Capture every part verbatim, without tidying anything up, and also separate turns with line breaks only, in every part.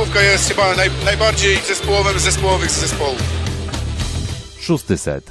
koszykówka jest chyba naj, najbardziej zespołowym z zespołowych z zespołów.
Szósty set.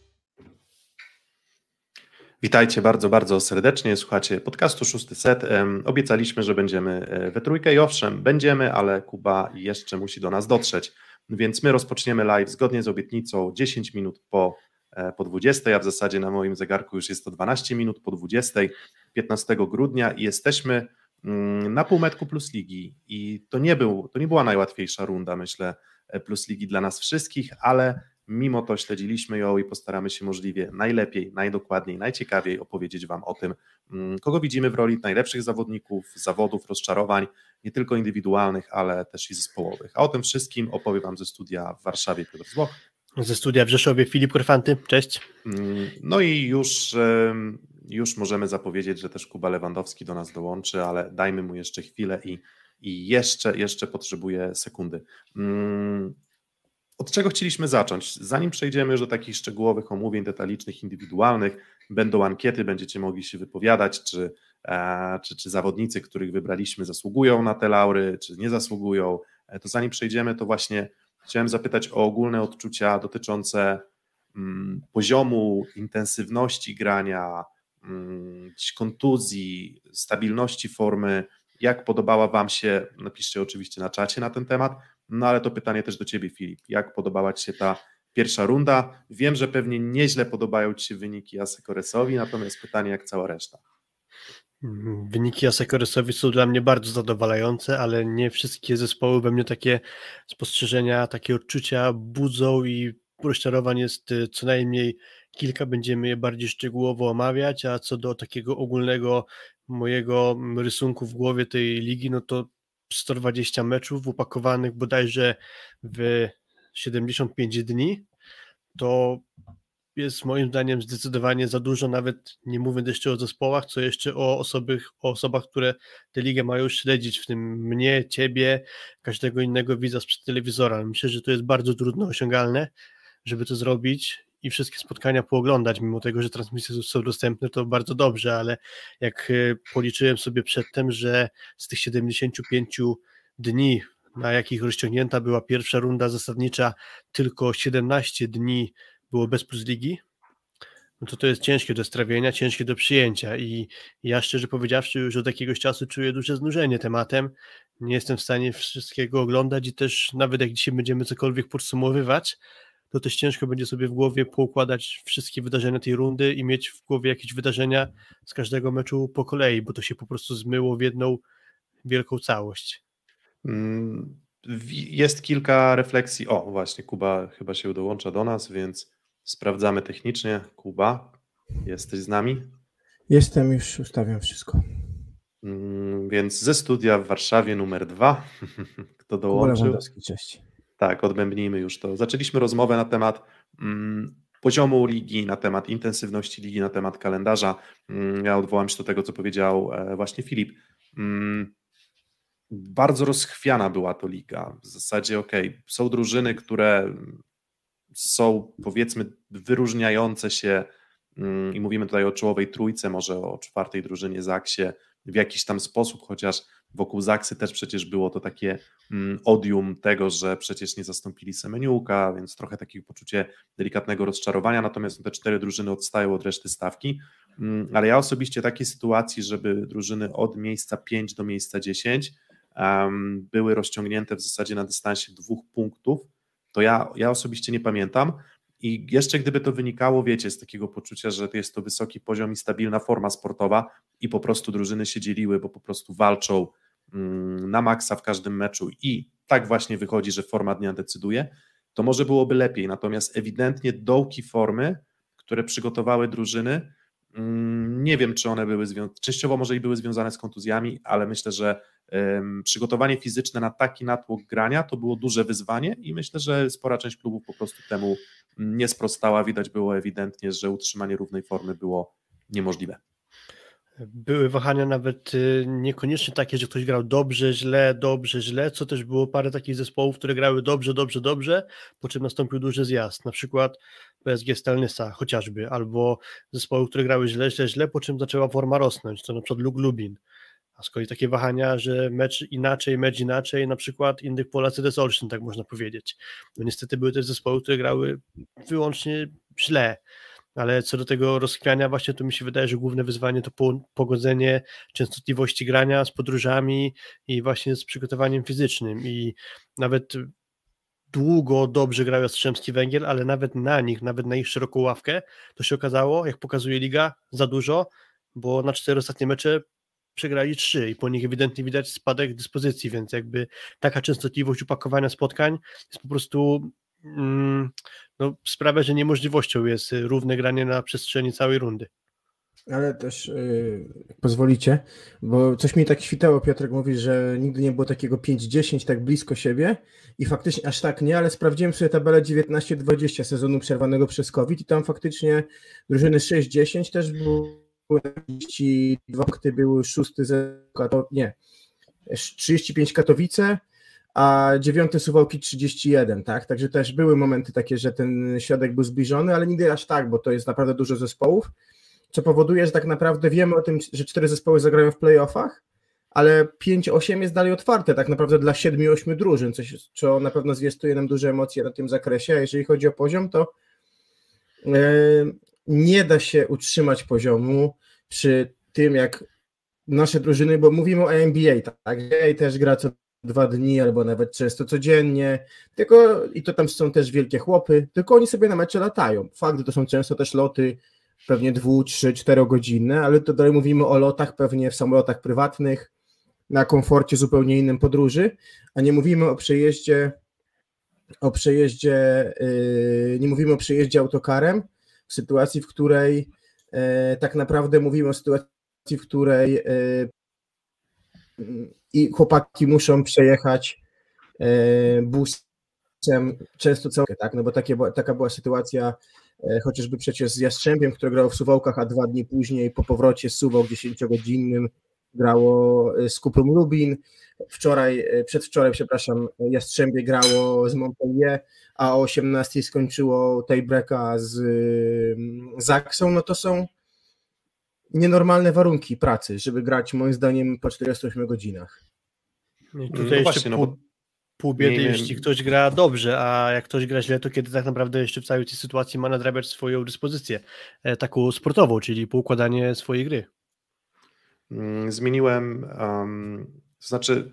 Witajcie bardzo, bardzo serdecznie. Słuchacie podcastu Szósty Set. Um, obiecaliśmy, że będziemy we trójkę i owszem, będziemy, ale Kuba jeszcze musi do nas dotrzeć. Więc my rozpoczniemy live zgodnie z obietnicą dziesięć minut po, po dwudziestej, a w zasadzie na moim zegarku już jest to dwanaście minut po dwudziestej, piętnastego grudnia i jesteśmy um, na półmetku Plus Ligi i to nie, był, to nie była najłatwiejsza runda, myślę, Plus Ligi dla nas wszystkich, ale mimo to śledziliśmy ją i postaramy się możliwie najlepiej, najdokładniej, najciekawiej opowiedzieć Wam o tym, kogo widzimy w roli najlepszych zawodników, zawodów, rozczarowań, nie tylko indywidualnych, ale też i zespołowych. A o tym wszystkim opowie Wam ze studia w Warszawie Piotr Złoch.
Ze studia w Rzeszowie Filip Korfanty, cześć.
No i już, już możemy zapowiedzieć, że też Kuba Lewandowski do nas dołączy, ale dajmy mu jeszcze chwilę i, i jeszcze, jeszcze potrzebuje sekundy. Od czego chcieliśmy zacząć? Zanim przejdziemy już do takich szczegółowych omówień detalicznych, indywidualnych, będą ankiety, będziecie mogli się wypowiadać, czy, e, czy, czy zawodnicy, których wybraliśmy, zasługują na te laury, czy nie zasługują. E, to zanim przejdziemy, to właśnie chciałem zapytać o ogólne odczucia dotyczące mm, poziomu intensywności grania, mm, kontuzji, stabilności formy. Jak podobała Wam się, napiszcie oczywiście na czacie na ten temat, no ale to pytanie też do Ciebie, Filip. Jak podobała Ci się ta pierwsza runda? Wiem, że pewnie nieźle podobają Ci się wyniki Asekoresowi, natomiast pytanie, jak cała reszta?
Wyniki Asekoresowi są dla mnie bardzo zadowalające, ale nie wszystkie zespoły we mnie takie spostrzeżenia, takie odczucia budzą i rozczarowań jest co najmniej kilka, będziemy je bardziej szczegółowo omawiać, a co do takiego ogólnego mojego rysunku w głowie tej ligi, no to sto dwadzieścia meczów upakowanych bodajże w siedemdziesiąt pięć dni, to jest moim zdaniem zdecydowanie za dużo, nawet nie mówiąc jeszcze o zespołach, co jeszcze o, osoby, o osobach, które tę ligę mają śledzić, w tym mnie, ciebie, każdego innego widza sprzed telewizora. Myślę, że to jest bardzo trudno osiągalne, żeby to zrobić i wszystkie spotkania pooglądać, mimo tego, że transmisje są dostępne, to bardzo dobrze, ale jak policzyłem sobie przedtem, że z tych siedemdziesięciu pięciu dni, na jakich rozciągnięta była pierwsza runda zasadnicza, tylko siedemnaście dni było bez Plus Ligi, no to to jest ciężkie do strawienia, ciężkie do przyjęcia i ja szczerze powiedziawszy już od jakiegoś czasu czuję duże znużenie tematem, nie jestem w stanie wszystkiego oglądać i też nawet jak dzisiaj będziemy cokolwiek podsumowywać, to też ciężko będzie sobie w głowie poukładać wszystkie wydarzenia tej rundy i mieć w głowie jakieś wydarzenia z każdego meczu po kolei, bo to się po prostu zmyło w jedną wielką całość.
Jest kilka refleksji. O, właśnie, Kuba chyba się dołącza do nas, więc sprawdzamy technicznie. Kuba, jesteś z nami?
Jestem, już ustawiam wszystko.
Więc ze studia w Warszawie numer dwa. Kto dołączył?
Kuba Lewandowski, cześć.
Tak, odbębnijmy już to. Zaczęliśmy rozmowę na temat mm, poziomu ligi, na temat intensywności ligi, na temat kalendarza. Mm, ja odwołam się do tego, co powiedział e, właśnie Filip. Mm, bardzo rozchwiana była to liga. W zasadzie okej, okay, są drużyny, które są powiedzmy wyróżniające się mm, i mówimy tutaj o czołowej trójce, może o czwartej drużynie Zaksie w jakiś tam sposób, chociaż wokół Zaksy też przecież było to takie mm, odium tego, że przecież nie zastąpili Semeniuka, więc trochę takiego poczucie delikatnego rozczarowania, natomiast te cztery drużyny odstają od reszty stawki, mm, ale ja osobiście takiej sytuacji, żeby drużyny od miejsca pięć do miejsca dziesięć um, były rozciągnięte w zasadzie na dystansie dwóch punktów, to ja, ja osobiście nie pamiętam. I jeszcze gdyby to wynikało, wiecie, z takiego poczucia, że to jest to wysoki poziom i stabilna forma sportowa i po prostu drużyny się dzieliły, bo po prostu walczą mm, na maksa w każdym meczu i tak właśnie wychodzi, że forma dnia decyduje, to może byłoby lepiej. Natomiast ewidentnie dołki formy, które przygotowały drużyny, mm, nie wiem, czy one były związane, częściowo może i były związane z kontuzjami, ale myślę, że ym, przygotowanie fizyczne na taki natłok grania to było duże wyzwanie i myślę, że spora część klubów po prostu temu nie sprostała. Widać było ewidentnie, że utrzymanie równej formy było niemożliwe.
Były wahania nawet niekoniecznie takie, że ktoś grał dobrze, źle, dobrze, źle, co też było parę takich zespołów, które grały dobrze, dobrze, dobrze, po czym nastąpił duży zjazd, na przykład P S G Stelnysa chociażby, albo zespoły, które grały źle, źle, źle, po czym zaczęła forma rosnąć, to na przykład Lug Lubin, A z kolei takie wahania, że mecz inaczej, mecz inaczej, na przykład innych Polacy des Olsztyn, tak można powiedzieć. No niestety były też zespoły, które grały wyłącznie źle, ale co do tego rozchwiania właśnie to mi się wydaje, że główne wyzwanie to pogodzenie częstotliwości grania z podróżami i właśnie z przygotowaniem fizycznym i nawet długo dobrze grał Jastrzębski Węgiel, ale nawet na nich, nawet na ich szeroką ławkę, to się okazało, jak pokazuje liga, za dużo, bo na cztery ostatnie mecze przegrali trzy i po nich ewidentnie widać spadek dyspozycji, więc jakby taka częstotliwość upakowania spotkań jest po prostu mm, no, sprawia, że niemożliwością jest równe granie na przestrzeni całej rundy.
Ale też yy, pozwolicie, bo coś mi tak świtało, Piotrek mówi, że nigdy nie było takiego pięć dziesięć tak blisko siebie i faktycznie aż tak nie, ale sprawdziłem sobie tabelę dziewiętnaście dwadzieścia sezonu przerwanego przez COVID i tam faktycznie drużyny sześć dziesięć też były trzydzieści dwa punkty, były szósty z nie, trzydzieści pięć Katowice, a dziewiąty Suwałki trzydzieści jeden, tak? Także też były momenty takie, że ten środek był zbliżony, ale nigdy aż tak, bo to jest naprawdę dużo zespołów, co powoduje, że tak naprawdę wiemy o tym, że cztery zespoły zagrają w playoffach, ale pięć osiem jest dalej otwarte tak naprawdę dla siedmiu ośmiu drużyn, coś, co na pewno zwiastuje nam duże emocje na tym zakresie, a jeżeli chodzi o poziom, to yy, nie da się utrzymać poziomu przy tym, jak nasze drużyny, bo mówimy o N B A, tak? N B A też gra co dwa dni, albo nawet często codziennie, tylko i to tam są też wielkie chłopy, tylko oni sobie na mecze latają. Fakt, że to są często też loty pewnie dwu, trzy, czterogodzinne, ale to dalej mówimy o lotach pewnie w samolotach prywatnych, na komforcie zupełnie innym podróży, a nie mówimy o przejeździe o przejeździe, yy, nie mówimy o przejeździe autokarem w sytuacji, w której yy, tak naprawdę mówimy o sytuacji, w której yy, i chłopaki muszą przejechać yy, busem często całkiem, tak, no bo takie, taka była sytuacja yy, chociażby przecież z Jastrzębiem, które grało w Suwałkach, a dwa dni później po powrocie z Suwałk dziesięciogodzinnym grało z Kuprą Lubin, wczoraj, przedwczoraj, przepraszam, Jastrzębie grało z Montpellier, a o osiemnastej skończyło tiebreaka z Zaksą, no to są nienormalne warunki pracy, żeby grać moim zdaniem po czterdziestu ośmiu godzinach.
I tutaj
no
jeszcze
właśnie,
pół,
no bo
pół biedy,
miejmy...
jeśli ktoś gra dobrze, a jak ktoś gra źle, to kiedy tak naprawdę jeszcze w całej tej sytuacji ma nadrabiać swoją dyspozycję, taką sportową, czyli poukładanie swojej gry.
Zmieniłem, um, to znaczy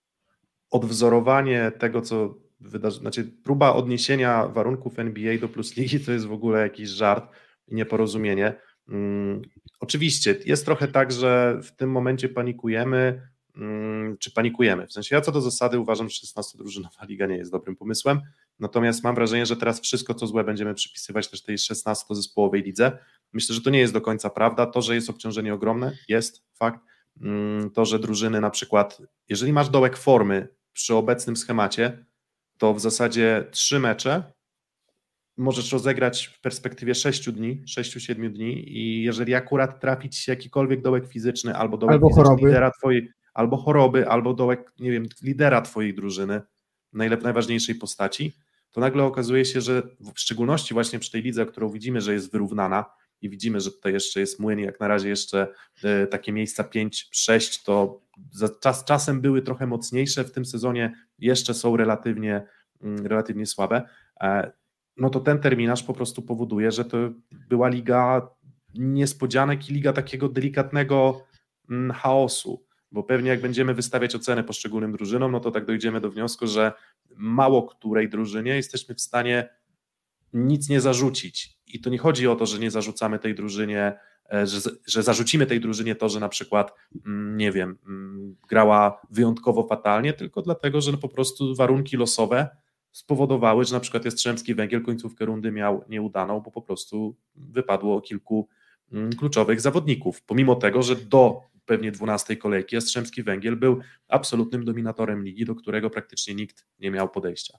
odwzorowanie tego, co wydarzy, znaczy próba odniesienia warunków N B A do Plus Ligi to jest w ogóle jakiś żart i nieporozumienie. Um, oczywiście jest trochę tak, że w tym momencie panikujemy, um, czy panikujemy, w sensie ja co do zasady uważam, że szesnastodrużynowa liga nie jest dobrym pomysłem, natomiast mam wrażenie, że teraz wszystko co złe będziemy przypisywać też tej szesnastozespołowej lidze. Myślę, że to nie jest do końca prawda. To, że jest obciążenie ogromne, jest fakt. To, że drużyny na przykład, jeżeli masz dołek formy przy obecnym schemacie, to w zasadzie trzy mecze możesz rozegrać w perspektywie sześciu dni, sześciu, siedmiu dni i jeżeli akurat trafić się jakikolwiek dołek fizyczny albo dołek
albo
fizyczny
choroby.
lidera twojej, albo choroby, albo dołek, nie wiem, lidera twojej drużyny, najlep- najważniejszej postaci, to nagle okazuje się, że w szczególności właśnie przy tej lidze, którą widzimy, że jest wyrównana, i widzimy, że tutaj jeszcze jest młyn, jak na razie jeszcze y, takie miejsca pięć sześć, to za, czas, czasem były trochę mocniejsze, w tym sezonie jeszcze są relatywnie, y, relatywnie słabe, e, no to ten terminarz po prostu powoduje, że to była liga niespodzianek i liga takiego delikatnego y, chaosu, bo pewnie jak będziemy wystawiać ocenę poszczególnym drużynom, no to tak dojdziemy do wniosku, że mało której drużynie jesteśmy w stanie nic nie zarzucić. I to nie chodzi o to, że nie zarzucamy tej drużynie, że, że zarzucimy tej drużynie to, że na przykład, nie wiem, grała wyjątkowo fatalnie, tylko dlatego, że no po prostu warunki losowe spowodowały, że na przykład Jastrzębski Węgiel końcówkę rundy miał nieudaną, bo po prostu wypadło kilku kluczowych zawodników. Pomimo tego, że do pewnie dwunastej kolejki Jastrzębski Węgiel był absolutnym dominatorem ligi, do którego praktycznie nikt nie miał podejścia.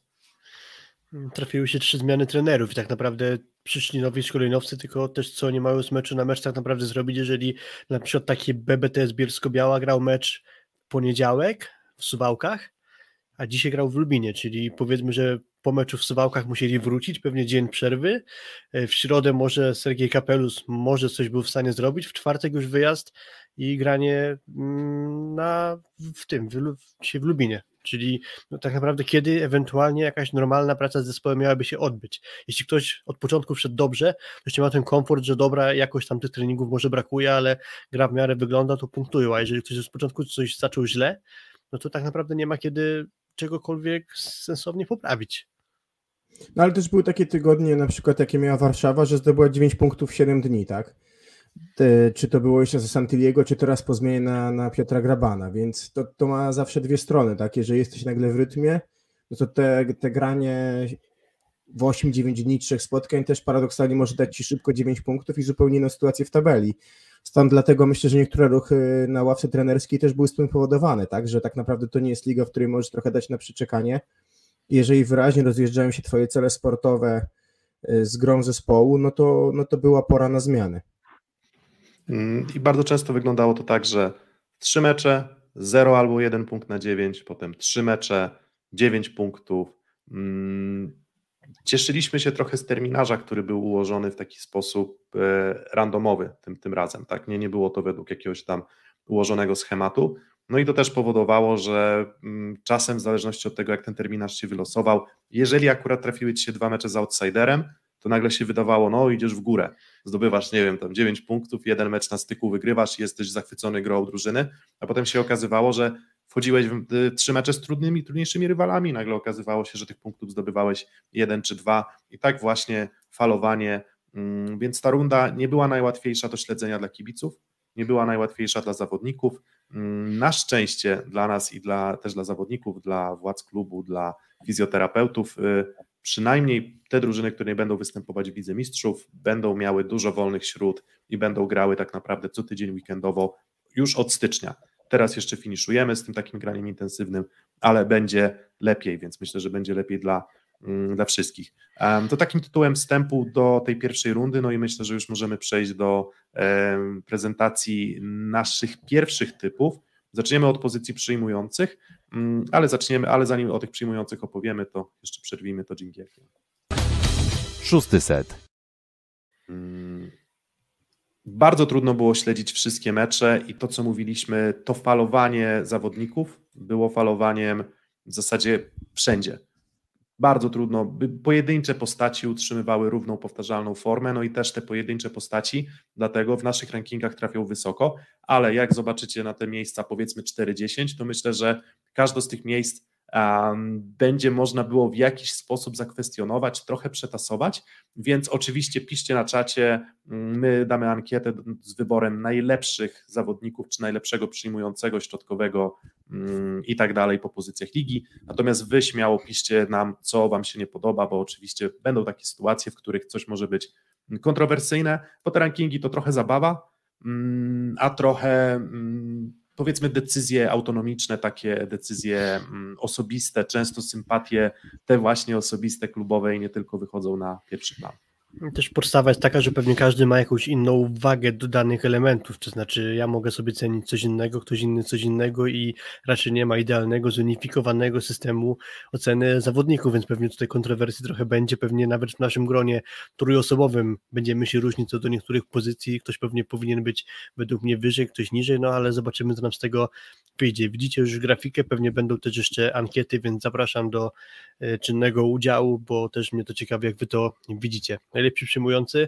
Trafiły się trzy zmiany trenerów i tak naprawdę przyszli nowi szkoleniowcy, tylko też co nie mają z meczu na mecz tak naprawdę zrobić, jeżeli na przykład taki B B T S Bielsko-Biała grał mecz w poniedziałek w Suwałkach, a dzisiaj grał w Lubinie, czyli powiedzmy, że po meczu w Suwałkach musieli wrócić, pewnie dzień przerwy. W środę może Sergiej Kapelus może coś był w stanie zrobić, w czwartek już wyjazd i granie na, w tym, w, w Lubinie. Czyli no, tak naprawdę kiedy ewentualnie jakaś normalna praca z zespołem miałaby się odbyć. Jeśli ktoś od początku wszedł dobrze, to jeszcze ma ten komfort, że dobra, jakoś tam tych treningów może brakuje, ale gra w miarę wygląda, to punktują, a jeżeli ktoś od początku coś zaczął źle, no to tak naprawdę nie ma kiedy czegokolwiek sensownie poprawić.
No ale też były takie tygodnie, na przykład jakie miała Warszawa, że zdobyła dziewięć punktów w siedem dni, tak? Te, czy to było jeszcze ze Santilliego, czy teraz po zmianie na, na Piotra Grabana, więc to, to ma zawsze dwie strony, tak? Jeżeli jesteś nagle w rytmie, no to te, te granie w osiem dziewięć dni, trzech spotkań też paradoksalnie może dać ci szybko dziewięć punktów i zupełnie inną sytuację w tabeli. Stąd dlatego myślę, że niektóre ruchy na ławce trenerskiej też były z tym powodowane, tak? Że tak naprawdę to nie jest liga, w której możesz trochę dać na przyczekanie. Jeżeli wyraźnie rozjeżdżają się twoje cele sportowe z grą zespołu, no to, no to była pora na zmiany.
I bardzo często wyglądało to tak, że trzy mecze, zero albo jeden punkt na dziewięć, potem trzy mecze, dziewięć punktów. Cieszyliśmy się trochę z terminarza, który był ułożony w taki sposób randomowy tym, tym razem. Tak? Nie, nie było to według jakiegoś tam ułożonego schematu. No i to też powodowało, że czasem w zależności od tego, jak ten terminarz się wylosował, jeżeli akurat trafiły ci się dwa mecze z outsiderem, to nagle się wydawało, no idziesz w górę, zdobywasz, nie wiem, tam dziewięć punktów, jeden mecz na styku wygrywasz i jesteś zachwycony grą drużyny, a potem się okazywało, że wchodziłeś w trzy mecze z trudnymi, trudniejszymi rywalami, nagle okazywało się, że tych punktów zdobywałeś jeden czy dwa i tak właśnie falowanie, więc ta runda nie była najłatwiejsza do śledzenia dla kibiców, nie była najłatwiejsza dla zawodników. Na szczęście dla nas i dla, też dla zawodników, dla władz klubu, dla fizjoterapeutów, przynajmniej te drużyny, które nie będą występować w Lidze Mistrzów, będą miały dużo wolnych śród i będą grały tak naprawdę co tydzień weekendowo już od stycznia. Teraz jeszcze finiszujemy z tym takim graniem intensywnym, ale będzie lepiej, więc myślę, że będzie lepiej dla, dla wszystkich. To takim tytułem wstępu do tej pierwszej rundy, no i myślę, że już możemy przejść do prezentacji naszych pierwszych typów. Zaczniemy od pozycji przyjmujących, ale zaczniemy, ale zanim o tych przyjmujących opowiemy, to jeszcze przerwijmy to dżingielkiem.
Szósty set.
Bardzo trudno było śledzić wszystkie mecze i to, co mówiliśmy, to falowanie zawodników było falowaniem w zasadzie wszędzie. Bardzo trudno, by pojedyncze postaci utrzymywały równą, powtarzalną formę, no i też te pojedyncze postaci, dlatego w naszych rankingach trafią wysoko, ale jak zobaczycie na te miejsca powiedzmy cztery dziesięć, to myślę, że każde z tych miejsc um, będzie można było w jakiś sposób zakwestionować, trochę przetasować, więc oczywiście piszcie na czacie, my damy ankietę z wyborem najlepszych zawodników, czy najlepszego przyjmującego, środkowego um, i tak dalej po pozycjach ligi, natomiast wy śmiało piszcie nam, co wam się nie podoba, bo oczywiście będą takie sytuacje, w których coś może być kontrowersyjne, bo te rankingi to trochę zabawa, um, a trochę um, powiedzmy decyzje autonomiczne, takie decyzje osobiste, często sympatie, te właśnie osobiste, klubowe i nie tylko wychodzą na pierwszy plan.
Też podstawa jest taka, że pewnie każdy ma jakąś inną wagę do danych elementów, to znaczy ja mogę sobie cenić coś innego, ktoś inny coś innego i raczej nie ma idealnego, zunifikowanego systemu oceny zawodników, więc pewnie tutaj kontrowersji trochę będzie, pewnie nawet w naszym gronie trójosobowym będziemy się różnić co do niektórych pozycji, ktoś pewnie powinien być według mnie wyżej, ktoś niżej, no ale zobaczymy, co nam z tego wyjdzie. Widzicie już grafikę, pewnie będą też jeszcze ankiety, więc zapraszam do czynnego udziału, bo też mnie to ciekawi, jak wy to widzicie. Najlepsi przyjmujący.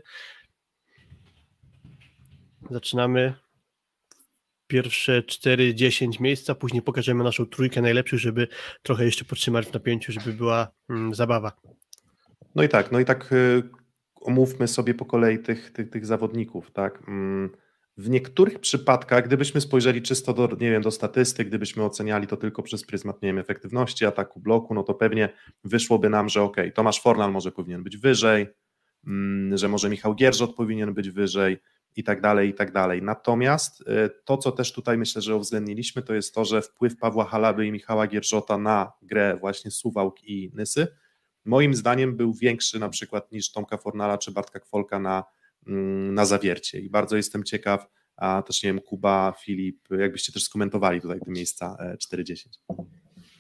Zaczynamy pierwsze cztery dziesięć miejsca, później pokażemy naszą trójkę najlepszych, żeby trochę jeszcze podtrzymać w napięciu, żeby była mm, zabawa.
No i tak, no i tak y, omówmy sobie po kolei tych, tych, tych zawodników, tak. Mm, w niektórych przypadkach, gdybyśmy spojrzeli czysto do, nie wiem, do statystyk, gdybyśmy oceniali to tylko przez pryzmat, nie wiem, efektywności, ataku, bloku, no to pewnie wyszłoby nam, że okej, okay, Tomasz Fornal może powinien być wyżej, że może Michał Gierżot powinien być wyżej i tak dalej, i tak dalej. Natomiast to, co też tutaj myślę, że uwzględniliśmy, to jest to, że wpływ Pawła Halaby i Michała Gierżota na grę właśnie Suwałk i Nysy moim zdaniem był większy na przykład niż Tomka Fornala czy Bartka Kwolka na, na Zawiercie i bardzo jestem ciekaw, a też nie wiem, Kuba, Filip, jakbyście też skomentowali tutaj te miejsca cztery dziesięć.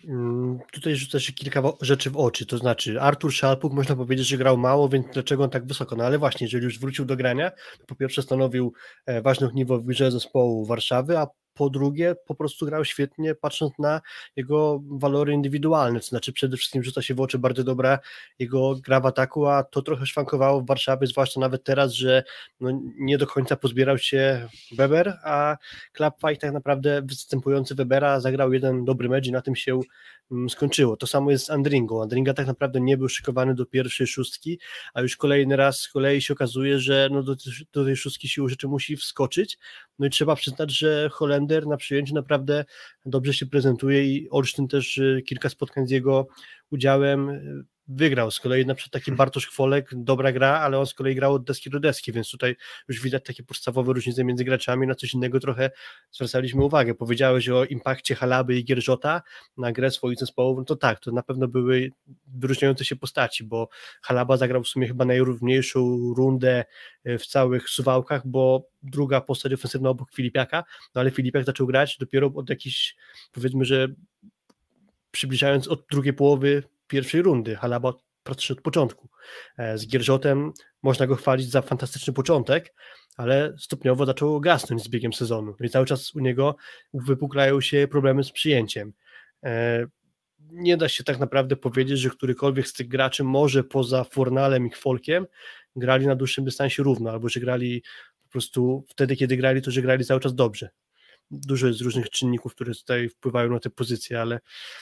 Tutaj rzuca się kilka rzeczy w oczy, to znaczy Artur Szalpuk można powiedzieć, że grał mało, więc dlaczego on tak wysoko? No ale właśnie, jeżeli już wrócił do grania, to po pierwsze stanowił ważne ogniwo w grze zespołu Warszawy, a po drugie po prostu grał świetnie, patrząc na jego walory indywidualne, to znaczy przede wszystkim rzuca się w oczy bardzo dobra jego gra w ataku, a to trochę szwankowało w Warszawie, zwłaszcza nawet teraz, że no nie do końca pozbierał się Weber, a Klapwijk tak naprawdę występujący Webera zagrał jeden dobry mecz i na tym się skończyło. To samo jest z Andringą. Andringa tak naprawdę nie był szykowany do pierwszej szóstki, a już kolejny raz z kolei się okazuje, że no do, do tej szóstki siłą rzeczy musi wskoczyć. No i trzeba przyznać, że Holender na przyjęciu naprawdę dobrze się prezentuje i Olsztyn też kilka spotkań z jego udziałem wygrał. Z kolei na przykład taki Bartosz Chwolek, dobra gra, ale on z kolei grał od deski do deski, więc tutaj już widać takie podstawowe różnice między graczami, na coś innego trochę zwracaliśmy uwagę. Powiedziałeś o impakcie Halaby i Gierżota na grę swoich zespołów, no to tak, to na pewno były wyróżniające się postaci, bo Halaba zagrał w sumie chyba najrówniejszą rundę w całych Suwałkach, bo druga postać ofensywna obok Filipiaka, no ale Filipiak zaczął grać dopiero od jakichś, powiedzmy, że przybliżając od drugiej połowy pierwszej rundy, Halaba praktycznie od początku. Z Gierżotem można go chwalić za fantastyczny początek, ale stopniowo zaczął gasnąć z biegiem sezonu. No i cały czas u niego wypuklają się problemy z przyjęciem. Nie da się tak naprawdę powiedzieć, że którykolwiek z tych graczy może poza Fornalem i Chwolkiem grali na dłuższym dystansie równo, albo że grali po prostu wtedy, kiedy grali, to że grali cały czas dobrze. Dużo jest różnych czynników, które tutaj wpływają na te pozycje, ale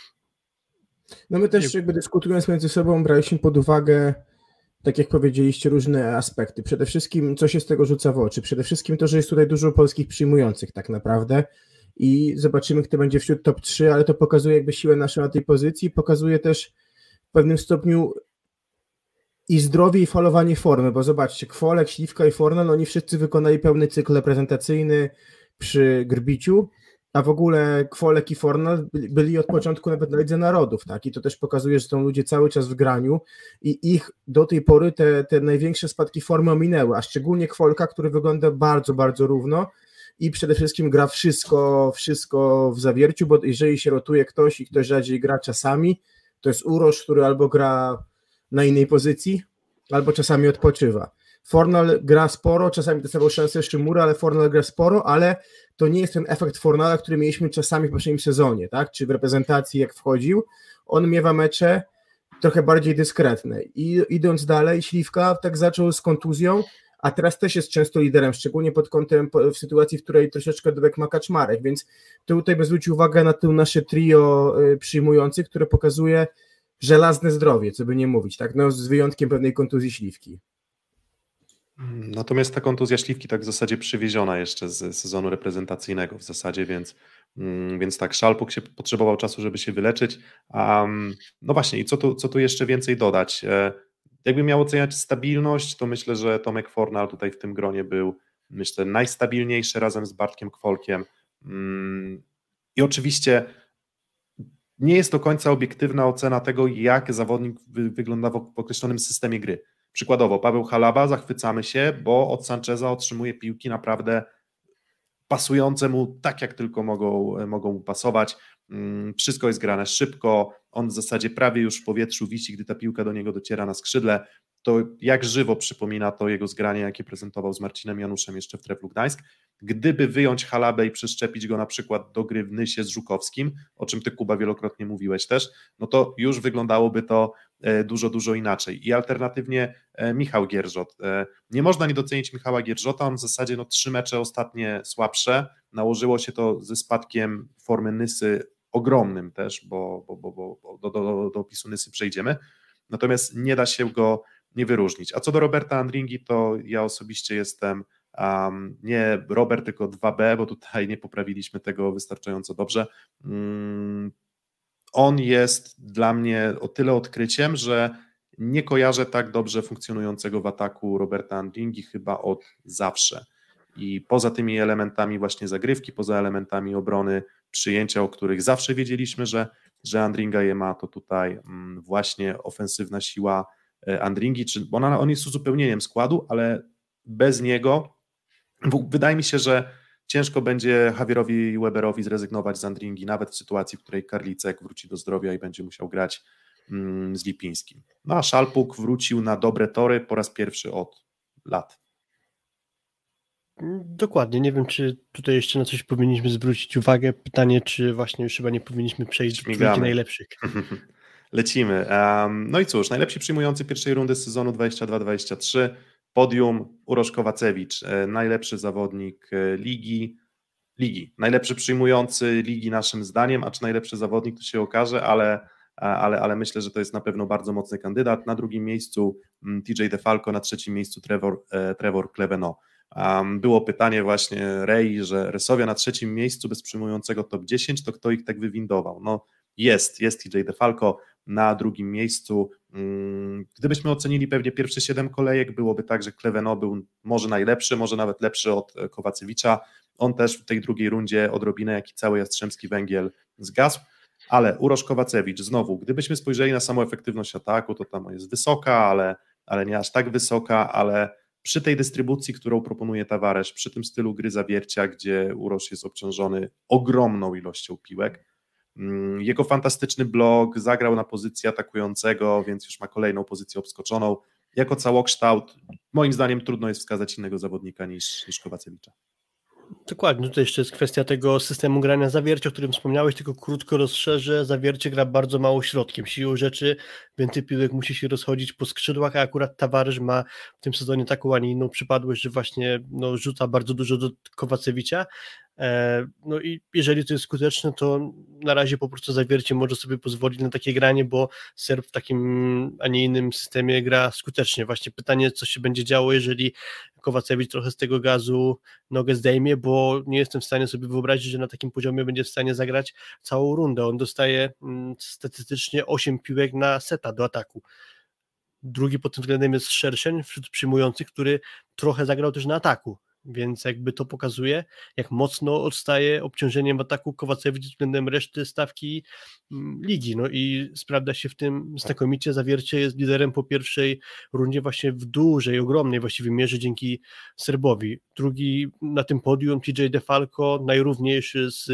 no my też jakby dyskutując między sobą braliśmy pod uwagę, tak jak powiedzieliście, różne aspekty. Przede wszystkim, co się z tego rzuca w oczy? Przede wszystkim to, że jest tutaj dużo polskich przyjmujących tak naprawdę i zobaczymy, kto będzie wśród top trzy, ale to pokazuje jakby siłę naszą na tej pozycji, pokazuje też w pewnym stopniu i zdrowie i falowanie formy, bo zobaczcie, Kwolek, Śliwka i Fornal, oni wszyscy wykonali pełny cykl reprezentacyjny przy Grbiciu, a w ogóle Kwolek i Fornal byli od początku nawet na Lidze Narodów, tak? I to też pokazuje, że są ludzie cały czas w graniu i ich do tej pory te, te największe spadki formy ominęły, a szczególnie Kwolka, który wygląda bardzo, bardzo równo i przede wszystkim gra wszystko, wszystko w zawierciu, bo jeżeli się rotuje ktoś i ktoś rzadziej gra czasami, to jest Urosz, który albo gra na innej pozycji, albo czasami odpoczywa. Fornal gra sporo, czasami dostawał szansę jeszcze Mura, ale Fornal gra sporo, ale to nie jest ten efekt Fornala, który mieliśmy czasami w poprzednim sezonie, tak? Czy w reprezentacji jak wchodził, on miewa mecze trochę bardziej dyskretne i idąc dalej, Śliwka tak zaczął z kontuzją, a teraz też jest często liderem, szczególnie pod kątem w sytuacji, w której troszeczkę dobek ma Kaczmarek, więc tutaj bym zwrócił uwagę na to nasze trio przyjmujących, które pokazuje żelazne zdrowie, co by nie mówić, tak? No z wyjątkiem pewnej kontuzji Śliwki.
Natomiast ta kontuzja Śliwki tak w zasadzie przywieziona jeszcze z sezonu reprezentacyjnego w zasadzie, więc, więc tak, Szalpuk się potrzebował czasu, żeby się wyleczyć. Um, no właśnie, i co tu, co tu jeszcze więcej dodać? Jakbym miał oceniać stabilność, to myślę, że Tomek Fornal tutaj w tym gronie był, myślę, najstabilniejszy razem z Bartkiem Kwolkiem. Um, I oczywiście nie jest do końca obiektywna ocena tego, jak zawodnik wy, wygląda w określonym systemie gry. Przykładowo Paweł Halaba, zachwycamy się, bo od Sancheza otrzymuje piłki naprawdę pasujące mu tak, jak tylko mogą, mogą mu pasować. Wszystko jest grane szybko, on w zasadzie prawie już w powietrzu wisi, gdy ta piłka do niego dociera na skrzydle. To jak żywo przypomina to jego zgranie, jakie prezentował z Marcinem Januszem jeszcze w Treflu Gdańsk. Gdyby wyjąć Halabę i przeszczepić go na przykład do gry w Nysie z Żukowskim, o czym ty, Kuba, wielokrotnie mówiłeś też, no to już wyglądałoby to dużo, dużo inaczej. I alternatywnie Michał Gierżot. Nie można nie docenić Michała Gierżota, on w zasadzie no, trzy mecze ostatnie słabsze, nałożyło się to ze spadkiem formy Nysy ogromnym też, bo, bo, bo, bo do, do, do opisu Nysy przejdziemy, natomiast nie da się go nie wyróżnić. A co do Roberta Andringi, to ja osobiście jestem um, nie Robert, tylko dwa B, bo tutaj nie poprawiliśmy tego wystarczająco dobrze. Um, on jest dla mnie o tyle odkryciem, że nie kojarzę tak dobrze funkcjonującego w ataku Roberta Andringi chyba od zawsze. I poza tymi elementami właśnie zagrywki, poza elementami obrony, przyjęcia, o których zawsze wiedzieliśmy, że, że Andringa je ma, to tutaj um, właśnie ofensywna siła Andringi, czy, bo ona, on jest uzupełnieniem składu, ale bez niego w, wydaje mi się, że ciężko będzie Javierowi Weberowi zrezygnować z Andringi, nawet w sytuacji, w której Karlicek wróci do zdrowia i będzie musiał grać mm, z Lipińskim. No a Szalpuk wrócił na dobre tory po raz pierwszy od lat.
Dokładnie, nie wiem, czy tutaj jeszcze na coś powinniśmy zwrócić uwagę. Pytanie, czy właśnie już chyba nie powinniśmy przejść do trójki najlepszych.
Lecimy. Um, no i cóż, najlepsi przyjmujący pierwszej rundy z sezonu dwadzieścia dwa dwadzieścia trzy, podium Uroš Kovacevic, najlepszy zawodnik ligi, ligi, najlepszy przyjmujący ligi naszym zdaniem, a czy najlepszy zawodnik to się okaże, ale, ale, ale myślę, że to jest na pewno bardzo mocny kandydat. Na drugim miejscu T J DeFalco, na trzecim miejscu Trevor, Trevor Clevenot. Um, było pytanie właśnie Ray, że Resowia na trzecim miejscu bez przyjmującego top dziesięć, to kto ich tak wywindował? No jest, jest T J DeFalco na drugim miejscu. Um, gdybyśmy ocenili pewnie pierwsze siedem kolejek, byłoby tak, że Clevenot był może najlepszy, może nawet lepszy od Kowacewicza. On też w tej drugiej rundzie odrobinę, jak i cały Jastrzębski Węgiel zgasł, ale Uroš Kovacevic znowu, gdybyśmy spojrzeli na samą efektywność ataku, to tam jest wysoka, ale, ale nie aż tak wysoka, ale przy tej dystrybucji, którą proponuje Tavares, przy tym stylu gry zawiercia, gdzie Uroš jest obciążony ogromną ilością piłek, jego fantastyczny blok, zagrał na pozycji atakującego, więc już ma kolejną pozycję obskoczoną. Jako całokształt, moim zdaniem trudno jest wskazać innego zawodnika niż, niż Kowacewicza.
Dokładnie, tutaj jeszcze jest kwestia tego systemu grania zawiercia, o którym wspomniałeś, tylko krótko rozszerzę, zawiercie gra bardzo mało środkiem, siłą rzeczy więcej piłek musi się rozchodzić po skrzydłach, a akurat Tavares ma w tym sezonie taką, a nie inną przypadłość, że właśnie no, rzuca bardzo dużo do Kowacewicza, e, no i jeżeli to jest skuteczne, to na razie po prostu zawiercie może sobie pozwolić na takie granie, bo Serb w takim, a nie innym systemie gra skutecznie. Właśnie pytanie, co się będzie działo, jeżeli Kowacewicz trochę z tego gazu nogę zdejmie, bo nie jestem w stanie sobie wyobrazić, że na takim poziomie będzie w stanie zagrać całą rundę. On dostaje mm, statystycznie osiem piłek na seta do ataku. Drugi pod tym względem jest Szerszeń wśród przyjmujących, który trochę zagrał też na ataku, więc jakby to pokazuje, jak mocno odstaje obciążeniem ataku Kowacewicz względem reszty stawki ligi, no i sprawdza się w tym znakomicie. Zawiercie jest liderem po pierwszej rundzie właśnie w dużej, ogromnej właściwie mierze dzięki Serbowi. Drugi na tym podium T J DeFalco, najrówniejszy z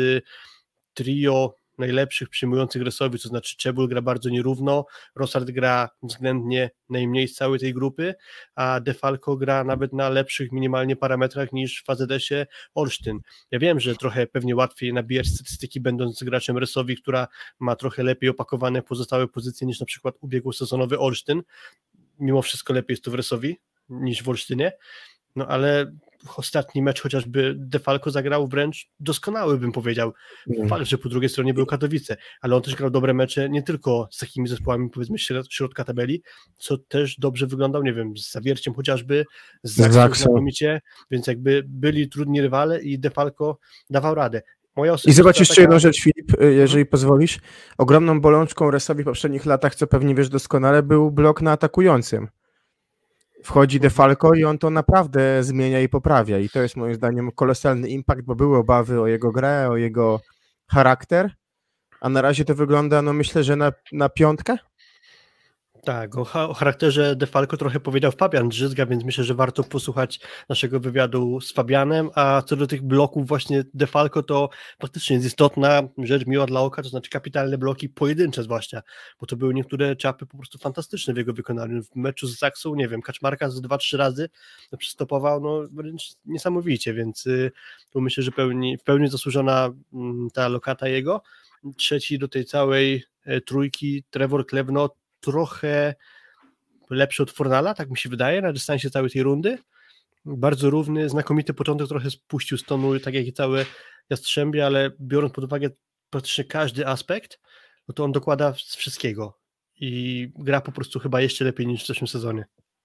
trio najlepszych przyjmujących Resowi, to znaczy Czebul gra bardzo nierówno, Rosard gra względnie najmniej z całej tej grupy, a DeFalco gra nawet na lepszych minimalnie parametrach niż w A Z S-ie Olsztyn. Ja wiem, że trochę pewnie łatwiej nabijać statystyki będąc graczem Resowi, która ma trochę lepiej opakowane pozostałe pozycje niż na przykład ubiegłosezonowy Olsztyn. Mimo wszystko lepiej jest to w Resowi niż w Olsztynie, no ale ostatni mecz chociażby DeFalco zagrał wręcz doskonały, bym powiedział. Fakt, że po drugiej stronie były Katowice, ale on też grał dobre mecze nie tylko z takimi zespołami powiedzmy środka tabeli, co też dobrze wyglądał, nie wiem, z Zawierciem chociażby, z Zaksą znakomicie, więc jakby byli trudni rywale i DeFalco dawał radę. Moja
I zobacz jeszcze
taka...
jedną rzecz, Filip, jeżeli hmm. pozwolisz. Ogromną bolączką Resowi w poprzednich latach, co pewnie wiesz doskonale, był blok na atakującym. Wchodzi DeFalco i on to naprawdę zmienia i poprawia i to jest moim zdaniem kolosalny impact, bo były obawy o jego grę, o jego charakter, a na razie to wygląda, no myślę, że na, na piątkę.
Tak, o, o charakterze DeFalco trochę powiedział Fabian Drzyzga, więc myślę, że warto posłuchać naszego wywiadu z Fabianem, a co do tych bloków właśnie DeFalco, to faktycznie jest istotna rzecz miła dla oka, to znaczy kapitalne bloki pojedyncze zwłaszcza, bo to były niektóre czapy po prostu fantastyczne w jego wykonaniu. W meczu z Zaksą, nie wiem, Kaczmarka z dwa trzy razy no, przystopował, no wręcz niesamowicie, więc y, tu myślę, że pełni, w pełni zasłużona y, ta lokata jego. Trzeci do tej całej y, trójki Trevor Clevenot, trochę lepszy od Fornala, tak mi się wydaje, na dystansie całej tej rundy. Bardzo równy, znakomity początek, trochę spuścił z tonu, tak jak i całe Jastrzębie, ale biorąc pod uwagę praktycznie każdy aspekt, no to on dokłada z wszystkiego i gra po prostu chyba jeszcze lepiej niż w zeszłym sezonie.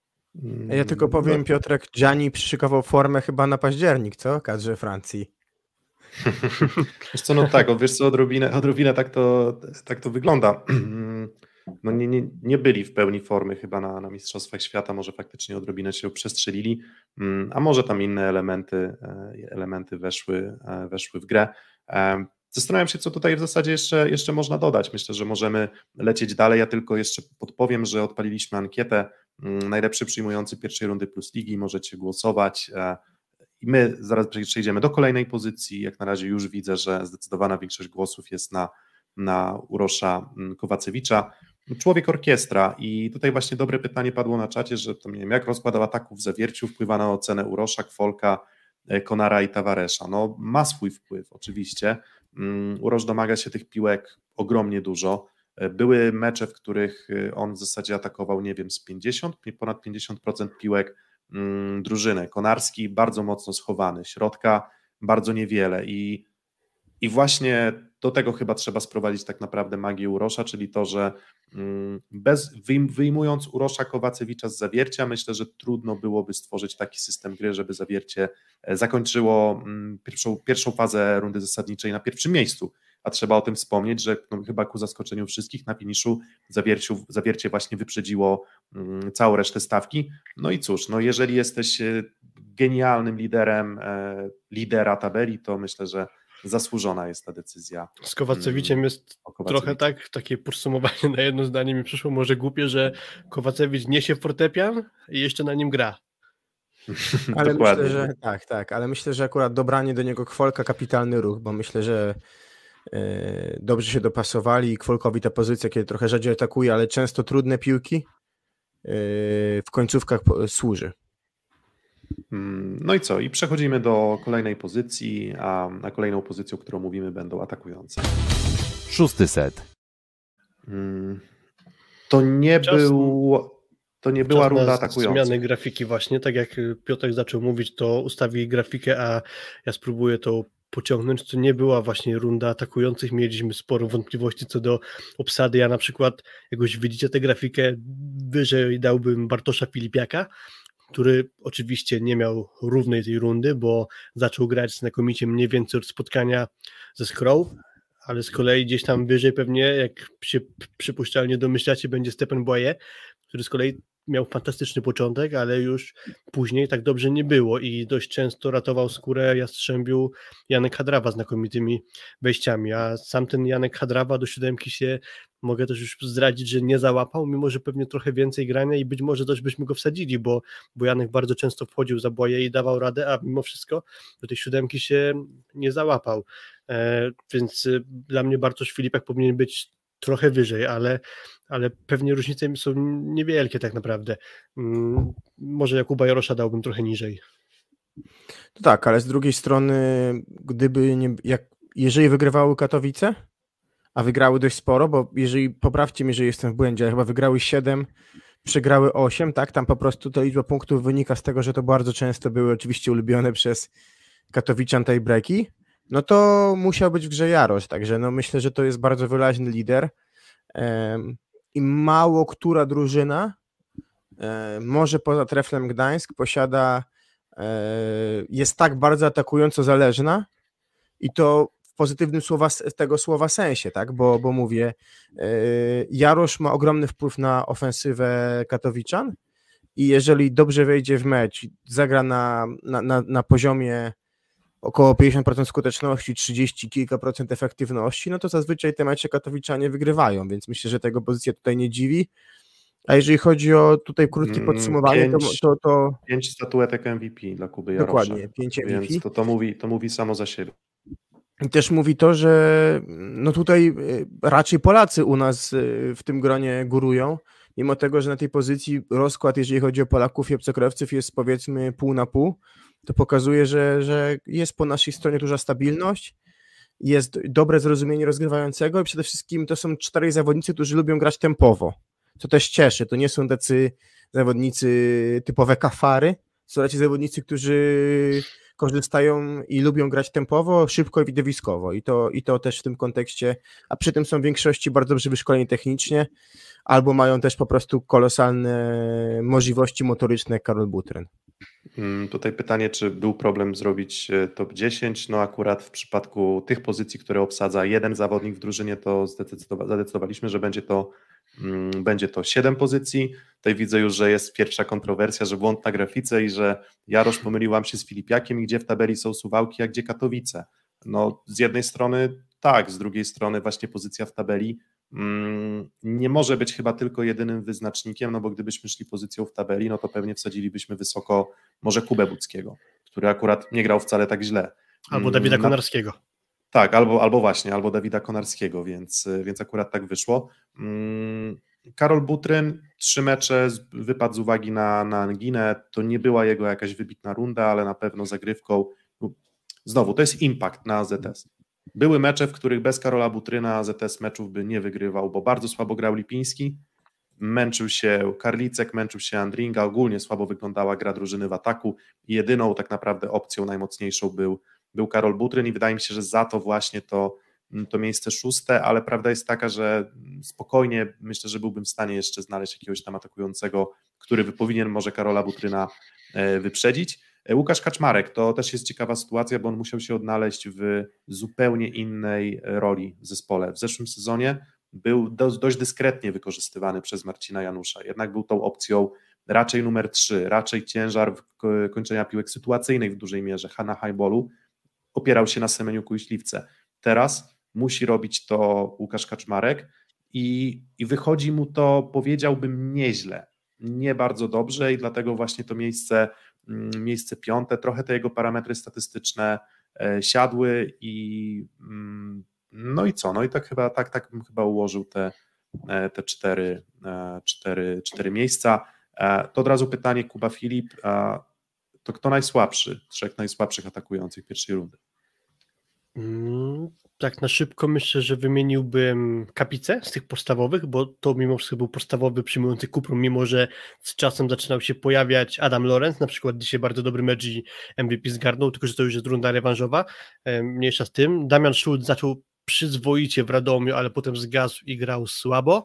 Ja tylko powiem, no. Piotrek, Gianni przyszykował formę chyba na październik, co? Kadrze Francji.
Wiesz co, no tak, wiesz co, odrobinę, odrobinę tak, to, tak to wygląda. No nie, nie, nie byli w pełni formy chyba na, na Mistrzostwach Świata, może faktycznie odrobinę się przestrzelili, a może tam inne elementy, elementy weszły, weszły w grę. Zastanawiam się, co tutaj w zasadzie jeszcze, jeszcze można dodać. Myślę, że możemy lecieć dalej. Ja tylko jeszcze podpowiem, że odpaliliśmy ankietę najlepszy przyjmujący pierwszej rundy plus ligi. Możecie głosować. I my zaraz przejdziemy do kolejnej pozycji. Jak na razie już widzę, że zdecydowana większość głosów jest na, na Urosza Kowacewicza. Człowiek orkiestra i tutaj właśnie dobre pytanie padło na czacie, że to nie wiem, jak rozkład ataków w Zawierciu wpływa na ocenę Urosza, Kwolka, Konara i Tavaresza. No ma swój wpływ oczywiście. Urosz domaga się tych piłek ogromnie dużo. Były mecze, w których on w zasadzie atakował, nie wiem, z pięćdziesiąt, ponad pięćdziesiąt procent piłek mm, drużyny. Konarski bardzo mocno schowany, środka bardzo niewiele i, i właśnie do tego chyba trzeba sprowadzić tak naprawdę magię Urosza, czyli to, że mm, bez, wyjmując Urosza Kowacewicza z Zawiercia, myślę, że trudno byłoby stworzyć taki system gry, żeby Zawiercie zakończyło mm, pierwszą, pierwszą fazę rundy zasadniczej na pierwszym miejscu. A trzeba o tym wspomnieć, że no, chyba ku zaskoczeniu wszystkich na finiszu Zawierciu, Zawiercie właśnie wyprzedziło um, całą resztę stawki. No i cóż, no jeżeli jesteś genialnym liderem e, lidera tabeli, to myślę, że zasłużona jest ta decyzja.
Z Kowacewiczem jest trochę tak, takie podsumowanie na jedno zdanie mi przyszło, może głupie, że Kowacewicz niesie fortepian i jeszcze na nim gra.
Ale myślę, że tak, tak, ale myślę, że akurat dobranie do niego Kwolka kapitalny ruch, bo myślę, że yy, dobrze się dopasowali i Kwolkowi ta pozycja, kiedy trochę rzadziej atakuje, ale często trudne piłki yy, w końcówkach służy.
No i co? I przechodzimy do kolejnej pozycji, a na kolejną pozycją, którą mówimy, będą atakujące.
Szósty set.
To nie
Czas,
był... To nie była runda atakująca.
Zmiany grafiki właśnie, tak jak Piotr zaczął mówić, to ustawi grafikę, a ja spróbuję to pociągnąć, to nie była właśnie runda atakujących, mieliśmy sporo wątpliwości co do obsady, ja na przykład, jak już widzicie tę grafikę, wyżej dałbym Bartosza Filipiaka, który oczywiście nie miał równej tej rundy, bo zaczął grać znakomicie mniej więcej od spotkania ze Skrą, ale z kolei gdzieś tam wyżej pewnie, jak się przypuszczalnie domyślacie, będzie Stephen Boye, który z kolei miał fantastyczny początek, ale już później tak dobrze nie było i dość często ratował skórę Jastrzębiu Janek Hadrawa znakomitymi wejściami, a sam ten Janek Hadrawa do siódemki się, mogę też już zdradzić, że nie załapał, mimo że pewnie trochę więcej grania i być może też byśmy go wsadzili, bo, bo Janek bardzo często wchodził za boje i dawał radę, a mimo wszystko do tej siódemki się nie załapał, e, więc y, dla mnie Bartosz Filipek powinien być trochę wyżej, ale, ale pewnie różnice są niewielkie tak naprawdę. Hmm, może Jakuba Jarosza dałbym trochę niżej.
To tak, ale z drugiej strony, gdyby nie, jak, jeżeli wygrywały Katowice, a wygrały dość sporo, bo jeżeli, poprawcie mnie, jeżeli jestem w błędzie, ale chyba wygrały siedem, przegrały osiem, tak, tam po prostu ta liczba punktów wynika z tego, że to bardzo często były oczywiście ulubione przez Katowiczan tiebreaki, no to musiał być w grze Jarosz, także no myślę, że to jest bardzo wyraźny lider um, i mało która drużyna, um, może poza Treflem Gdańsk, posiada, um, jest tak bardzo atakująco zależna i to w pozytywnym słowa, tego słowa sensie, tak, bo, bo mówię, um, Jarosz ma ogromny wpływ na ofensywę Katowiczan i jeżeli dobrze wejdzie w mecz, zagra na, na, na, na poziomie około pięćdziesiąt procent skuteczności, trzydzieści kilka procent efektywności, no to zazwyczaj te mecze Katowiczanie wygrywają, więc myślę, że tego pozycja tutaj nie dziwi. A jeżeli chodzi o tutaj krótkie podsumowanie,
pięć,
to, to, to...
Pięć statuetek M V P dla Kuby Jarosza.
Dokładnie, pięć M V P.
Więc to, to, mówi, to mówi samo za siebie.
I też mówi to, że no tutaj raczej Polacy u nas w tym gronie górują, mimo tego, że na tej pozycji rozkład, jeżeli chodzi o Polaków i obcokrajowców, jest powiedzmy pół na pół, to pokazuje, że, że jest po naszej stronie duża stabilność, jest dobre zrozumienie rozgrywającego i przede wszystkim to są czterej zawodnicy, którzy lubią grać tempowo, co też cieszy. To nie są tacy zawodnicy typowe kafary, są raczej zawodnicy, którzy korzystają i lubią grać tempowo, szybko i widowiskowo i to, i to też w tym kontekście, a przy tym są w większości bardzo dobrze wyszkoleni technicznie, albo mają też po prostu kolosalne możliwości motoryczne jak Karol Butryn.
Tutaj pytanie, czy był problem zrobić top dziesięć, no akurat w przypadku tych pozycji, które obsadza jeden zawodnik w drużynie, to zadecydowaliśmy, że będzie to, mm, będzie to siedem pozycji. Tutaj widzę już, że jest pierwsza kontrowersja, że błąd na grafice i że Jarosz pomylił wam się z Filipiakiem i gdzie w tabeli są Suwałki, a gdzie Katowice. No z jednej strony tak, z drugiej strony właśnie pozycja w tabeli nie może być chyba tylko jedynym wyznacznikiem, no bo gdybyśmy szli pozycją w tabeli, no to pewnie wsadzilibyśmy wysoko może Kubę Budzkiego, który akurat nie grał wcale tak źle.
Albo Dawida Konarskiego.
Tak, albo, albo właśnie, albo Dawida Konarskiego, więc, więc akurat tak wyszło. Karol Butryn, trzy mecze, wypadł z uwagi na, na anginę, to nie była jego jakaś wybitna runda, ale na pewno zagrywką, znowu, to jest impact na A Z S. Były mecze, w których bez Karola Butryna A Z S meczów by nie wygrywał, bo bardzo słabo grał Lipiński, męczył się Karlicek, męczył się Andringa, ogólnie słabo wyglądała gra drużyny w ataku i jedyną tak naprawdę opcją najmocniejszą był, był Karol Butryn i wydaje mi się, że za to właśnie to, to miejsce szóste, ale prawda jest taka, że spokojnie myślę, że byłbym w stanie jeszcze znaleźć jakiegoś tam atakującego, który by powinien może Karola Butryna wyprzedzić. Łukasz Kaczmarek, to też jest ciekawa sytuacja, bo on musiał się odnaleźć w zupełnie innej roli w zespole. W zeszłym sezonie był dość dyskretnie wykorzystywany przez Marcina Janusza, jednak był tą opcją raczej numer trzy, raczej ciężar kończenia piłek sytuacyjnych w dużej mierze, na highballu, opierał się na Semeniuku i Śliwce. Teraz musi robić to Łukasz Kaczmarek i, i wychodzi mu to, powiedziałbym, nieźle, nie bardzo dobrze i dlatego właśnie to miejsce miejsce piąte, trochę te jego parametry statystyczne siadły i no i co, no i tak chyba tak, tak bym chyba ułożył te, te cztery, cztery, cztery miejsca. To od razu pytanie, Kuba, Filip, to kto najsłabszy, trzech najsłabszych atakujących pierwszej rundy?
Mm, tak na szybko myślę, że wymieniłbym Kapicę z tych podstawowych, bo to mimo wszystko był podstawowy przyjmujący Kuprum, mimo że z czasem zaczynał się pojawiać Adam Lorenz, na przykład dzisiaj bardzo dobry mecz i M V P zgarnął, tylko że to już jest runda rewanżowa, mniejsza z tym. Damian Szulc zaczął przyzwoicie w Radomiu, ale potem zgasł i grał słabo.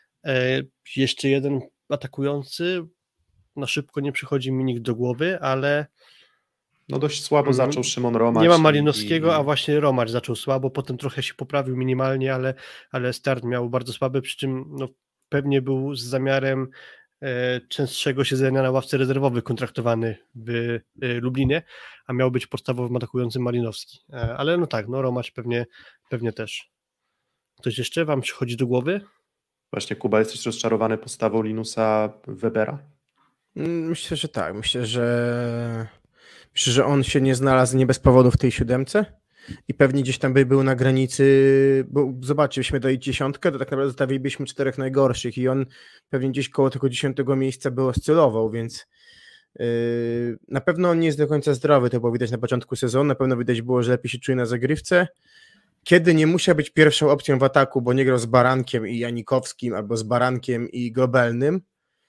Jeszcze jeden atakujący, na szybko nie przychodzi mi nikt do głowy, ale
no dość słabo mm. zaczął Szymon Romacz.
Nie ma Malinowskiego, i... a właśnie Romacz zaczął słabo, potem trochę się poprawił minimalnie, ale, ale start miał bardzo słaby, przy czym no, pewnie był z zamiarem e, częstszego siedzenia na ławce rezerwowej kontraktowany w e, Lublinie, a miał być podstawowym atakującym Malinowski. E, ale no tak, no Romacz pewnie, pewnie też. Ktoś jeszcze wam przychodzi do głowy?
Właśnie, Kuba, jesteś rozczarowany postawą Linusa Webera?
Myślę, że tak. Myślę, że Myślę, że on się nie znalazł nie bez powodu w tej siódemce i pewnie gdzieś tam by był na granicy, bo zobaczcie, byśmy dali dziesiątkę, to tak naprawdę zostawilibyśmy czterech najgorszych i on pewnie gdzieś koło tego dziesiątego miejsca by oscylował, więc yy, na pewno on nie jest do końca zdrowy, to było widać na początku sezonu, na pewno widać było, że lepiej się czuje na zagrywce. Kiedy nie musiał być pierwszą opcją w ataku, bo nie grał z Barankiem i Janikowskim albo z Barankiem i Grobelnym,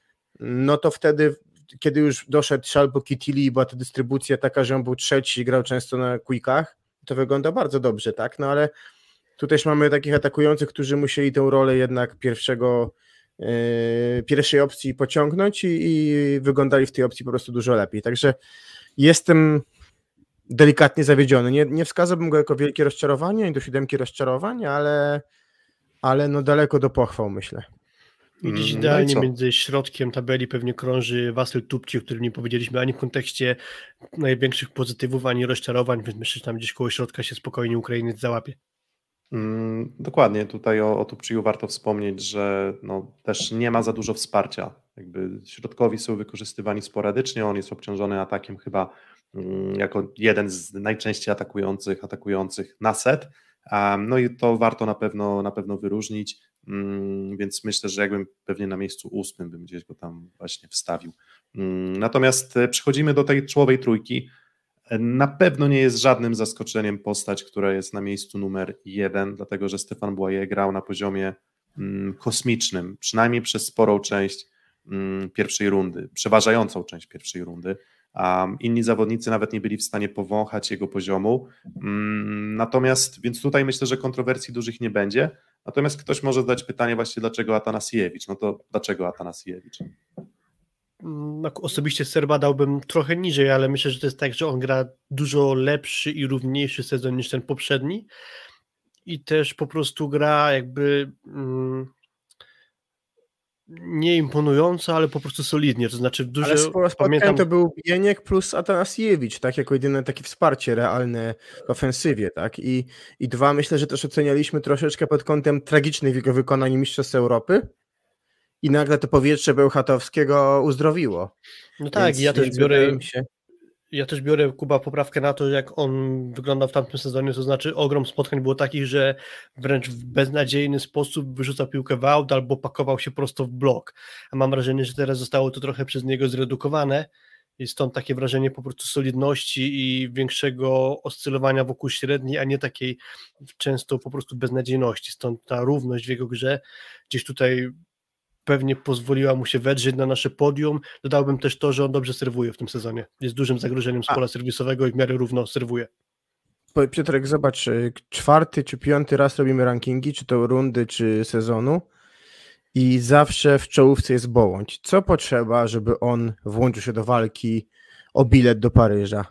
no to wtedy kiedy już doszedł Szalbo Kitili i była to dystrybucja taka, że on był trzeci i grał często na quickach, to wygląda bardzo dobrze, tak? No ale tu też mamy takich atakujących, którzy musieli tę rolę jednak pierwszego, yy, pierwszej opcji pociągnąć i, i wyglądali w tej opcji po prostu dużo lepiej. Także jestem delikatnie zawiedziony. Nie, nie wskazałbym go jako wielkie rozczarowanie, nie do siódemki rozczarowań, ale, ale no daleko do pochwał, myślę.
I gdzieś idealnie no i między środkiem tabeli pewnie krąży Wasyl Tupci, o którym nie powiedzieliśmy ani w kontekście największych pozytywów, ani rozczarowań, więc myślę, że tam gdzieś koło środka się spokojnie Ukrainiec załapie.
Mm, dokładnie, tutaj o, o Tupciu warto wspomnieć, że no, też nie ma za dużo wsparcia. Jakby środkowi są wykorzystywani sporadycznie, on jest obciążony atakiem chyba mm, jako jeden z najczęściej atakujących, atakujących na set. Um, no i to warto na pewno, na pewno wyróżnić. Mm, więc myślę, że jakbym pewnie na miejscu ósmym bym gdzieś go tam właśnie wstawił. Mm, natomiast przechodzimy do tej czołowej trójki. Na pewno nie jest żadnym zaskoczeniem postać, która jest na miejscu numer jeden, dlatego że Stefan Błaje grał na poziomie mm, kosmicznym, przynajmniej przez sporą część mm, pierwszej rundy, przeważającą część pierwszej rundy. A inni zawodnicy nawet nie byli w stanie powąchać jego poziomu. Mm, natomiast, więc tutaj myślę, że kontrowersji dużych nie będzie. Natomiast ktoś może zadać pytanie właśnie, dlaczego Atanasiewicz? No to dlaczego Atanasiewicz?
No, osobiście Serba dałbym trochę niżej, ale myślę, że to jest tak, że on gra dużo lepszy i równiejszy sezon niż ten poprzedni i też po prostu gra jakby... Mm, nie imponująco, ale po prostu solidnie, to znaczy dużo...
Ale sporo spotkań
pamiętam...
to był Bieniek plus Atanasiewicz, tak, jako jedyne takie wsparcie realne w ofensywie, tak, i, i dwa, myślę, że też ocenialiśmy troszeczkę pod kątem tragicznej w jego wykonaniu Mistrzostw Europy i nagle to powietrze Bełchatowskiego uzdrowiło.
No tak,
więc,
ja też
więc
biorę...
wydaje mi się...
Ja też biorę, Kuba, poprawkę na to, jak on wyglądał w tamtym sezonie, to znaczy ogrom spotkań było takich, że wręcz w beznadziejny sposób wyrzucał piłkę w aut albo pakował się prosto w blok. A mam wrażenie, że teraz zostało to trochę przez niego zredukowane i stąd takie wrażenie po prostu solidności i większego oscylowania wokół średniej, a nie takiej często po prostu beznadziejności. Stąd ta równość w jego grze gdzieś tutaj pewnie pozwoliła mu się wedrzeć na nasze podium. Dodałbym też to, że on dobrze serwuje w tym sezonie. Jest dużym zagrożeniem z pola serwisowego i w miarę równo serwuje.
Piotrek, zobacz, czwarty czy piąty raz robimy rankingi, czy to rundy, czy sezonu i zawsze w czołówce jest Bołądź. Co potrzeba, żeby on włączył się do walki o bilet do Paryża?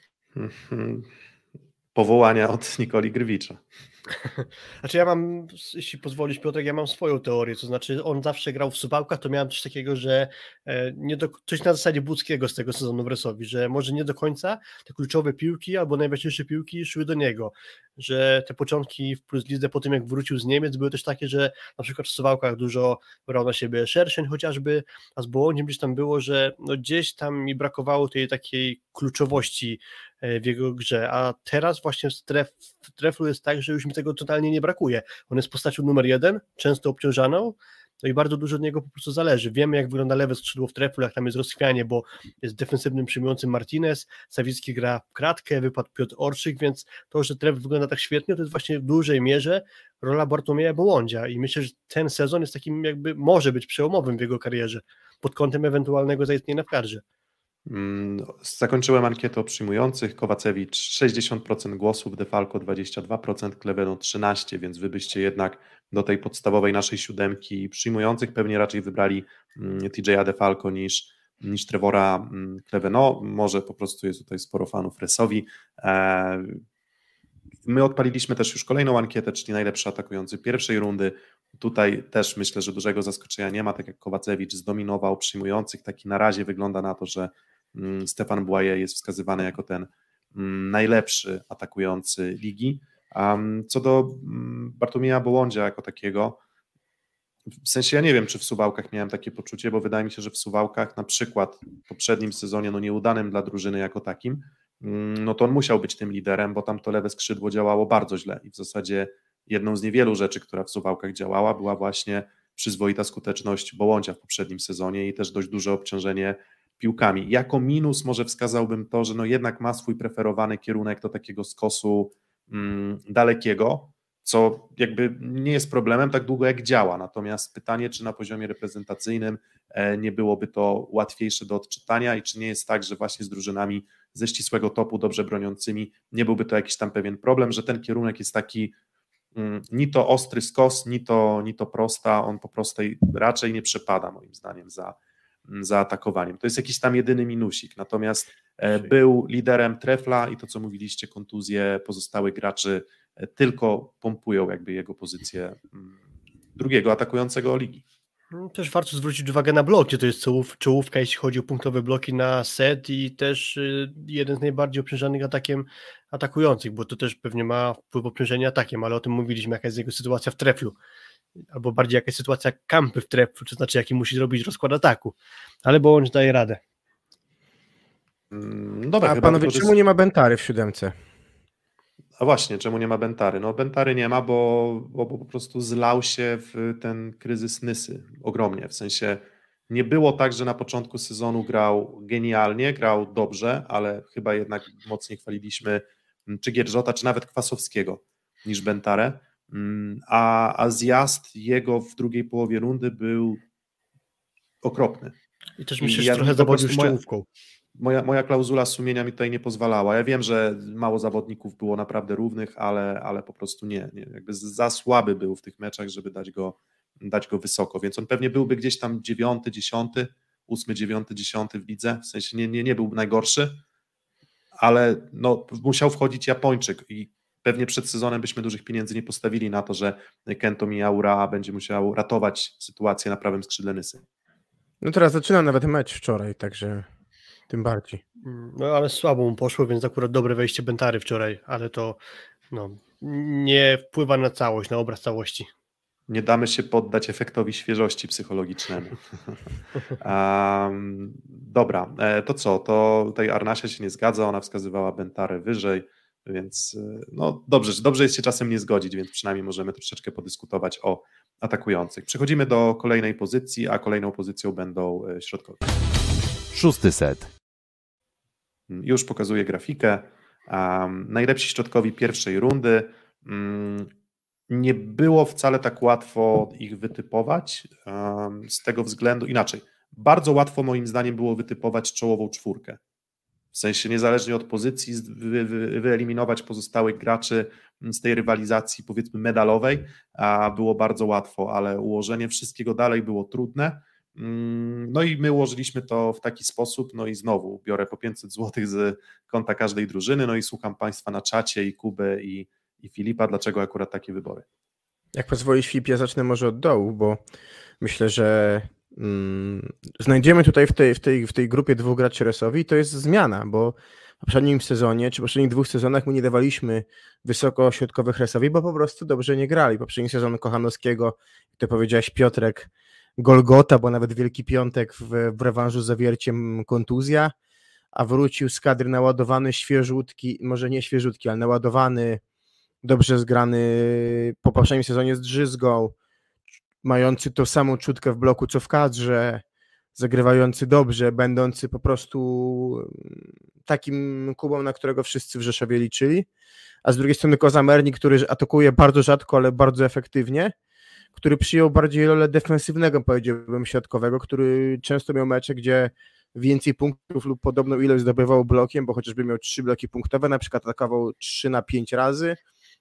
Powołania od Nikoli Grywicza.
Znaczy ja mam, jeśli pozwolisz, Piotrek, ja mam swoją teorię, to znaczy on zawsze grał w Suwałkach, to miałem coś takiego, że nie do, coś na zasadzie Budzkiego z tego sezonu w Resowi, że może nie do końca te kluczowe piłki albo najważniejsze piłki szły do niego, że te początki w Plus Lidze po tym jak wrócił z Niemiec były też takie, że na przykład w Suwałkach dużo brał na siebie Szerszeń chociażby, a z Bołądziem gdzieś tam było, że no gdzieś tam mi brakowało tej takiej kluczowości w jego grze, a teraz właśnie w, tref, w Treflu jest tak, że już mi tego totalnie nie brakuje. On jest postacią numer jeden, często obciążaną, no i bardzo dużo od niego po prostu zależy. Wiemy, jak wygląda lewe skrzydło w Treflu, jak tam jest rozchwianie, bo jest defensywnym przyjmującym Martinez, Sawicki gra w kratkę, wypadł Piotr Orczyk, więc to, że Tref wygląda tak świetnie, to jest właśnie w dużej mierze rola Bartłomieja Bołądzia i myślę, że ten sezon jest takim jakby, może być przełomowym w jego karierze, pod kątem ewentualnego zaistnienia w kadrze.
Zakończyłem ankietę o przyjmujących. Kowacewicz sześćdziesiąt procent głosów, Defalco dwadzieścia dwa procent, Kleveno trzynaście procent, więc wy byście jednak do tej podstawowej naszej siódemki przyjmujących pewnie raczej wybrali T J a Defalco niż, niż Trevora Kleveno. Może po prostu jest tutaj sporo fanów Resowi. My odpaliliśmy też już kolejną ankietę, czyli najlepszy atakujący pierwszej rundy. Tutaj też myślę, że dużego zaskoczenia nie ma, tak jak Kowacewicz zdominował przyjmujących, taki na razie wygląda na to, że Stefan Błaje jest wskazywany jako ten najlepszy atakujący ligi. Co do Bartłomieja Bołądzia jako takiego, w sensie ja nie wiem, czy w Suwałkach miałem takie poczucie, bo wydaje mi się, że w Suwałkach na przykład w poprzednim sezonie, no nieudanym dla drużyny jako takim, no to on musiał być tym liderem, bo tam to lewe skrzydło działało bardzo źle i w zasadzie jedną z niewielu rzeczy, która w Suwałkach działała, była właśnie przyzwoita skuteczność Bołądzia w poprzednim sezonie i też dość duże obciążenie piłkami. Jako minus może wskazałbym to, że no jednak ma swój preferowany kierunek do takiego skosu mm, dalekiego, co jakby nie jest problemem tak długo jak działa, natomiast pytanie, czy na poziomie reprezentacyjnym e, nie byłoby to łatwiejsze do odczytania i czy nie jest tak, że właśnie z drużynami ze ścisłego topu, dobrze broniącymi, nie byłby to jakiś tam pewien problem, że ten kierunek jest taki mm, ni to ostry skos, ni to, ni to prosta, on po prostej raczej nie przepada moim zdaniem za za atakowaniem. To jest jakiś tam jedyny minusik, natomiast e, był liderem Trefla i to, co mówiliście, kontuzje pozostałych graczy e, tylko pompują jakby jego pozycję m, drugiego atakującego ligi.
Też warto zwrócić uwagę na bloki, to jest czołów, czołówka, jeśli chodzi o punktowe bloki na set i też y, jeden z najbardziej obciążanych atakiem atakujących, bo to też pewnie ma wpływ obciążenia atakiem, ale o tym mówiliśmy, jaka jest jego sytuacja w Treflu. Albo bardziej jaka jest sytuacja Kampy w Treflu, to znaczy jaki musi zrobić rozkład ataku, ale Bołądź daje radę.
Dobra, a panowie, czemu nie ma Bentary w siódemce?
A właśnie, czemu nie ma Bentary? No Bentary nie ma, bo, bo, bo po prostu zlał się w ten kryzys Nysy ogromnie, w sensie nie było tak, że na początku sezonu grał genialnie, grał dobrze, ale chyba jednak mocniej chwaliliśmy czy Gierżota, czy nawet Kwasowskiego niż Bentarę. A, a zjazd jego w drugiej połowie rundy był okropny.
I też myślę, że ja trochę zawodził szczołówką.
Moja, moja klauzula sumienia mi tutaj nie pozwalała. Ja wiem, że mało zawodników było naprawdę równych, ale, ale po prostu nie, nie. Jakby za słaby był w tych meczach, żeby dać go, dać go wysoko, więc on pewnie byłby gdzieś tam dziewiąty, dziesiąty, ósmy, dziewiąty, dziesiąty w lidze, w sensie nie, nie, nie był najgorszy, ale no, musiał wchodzić Japończyk i pewnie przed sezonem byśmy dużych pieniędzy nie postawili na to, że Kento Miyaura będzie musiał ratować sytuację na prawym skrzydle Nysy.
No teraz zaczynam nawet mecz wczoraj, także tym bardziej.
No ale słabo mu poszło, więc akurat dobre wejście Bentary wczoraj, ale to no, nie wpływa na całość, na obraz całości.
Nie damy się poddać efektowi świeżości psychologicznemu. um, dobra, to co? To tutaj Arnasia się nie zgadza, ona wskazywała Bentarę wyżej, więc no dobrze, dobrze jest się czasem nie zgodzić, więc przynajmniej możemy troszeczkę podyskutować o atakujących. Przechodzimy do kolejnej pozycji, a kolejną pozycją będą środkowi.
Szósty set.
Już pokazuję grafikę. Um, najlepsi środkowi pierwszej rundy. Um, Nie było wcale tak łatwo ich wytypować, um, z tego względu inaczej. Bardzo łatwo moim zdaniem było wytypować czołową czwórkę. W sensie niezależnie od pozycji wy, wy, wyeliminować pozostałych graczy z tej rywalizacji powiedzmy medalowej, a było bardzo łatwo, ale ułożenie wszystkiego dalej było trudne. No i my ułożyliśmy to w taki sposób, no i znowu biorę po pięćset złotych z konta każdej drużyny, no i słucham Państwa na czacie i Kuby i i Filipa, dlaczego akurat takie wybory?
Jak pozwolisz, Filip, ja zacznę może od dołu, bo myślę, że mm, znajdziemy tutaj w tej, w, tej, w tej grupie dwóch graczy resowi, to jest zmiana, bo w poprzednim sezonie, czy w poprzednich dwóch sezonach my nie dawaliśmy wysoko środkowych resowi, bo po prostu dobrze nie grali. Poprzedni sezon Kochanowskiego, jak to powiedziałeś, Piotrek, Golgota, bo nawet Wielki Piątek w, w rewanżu z Zawierciem kontuzja, a wrócił z kadry naładowany, świeżutki, może nie świeżutki, ale naładowany, dobrze zgrany po poprzednim sezonie z Drzyzgą, mający tą samą czutkę w bloku co w kadrze, zagrywający dobrze, będący po prostu takim Kubą, na którego wszyscy w Rzeszowie liczyli, a z drugiej strony Koza Mernik, który atakuje bardzo rzadko, ale bardzo efektywnie, który przyjął bardziej rolę defensywnego, powiedziałbym, środkowego, który często miał mecze, gdzie więcej punktów lub podobną ilość zdobywał blokiem, bo chociażby miał trzy bloki punktowe, na przykład atakował trzy na pięć razy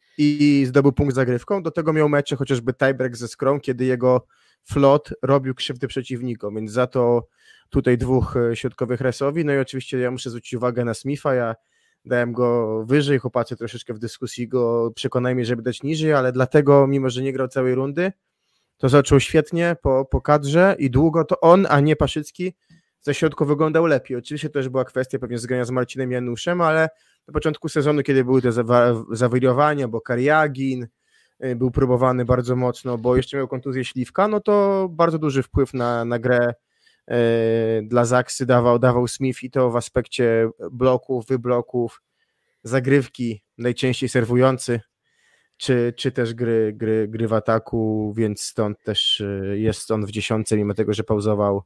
i zdobył punkt zagrywką. Do tego miał mecze chociażby tiebreak ze Skrą, kiedy jego flot robił krzywdy przeciwnikom, więc za to tutaj dwóch środkowych resowi. No i oczywiście ja muszę zwrócić uwagę na Smitha, ja dałem go wyżej, chłopacy troszeczkę w dyskusji go przekonajmy, żeby dać niżej, ale dlatego, mimo że nie grał całej rundy, to zaczął świetnie po, po kadrze i długo to on, a nie Paszycki, ze środku wyglądał lepiej. Oczywiście też była kwestia pewnie zgrania z Marcinem Januszem, ale na początku sezonu, kiedy były te zawiriowania, bo Kariagin był próbowany bardzo mocno, bo jeszcze miał kontuzję Śliwka, no to bardzo duży wpływ na, na grę yy, dla Zaksy dawał, dawał Smith i to w aspekcie bloków, wybloków, zagrywki, najczęściej serwujący, czy, czy też gry, gry, gry w ataku, więc stąd też jest on w dziesiątce, mimo tego, że pauzował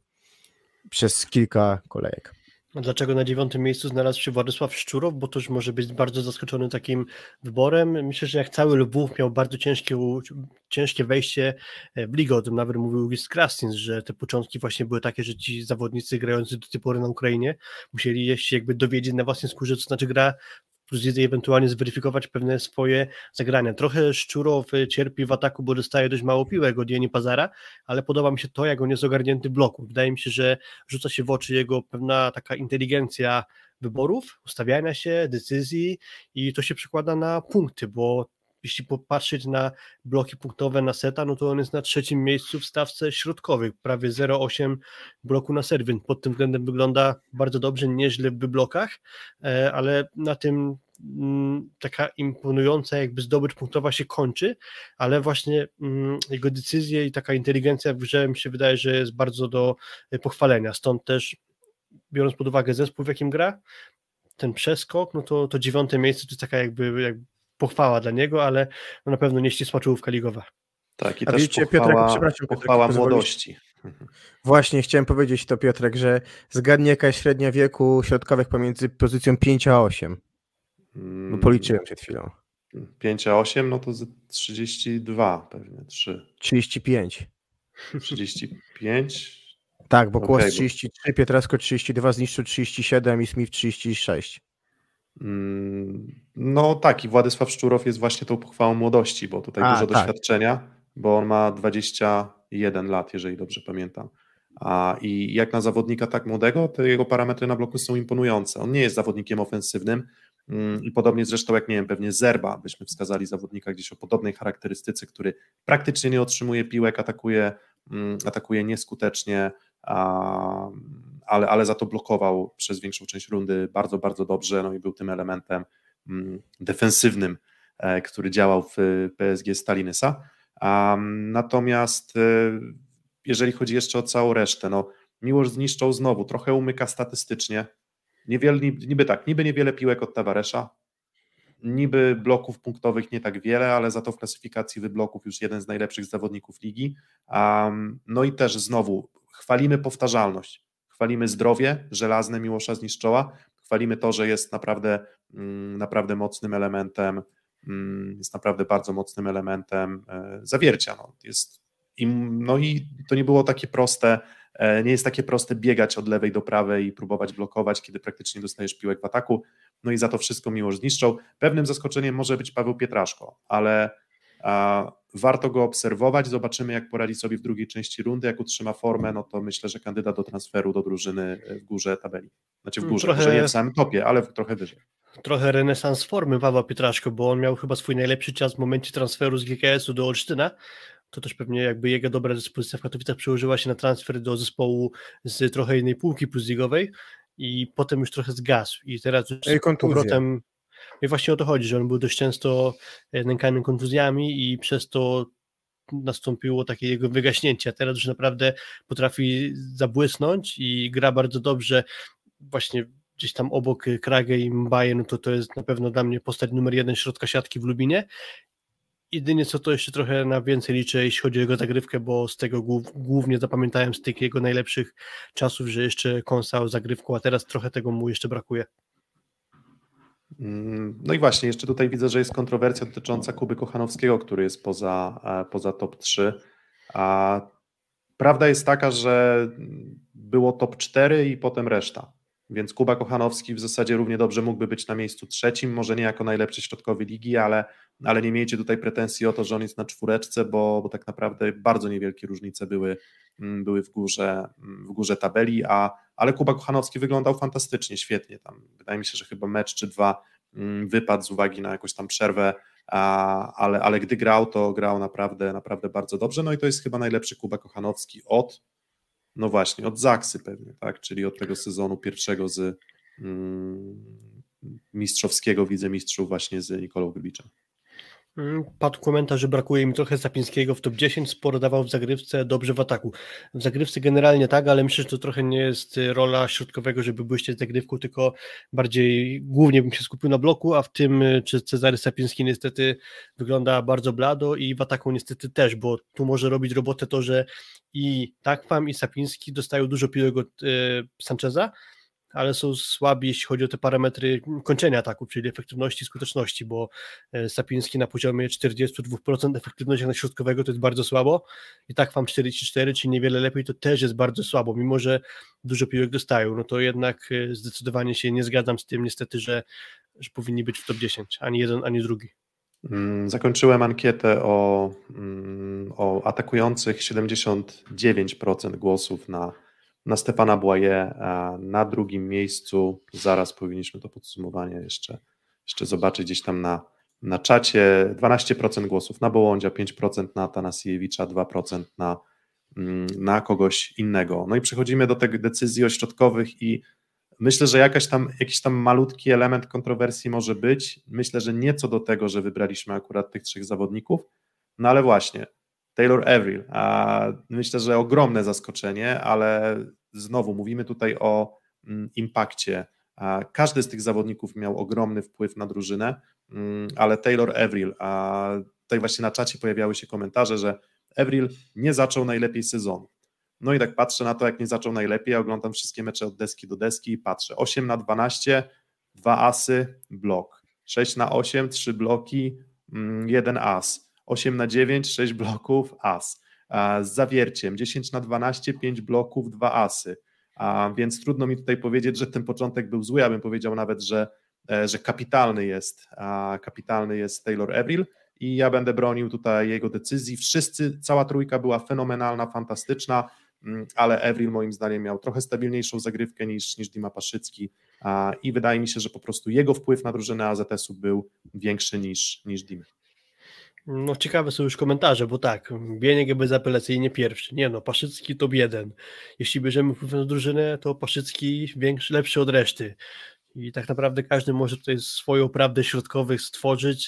przez kilka kolejek.
A dlaczego na dziewiątym miejscu znalazł się Władysław Szczurow? Bo to już może być bardzo zaskoczony takim wyborem. Myślę, że jak cały Lwów miał bardzo ciężkie, ciężkie wejście w ligę, o tym nawet mówił Gis Krasins, że te początki właśnie były takie, że ci zawodnicy grający do tej pory na Ukrainie musieli się jakby dowiedzieć na własnej skórze, co znaczy gra plus ewentualnie zweryfikować pewne swoje zagrania. Trochę Szczurow cierpi w ataku, bo dostaje dość mało piłek od Jeni Pazara, ale podoba mi się to, jak on jest ogarnięty w bloku. Wydaje mi się, że rzuca się w oczy jego pewna taka inteligencja wyborów, ustawiania się, decyzji i to się przekłada na punkty, bo jeśli popatrzeć na bloki punktowe na seta, no to on jest na trzecim miejscu w stawce środkowych, prawie zero przecinek osiem bloku na serwin. Pod tym względem wygląda bardzo dobrze, nieźle w blokach, ale na tym taka imponująca jakby zdobycz punktowa się kończy, ale właśnie jego decyzje i taka inteligencja w grze mi się wydaje, że jest bardzo do pochwalenia. Stąd też, biorąc pod uwagę zespół, w jakim gra, ten przeskok, no to, to dziewiąte miejsce to jest taka jakby, jakby pochwała dla niego, ale no na pewno nie ścisła czołówka ligowa.
Tak, i
A
też
wiecie,
pochwała,
Piotrek, przepraszam,
pochwała
Piotrek,
młodości.
Właśnie, chciałem powiedzieć to, Piotrek, że zgadnij, jaka jest średnia wieku środkowych pomiędzy pozycją pięć a osiem. Bo policzyłem przed chwilą.
pięć a osiem, no to trzydzieści dwa pewnie, trzy.
trzydzieści pięć.
trzydzieści pięć?
Tak, bo Kłos
okay,
trzydzieści trzy, Pietrasko trzydzieści dwa, Zniszczu trzydzieści siedem i Smith trzydzieści sześć.
No tak, i Władysław Szczurow jest właśnie tą pochwałą młodości, bo tutaj
A,
dużo
tak.
doświadczenia, bo on ma dwadzieścia jeden lat, jeżeli dobrze pamiętam. A, I jak na zawodnika tak młodego, to jego parametry na bloku są imponujące. On nie jest zawodnikiem ofensywnym mm, i podobnie zresztą jak, nie wiem, pewnie Zerba, byśmy wskazali zawodnika gdzieś o podobnej charakterystyce, który praktycznie nie otrzymuje piłek, atakuje, mm, atakuje nieskutecznie, a, ale, ale za to blokował przez większą część rundy bardzo, bardzo dobrze, no i był tym elementem mm, defensywnym, e, który działał w P S G Stalinysa. Um, natomiast e, jeżeli chodzi jeszcze o całą resztę, no Miłosz zniszczał znowu, trochę umyka statystycznie, niewiele, niby tak, niby niewiele piłek od Tavaresza, niby bloków punktowych nie tak wiele, ale za to w klasyfikacji wybloków już jeden z najlepszych zawodników ligi, um, no i też znowu chwalimy powtarzalność, chwalimy zdrowie żelazne Miłosza Zniszczoła, chwalimy to, że jest naprawdę, mm, naprawdę mocnym elementem, mm, jest naprawdę bardzo mocnym elementem e, zawiercia, no, jest I, no i to nie było takie proste, nie jest takie proste biegać od lewej do prawej i próbować blokować, kiedy praktycznie dostajesz piłek w ataku, no i za to wszystko Miłosz zniszczał. Pewnym zaskoczeniem może być Paweł Pietraszko, ale a, warto go obserwować, zobaczymy jak poradzi sobie w drugiej części rundy, jak utrzyma formę, no to myślę, że kandydat do transferu do drużyny w górze tabeli, znaczy w górze,
Trochę...
może nie w samym topie, ale trochę wyżej.
Trochę renesans formy Pawła Pietraszko, bo on miał chyba swój najlepszy czas w momencie transferu z G K S-u do Olsztyna. To też pewnie jakby jego dobra dyspozycja w Katowicach przełożyła się na transfer do zespołu z trochę innej półki plus-ligowej i potem już trochę zgasł i teraz już z powrotem, i właśnie o to chodzi, że on był dość często nękany kontuzjami i przez to nastąpiło takie jego wygaśnięcie, a teraz już naprawdę potrafi zabłysnąć i gra bardzo dobrze właśnie gdzieś tam obok Krage i Mbaye, no to to jest na pewno dla mnie postać numer jeden środka siatki w Lubinie. Jedynie co to jeszcze trochę na więcej liczę, jeśli chodzi o jego zagrywkę, bo z tego głów, głównie zapamiętałem z tych jego najlepszych czasów, że jeszcze kąsał zagrywką, a teraz trochę tego mu jeszcze brakuje.
No i właśnie, jeszcze tutaj widzę, że jest kontrowersja dotycząca Kuby Kochanowskiego, który jest poza, poza top trzy, a prawda jest taka, że było top cztery i potem reszta, więc Kuba Kochanowski w zasadzie równie dobrze mógłby być na miejscu trzecim, może nie jako najlepszy środkowy ligi, ale, ale nie miejcie tutaj pretensji o to, że on jest na czwóreczce, bo, bo tak naprawdę bardzo niewielkie różnice były, były w górze, w górze tabeli, a, ale Kuba Kochanowski wyglądał fantastycznie, świetnie, tam wydaje mi się, że chyba mecz czy dwa wypadł z uwagi na jakąś tam przerwę, a, ale, ale gdy grał, to grał naprawdę, naprawdę bardzo dobrze, no i to jest chyba najlepszy Kuba Kochanowski od No właśnie, od Zaksy pewnie, tak, czyli od tego sezonu pierwszego z mm, mistrzowskiego wicemistrzów właśnie z Nikolą Grbiczem.
Padł komentarz, że brakuje mi trochę Sapińskiego w top dziesięć, sporo dawał w zagrywce, dobrze w ataku. W zagrywce generalnie tak, ale myślę, że to trochę nie jest rola środkowego, żeby błyszczeć zagrywką, tylko bardziej głównie bym się skupił na bloku, a w tym czy Cezary Sapiński niestety wygląda bardzo blado i w ataku niestety też, bo tu może robić robotę to, że i Takwam i Sapiński dostają dużo piłek od y, Sancheza, ale są słabi, jeśli chodzi o te parametry kończenia ataku, czyli efektywności i skuteczności, bo Sapiński na poziomie czterdzieści dwa procent efektywności na środkowego to jest bardzo słabo i tak wam czterdzieści cztery, czyli niewiele lepiej, to też jest bardzo słabo, mimo że dużo piłek dostają, no to jednak zdecydowanie się nie zgadzam z tym niestety, że, że powinni być w top dziesięć, ani jeden, ani drugi.
Zakończyłem ankietę o, o atakujących, siedemdziesiąt dziewięć procent głosów na na Stefana Błaje, na drugim miejscu, zaraz powinniśmy to podsumowanie jeszcze, jeszcze zobaczyć gdzieś tam na, na czacie, dwanaście procent głosów na Bołądzia, pięć procent na Atanasiewicza, dwa procent na, na kogoś innego. No i przechodzimy do tych decyzji ośrodkowych i myślę, że jakaś tam, jakiś tam malutki element kontrowersji może być, myślę, że nie co do tego, że wybraliśmy akurat tych trzech zawodników, no ale właśnie, Taylor Averill, a myślę, że ogromne zaskoczenie, ale znowu mówimy tutaj o mm, impakcie. A każdy z tych zawodników miał ogromny wpływ na drużynę, mm, ale Taylor Averill, a tutaj właśnie na czacie pojawiały się komentarze, że Averill nie zaczął najlepiej sezonu. No i tak patrzę na to, jak nie zaczął najlepiej, ja oglądam wszystkie mecze od deski do deski i patrzę. osiem na dwanaście, dwa asy, blok. sześć na osiem, trzy bloki, jeden as. osiem na dziewięć, sześć bloków, as. Z zawierciem dziesięć na dwanaście, pięć bloków, dwa asy. A więc trudno mi tutaj powiedzieć, że ten początek był zły, ja bym powiedział nawet, że, że kapitalny jest, kapitalny jest Taylor Averill i ja będę bronił tutaj jego decyzji. Wszyscy, cała trójka była fenomenalna, fantastyczna. ale Avril moim zdaniem miał trochę stabilniejszą zagrywkę niż, niż Dima Paszycki i wydaje mi się, że po prostu jego wpływ na drużynę A Z S-u był większy niż, niż Dimy.
No ciekawe są już komentarze, bo tak, Bieniek bezapelacyjnie pierwszy, nie no, Paszycki top jeden, jeśli bierzemy wpływ na drużynę, to Paszycki większy, lepszy od reszty i tak naprawdę każdy może tutaj swoją prawdę środkowych stworzyć.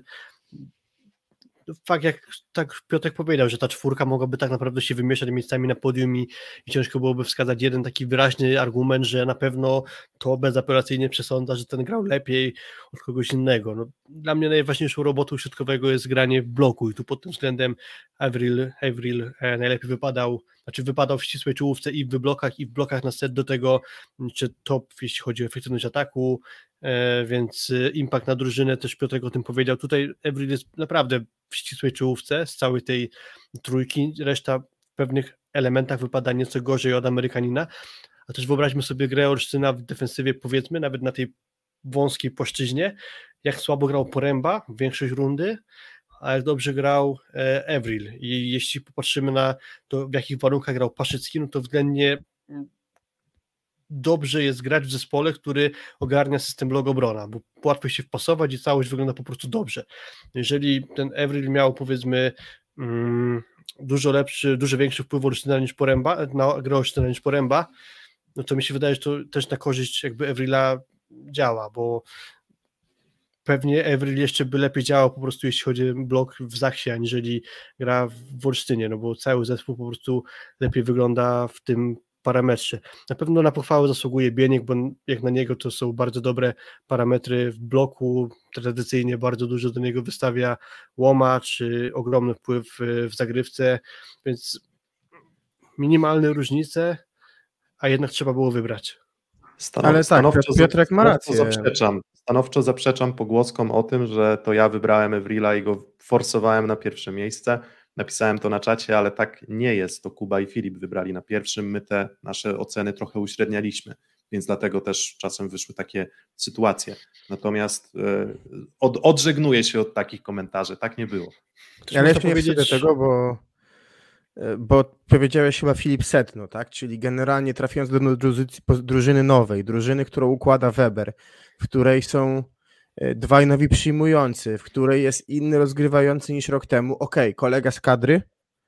Fakt, jak tak Piotrek powiedział, że ta czwórka mogłaby tak naprawdę się wymieszać miejscami na podium i, i ciężko byłoby wskazać jeden taki wyraźny argument, że na pewno to bezapelacyjnie przesądza, że ten grał lepiej od kogoś innego. No, dla mnie najważniejszą robotą środkowego jest granie w bloku i tu pod tym względem Avril, Avril e, najlepiej wypadał, znaczy wypadał w ścisłej czołówce i w blokach, i w blokach na set do tego, czy top, jeśli chodzi o efektywność ataku, e, więc impact na drużynę, też Piotrek o tym powiedział. Tutaj Avril jest naprawdę w ścisłej czołówce z całej tej trójki, reszta w pewnych elementach wypada nieco gorzej od Amerykanina, a też wyobraźmy sobie grę Olsztyna w defensywie, powiedzmy, nawet na tej wąskiej płaszczyźnie, jak słabo grał Poręba w większość rundy, a jak dobrze grał e, Avril i jeśli popatrzymy na to, w jakich warunkach grał Paszycki, no to względnie dobrze jest grać w zespole, który ogarnia system blok obrona, bo łatwo się wpasować i całość wygląda po prostu dobrze. Jeżeli ten Avril miał, powiedzmy, mm, dużo lepszy, dużo większy wpływ Olsztyna niż Poręba, na grę Olsztyna niż Poręba, no to mi się wydaje, że to też na korzyść jakby Avrila działa, bo pewnie Avril jeszcze by lepiej działał po prostu, jeśli chodzi o blok w Zachsie, aniżeli gra w Olsztynie, no bo cały zespół po prostu lepiej wygląda w tym parametrze. Na pewno na pochwałę zasługuje Bieniek, bo jak na niego to są bardzo dobre parametry w bloku, tradycyjnie bardzo dużo do niego wystawia Łomacz, ogromny wpływ w zagrywce, więc minimalne różnice, a jednak trzeba było wybrać.
Stanow,
Ale tak,
stanowczo,
Piotrek ma
stanowczo
rację.
Zaprzeczam, stanowczo zaprzeczam pogłoskom o tym, że to ja wybrałem Avrila i go forsowałem na pierwsze miejsce. Napisałem to na czacie, ale tak nie jest. To Kuba i Filip wybrali na pierwszym. My te nasze oceny trochę uśrednialiśmy, więc dlatego też czasem wyszły takie sytuacje. Natomiast e, od, odżegnuję się od takich komentarzy. Tak nie było.
Ja jeszcze nie powiedzieć... wstydzę tego, bo, bo powiedziałeś chyba Filip Setno, tak? Czyli generalnie trafiając do drużyny nowej, drużyny, którą układa Weber, w której są dwaj nowi przyjmujący, w której jest inny rozgrywający niż rok temu. Okej, okay, kolega z kadry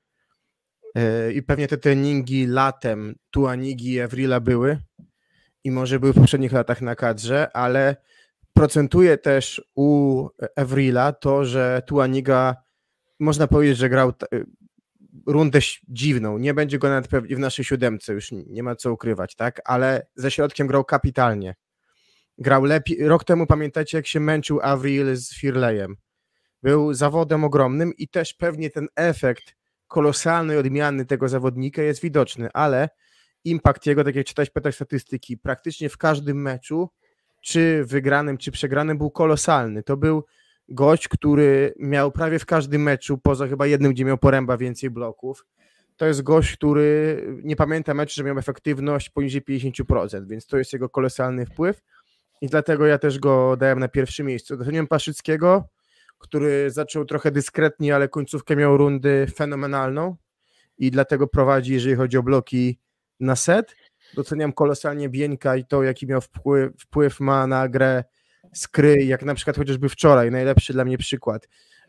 yy, i pewnie te treningi latem Tuanigi i Avrila były i może były w poprzednich latach na kadrze, ale procentuje też u Avrila to, że Tuaniga, można powiedzieć, że grał t- rundę dziwną, nie będzie go nawet pewnie w naszej siódemce, już nie ma co ukrywać, tak? Ale ze środkiem grał kapitalnie. Grał lepiej. Rok temu pamiętacie, jak się męczył Avril z Firleyem. Był zawodem ogromnym i też pewnie ten efekt kolosalnej odmiany tego zawodnika jest widoczny, ale impact jego, tak jak czytać pytać statystyki, praktycznie w każdym meczu, czy wygranym, czy przegranym, był kolosalny. To był gość, który miał prawie w każdym meczu, poza chyba jednym, gdzie miał Poręba więcej bloków. To jest gość, który nie pamięta meczu, że miał efektywność poniżej pięćdziesiąt procent, więc to jest jego kolosalny wpływ. I dlatego ja też go dałem na pierwszym miejscu. Doceniam Paszyckiego, który zaczął trochę dyskretnie, ale końcówkę miał rundy fenomenalną i dlatego prowadzi, jeżeli chodzi o bloki na set. Doceniam kolosalnie Bieńka i to, jaki miał wpływ, wpływ ma na grę Skry, jak na przykład chociażby wczoraj, najlepszy dla mnie przykład.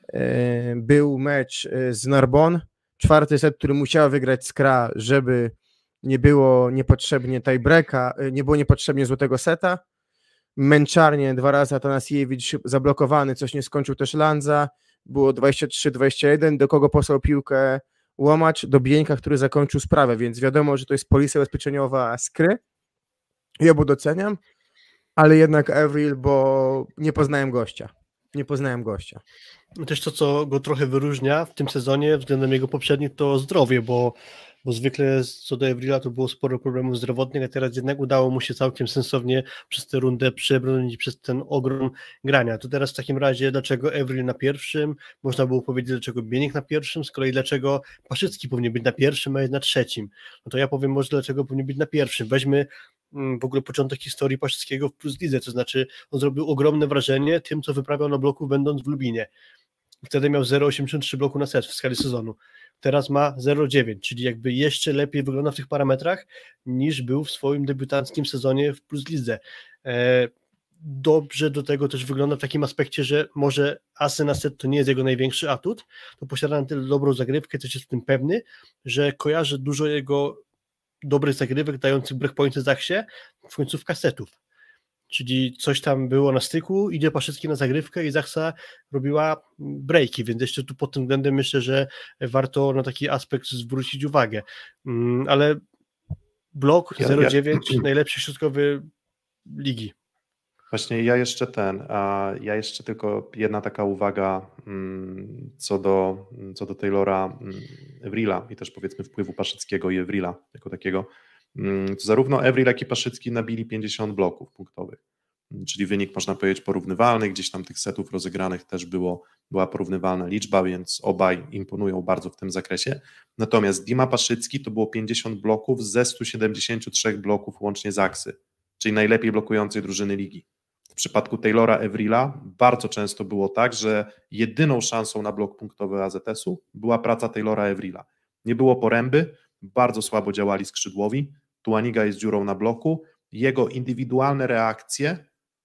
Był mecz z Narbonne, czwarty set, który musiała wygrać Skra, żeby nie było niepotrzebnie tiebreaka, nie było niepotrzebnie złotego seta. Męczarnie dwa razy Atanasiewicz zablokowany, coś nie skończył też Lanza, było dwadzieścia trzy dwadzieścia jeden, do kogo posłał piłkę Łomacz? Do Bieńka, który zakończył sprawę, więc wiadomo, że to jest polisa ubezpieczeniowa Skry. Ja obu doceniam, ale jednak Avril, bo nie poznałem gościa. Nie poznałem gościa.
Też to, co go trochę wyróżnia w tym sezonie względem jego poprzednich, to zdrowie, bo bo zwykle co do Avrila to było sporo problemów zdrowotnych, a teraz jednak udało mu się całkiem sensownie przez tę rundę przebrnąć przez ten ogrom grania. To teraz w takim razie dlaczego Avril na pierwszym? Można było powiedzieć, dlaczego Bieniek na pierwszym, z kolei dlaczego Paszycki powinien być na pierwszym, a jest na trzecim. No to ja powiem może dlaczego powinien być na pierwszym. Weźmy w ogóle początek historii Paszyckiego w Plus Lidze, to znaczy on zrobił ogromne wrażenie tym, co wyprawiał na bloku będąc w Lubinie. Wtedy miał zero przecinek osiemdziesiąt trzy bloku na set w skali sezonu. Teraz ma zero przecinek dziewięć, czyli jakby jeszcze lepiej wygląda w tych parametrach niż był w swoim debiutanckim sezonie w Plus Lidze. E, dobrze do tego też wygląda w takim aspekcie, że może asy na set to nie jest jego największy atut, to posiada na tyle dobrą zagrywkę, też jest w tym pewny, że kojarzy dużo jego dobrych zagrywek dających breakpointy Zachsie w końcówkach setów. Czyli coś tam było na styku, idzie Paszycki na zagrywkę i Zachsa robiła breaki, więc jeszcze tu pod tym względem myślę, że warto na taki aspekt zwrócić uwagę. Ale blok
Ja-
zero
ja-
dziewięć, najlepszy środkowy ligi.
Właśnie ja jeszcze ten, a ja jeszcze tylko jedna taka uwaga mm, co do, co do Taylora mm, Evrila i też powiedzmy wpływu Paszyckiego i Evrila jako takiego. Mm, to zarówno Evril, jak i Paszycki nabili pięćdziesiąt bloków punktowych, Mm, czyli wynik można powiedzieć porównywalny, gdzieś tam tych setów rozegranych też było, była porównywalna liczba, więc obaj imponują bardzo w tym zakresie. Natomiast Dima Paszycki to było pięćdziesiąt bloków ze stu siedemdziesięciu trzech bloków łącznie z Aksy, czyli najlepiej blokującej drużyny ligi. W przypadku Taylora Evrila bardzo często było tak, że jedyną szansą na blok punktowy A Z S-u była praca Taylora Evrila. Nie było poręby, bardzo słabo działali skrzydłowi, Tuaniga jest dziurą na bloku, jego indywidualne reakcje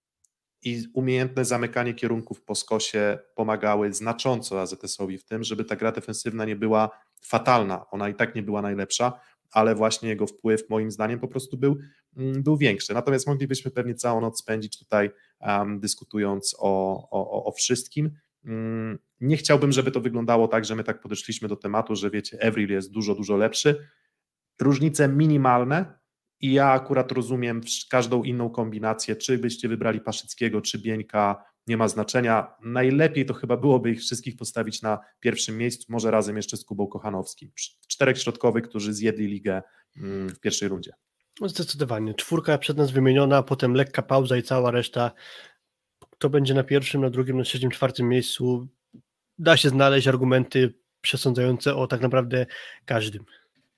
i umiejętne zamykanie kierunków po skosie pomagały znacząco A Z S-owi w tym, żeby ta gra defensywna nie była fatalna, ona i tak nie była najlepsza, ale właśnie jego wpływ moim zdaniem po prostu był, był większy. Natomiast moglibyśmy pewnie całą noc spędzić tutaj um, dyskutując o, o, o wszystkim. Um, nie chciałbym, żeby to wyglądało tak, że my tak podeszliśmy do tematu, że wiecie, Evril jest dużo, dużo lepszy. Różnice minimalne i ja akurat rozumiem każdą inną kombinację, czy byście wybrali Paszyckiego, czy Bieńka, nie ma znaczenia. Najlepiej to chyba byłoby ich wszystkich postawić na pierwszym miejscu, może razem jeszcze z Kubą Kochanowskim. Czterech środkowych, którzy zjedli ligę w pierwszej rundzie.
No zdecydowanie. Czwórka przed nas wymieniona, potem lekka pauza i cała reszta. Kto będzie na pierwszym, na drugim, na trzecim, czwartym miejscu? Da się znaleźć argumenty przesądzające o tak naprawdę każdym.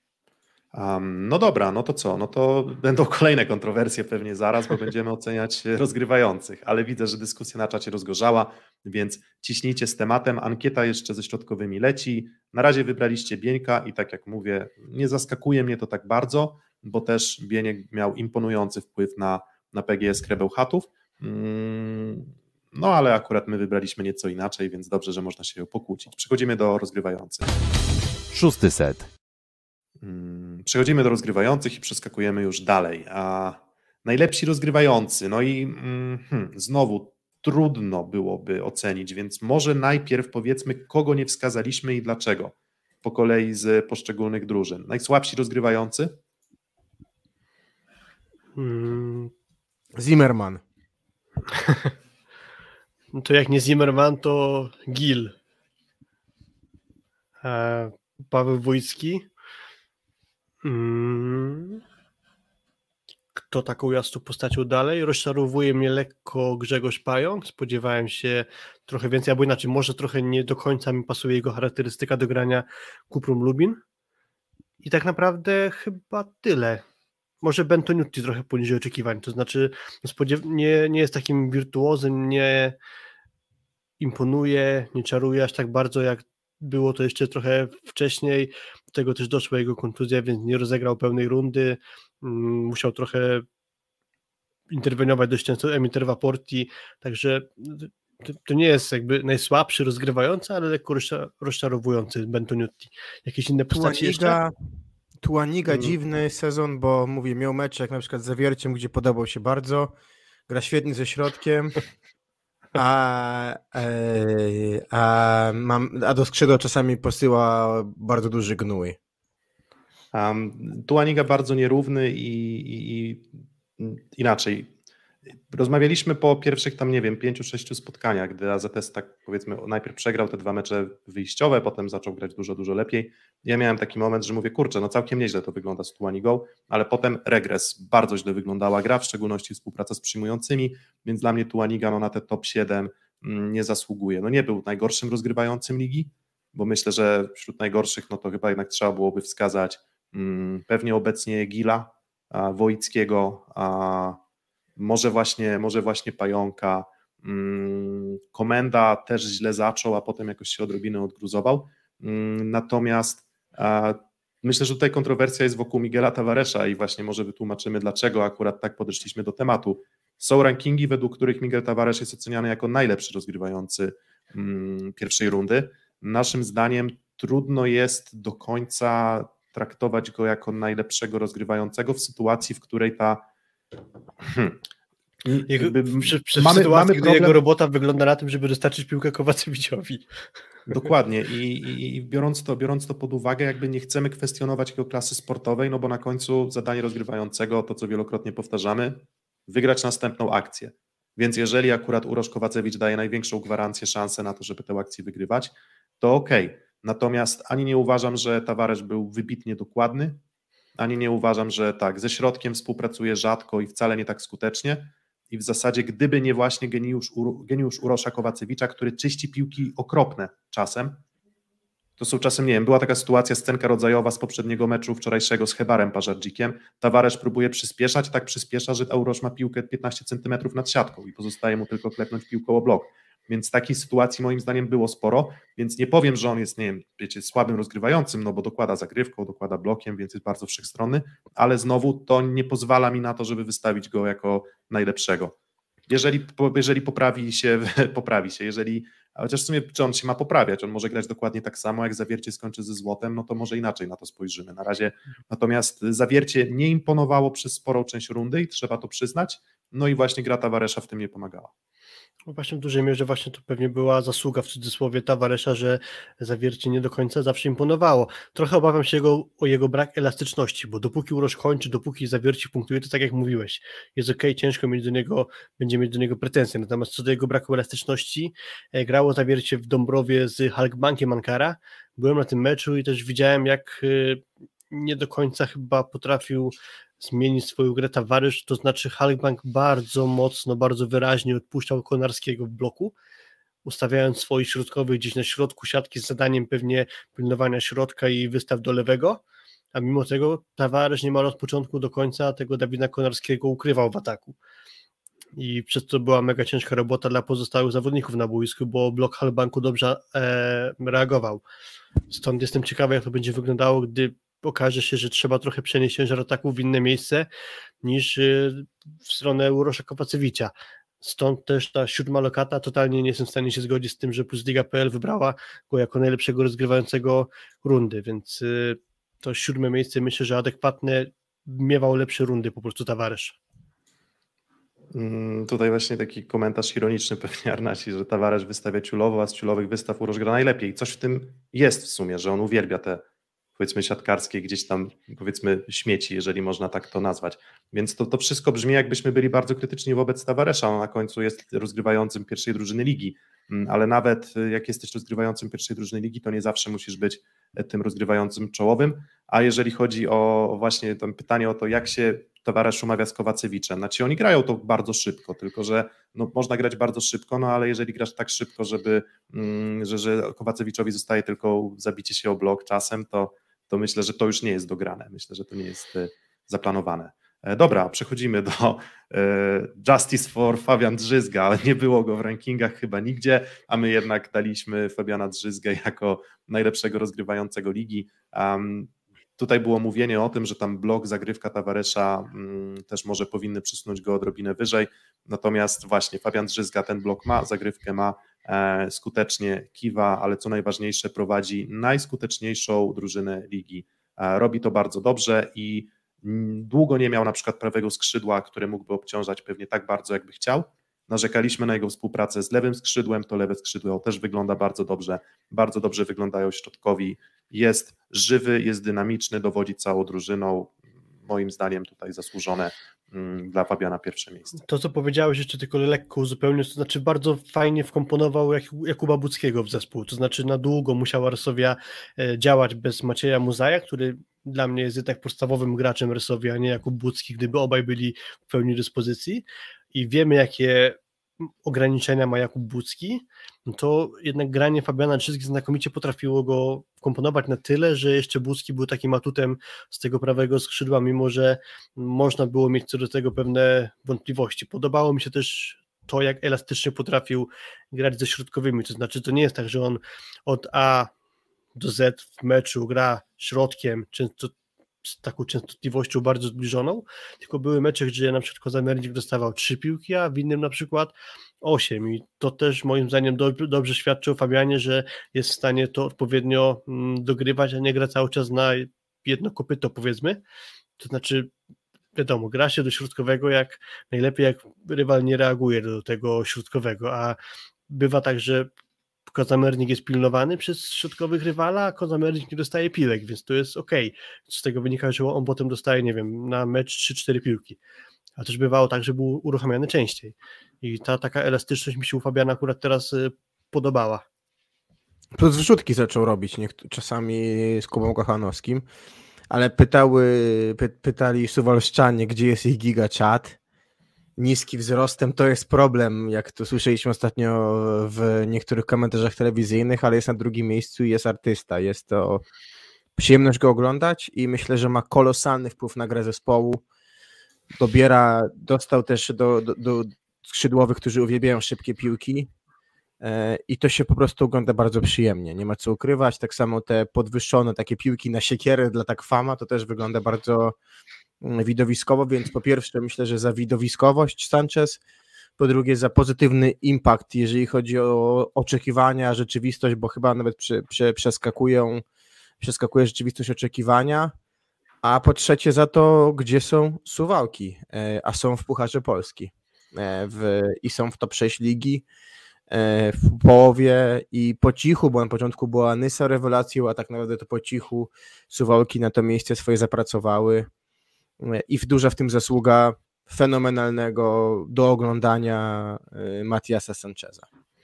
Um, no dobra, no to co? No to będą kolejne kontrowersje pewnie zaraz, bo będziemy oceniać rozgrywających, ale widzę, że dyskusja na czacie rozgorzała, więc ciśnijcie z tematem. Ankieta jeszcze ze środkowymi leci. Na razie wybraliście Bieńka i tak jak mówię, nie zaskakuje mnie to tak bardzo, bo też Bieniek miał imponujący wpływ na, na P G S Krebełchatów. Mm, no ale akurat my wybraliśmy nieco inaczej, więc dobrze, że można się pokłócić. Przechodzimy do rozgrywających.
Szósty set.
Przechodzimy do rozgrywających i przeskakujemy już dalej. A najlepsi rozgrywający, no i hmm, znowu trudno byłoby ocenić, więc może najpierw powiedzmy, kogo nie wskazaliśmy i dlaczego, po kolei z poszczególnych drużyn. Najsłabsi rozgrywający?
Hmm.
Zimmerman.
No to jak nie Zimmerman, to Gil. E, Paweł Wójcki. Hmm. Kto taką jasną postacią dalej? Rozczarowuje mnie lekko Grzegorz Pająk. Spodziewałem się trochę więcej, albo inaczej, może trochę nie do końca mi pasuje jego charakterystyka do grania Kuprum Lubin. I tak naprawdę chyba tyle. Może Bentoniutti trochę poniżej oczekiwań, to znaczy spodziew- nie, nie jest takim wirtuozem, nie imponuje, nie czaruje aż tak bardzo, jak było to jeszcze trochę wcześniej. Do tego też doszła jego kontuzja, więc nie rozegrał pełnej rundy. Musiał trochę interweniować dość często Emiter Vaporti, także to nie jest jakby najsłabszy rozgrywający, ale lekko rozczarowujący Bentoniutti. Jakieś inne postaci jeszcze?
Tuaniga
Hmm.
dziwny sezon, bo mówię, miał mecze jak na przykład z Zawierciem, gdzie podobał się bardzo, gra świetnie ze środkiem, a, a, mam, a do skrzydła czasami posyła bardzo duży gnój.
Um, Tuaniga bardzo nierówny i, i, i inaczej. Rozmawialiśmy po pierwszych tam, nie wiem, pięciu, sześciu spotkaniach, gdy A Z S tak powiedzmy najpierw przegrał te dwa mecze wyjściowe, potem zaczął grać dużo, dużo lepiej. Ja miałem taki moment, że mówię, kurczę, no całkiem nieźle to wygląda z Tuanigą, ale potem regres, bardzo źle wyglądała gra, w szczególności współpraca z przyjmującymi, więc dla mnie Tuaniga no, na te top siedem nie zasługuje. No nie był najgorszym rozgrywającym ligi, bo myślę, że wśród najgorszych no to chyba jednak trzeba byłoby wskazać hmm, pewnie obecnie Gila, a, Wojickiego, a może właśnie, może właśnie Pająka, Komenda też źle zaczął, a potem jakoś się odrobinę odgruzował. Natomiast myślę, że tutaj kontrowersja jest wokół Miguela Tavaresza i właśnie może wytłumaczymy, dlaczego akurat tak podeszliśmy do tematu. Są rankingi, według których Miguel Tavares jest oceniany jako najlepszy rozgrywający pierwszej rundy. Naszym zdaniem trudno jest do końca traktować go jako najlepszego rozgrywającego w sytuacji, w której ta... Hmm,
Jego,
jakby,
przy, przy
mamy,
sytuacji,
mamy
gdy
problem...
jego robota wygląda na tym, żeby dostarczyć piłkę Kowacewiczowi.
Dokładnie I, i, i biorąc, to, biorąc to pod uwagę, jakby nie chcemy kwestionować jego klasy sportowej, no bo na końcu zadanie rozgrywającego, to co wielokrotnie powtarzamy, wygrać następną akcję. Więc jeżeli akurat Uroš Kovacevic daje największą gwarancję, szansę na to, żeby tę akcję wygrywać, to okej. Okay. Natomiast ani nie uważam, że Tavares był wybitnie dokładny, ani nie uważam, że tak, ze środkiem współpracuje rzadko i wcale nie tak skutecznie i w zasadzie gdyby nie właśnie geniusz, geniusz Urosza Kowacewicza, który czyści piłki okropne czasem, to są czasem, nie wiem, była taka sytuacja, scenka rodzajowa z poprzedniego meczu wczorajszego z Hebarem Pażardzikiem, Tavares próbuje przyspieszać, tak przyspiesza, że Uroš ma piłkę piętnaście centymetrów nad siatką i pozostaje mu tylko klepnąć piłką o blok. Więc takiej sytuacji moim zdaniem było sporo, więc nie powiem, że on jest, nie wiem, wiecie, słabym rozgrywającym, no bo dokłada zagrywką, dokłada blokiem, więc jest bardzo wszechstronny, ale znowu to nie pozwala mi na to, żeby wystawić go jako najlepszego. Jeżeli, jeżeli poprawi się, poprawi się, jeżeli, chociaż w sumie czy on się ma poprawiać, on może grać dokładnie tak samo, jak Zawiercie skończy ze złotem, no to może inaczej na to spojrzymy. Na razie natomiast Zawiercie nie imponowało przez sporą część rundy i trzeba to przyznać, no i właśnie gra Tavaresa w tym nie pomagała.
No właśnie w dużej mierze właśnie to pewnie była zasługa w cudzysłowie Tavaresa, że Zawiercie nie do końca zawsze imponowało. Trochę obawiam się jego, o jego brak elastyczności, bo dopóki Uroš kończy, dopóki Zawiercie punktuje, to tak jak mówiłeś, jest okej, okay, ciężko mieć do niego, będzie mieć do niego pretensje, natomiast co do jego braku elastyczności, e, grało Zawiercie w Dąbrowie z Halkbankiem Ankara, byłem na tym meczu i też widziałem, jak e, nie do końca chyba potrafił zmienić swoją grę Tavares, to znaczy Halkbank bardzo mocno, bardzo wyraźnie odpuszczał Konarskiego w bloku, ustawiając swoich środkowych gdzieś na środku siatki z zadaniem pewnie pilnowania środka i wystaw do lewego, a mimo tego Tavares niemal od początku do końca tego Dawida Konarskiego ukrywał w ataku. I przez to była mega ciężka robota dla pozostałych zawodników na boisku, bo blok Halkbanku dobrze e, reagował. Stąd jestem ciekawy, jak to będzie wyglądało, gdy okaże się, że trzeba trochę przenieść ciężar ataku w inne miejsce niż w stronę Urosza Kowacewicza. Stąd też ta siódma lokata, totalnie nie jestem w stanie się zgodzić z tym, że Plusliga kropka p l wybrała go jako najlepszego rozgrywającego rundy, więc to siódme miejsce myślę, że adekwatne, miewał lepsze rundy po prostu Tavares.
Hmm, tutaj właśnie taki komentarz ironiczny pewnie Arnasi, że Tavares wystawia ciulowo, a z ciulowych wystaw Uroš gra najlepiej. Coś w tym jest w sumie, że on uwielbia te, powiedzmy, siatkarskie gdzieś tam, powiedzmy, śmieci, jeżeli można tak to nazwać. Więc to, to wszystko brzmi, jakbyśmy byli bardzo krytyczni wobec Tavaresa. On na końcu jest rozgrywającym pierwszej drużyny ligi, ale nawet jak jesteś rozgrywającym pierwszej drużyny ligi, to nie zawsze musisz być tym rozgrywającym czołowym. A jeżeli chodzi o właśnie to pytanie o to, jak się Tavares umawia z Kowacewiczem, znaczy oni grają to bardzo szybko, tylko że no, można grać bardzo szybko, no ale jeżeli grasz tak szybko, żeby, mm, że, że Kowacewiczowi zostaje tylko zabicie się o blok czasem, to to myślę, że to już nie jest dograne. Myślę, że to nie jest e, zaplanowane. E, dobra, przechodzimy do e, Justice for Fabian Drzyzga, ale nie było go w rankingach chyba nigdzie, a my jednak daliśmy Fabiana Drzyzgę jako najlepszego rozgrywającego ligi. Um, tutaj było mówienie o tym, że tam blok, zagrywka Tavaresa mm, też może powinny przesunąć go odrobinę wyżej, natomiast właśnie Fabian Drzyzga ten blok ma, zagrywkę ma, skutecznie kiwa, ale co najważniejsze prowadzi najskuteczniejszą drużynę ligi. Robi to bardzo dobrze i długo nie miał na przykład prawego skrzydła, które mógłby obciążać pewnie tak bardzo, jakby chciał. Narzekaliśmy na jego współpracę z lewym skrzydłem, to lewe skrzydło też wygląda bardzo dobrze, bardzo dobrze wyglądają środkowi, jest żywy, jest dynamiczny, dowodzi całą drużyną, moim zdaniem tutaj zasłużone dla Fabiana pierwsze miejsce.
To, co powiedziałeś, jeszcze tylko lekko uzupełnię, to znaczy bardzo fajnie wkomponował Jakuba Buckiego w zespół, to znaczy na długo musiała Resowia działać bez Macieja Muzaja, który dla mnie jest jednak podstawowym graczem Resowia, a nie Jakub Bucki, gdyby obaj byli w pełni dyspozycji i wiemy, jakie ograniczenia ma Jakub Bucki, no to jednak granie Fabiana Drzyzgi znakomicie potrafiło go wkomponować na tyle, że jeszcze Bucki był takim atutem z tego prawego skrzydła, mimo że można było mieć co do tego pewne wątpliwości. Podobało mi się też to, jak elastycznie potrafił grać ze środkowymi, to znaczy to nie jest tak, że on od A do Z w meczu gra środkiem, często z taką częstotliwością bardzo zbliżoną, tylko były mecze, gdzie na przykład Kozamernik dostawał trzy piłki, a w innym na przykład osiem i to też moim zdaniem do, dobrze świadczy o Fabianie, że jest w stanie to odpowiednio mm, dogrywać, a nie gra cały czas na jedno kopyto, powiedzmy, to znaczy wiadomo, gra się do środkowego jak najlepiej, jak rywal nie reaguje do tego środkowego, a bywa tak, że Kozamernik jest pilnowany przez środkowych rywala, a Kozamernik nie dostaje piłek, więc to jest okej. Z tego wynika, że on potem dostaje, nie wiem, na mecz trzy cztery piłki. A też bywało tak, że był uruchamiany częściej. I ta taka elastyczność mi się u Fabiana akurat teraz y, podobała.
Plus wrzutki zaczął robić niektóry, czasami z Kubą Kochanowskim, ale pytały, py, pytali suwalszczanie, gdzie jest ich gigachat. Niski wzrostem to jest problem, jak to słyszeliśmy ostatnio w niektórych komentarzach telewizyjnych, ale jest na drugim miejscu i jest artysta. Jest to przyjemność go oglądać i myślę, że ma kolosalny wpływ na grę zespołu. Dobiera, dostał też do, do, do skrzydłowych, którzy uwielbiają szybkie piłki i to się po prostu ogląda bardzo przyjemnie. Nie ma co ukrywać. Tak samo te podwyższone takie piłki na siekierę dla Takwama to też wygląda bardzo widowiskowo, więc po pierwsze myślę, że za widowiskowość Sanchez, po drugie za pozytywny impact, jeżeli chodzi o oczekiwania, rzeczywistość, bo chyba nawet prze, prze, przeskakują, przeskakuje rzeczywistość oczekiwania, a po trzecie za to, gdzie są Suwałki, a są w Pucharze Polski w, i są w top sześć ligi w połowie i po cichu, bo na początku była Nysa rewelacją, a tak naprawdę to po cichu Suwałki na to miejsce swoje zapracowały. I w duża w tym zasługa fenomenalnego do oglądania Matiasa Sancheza.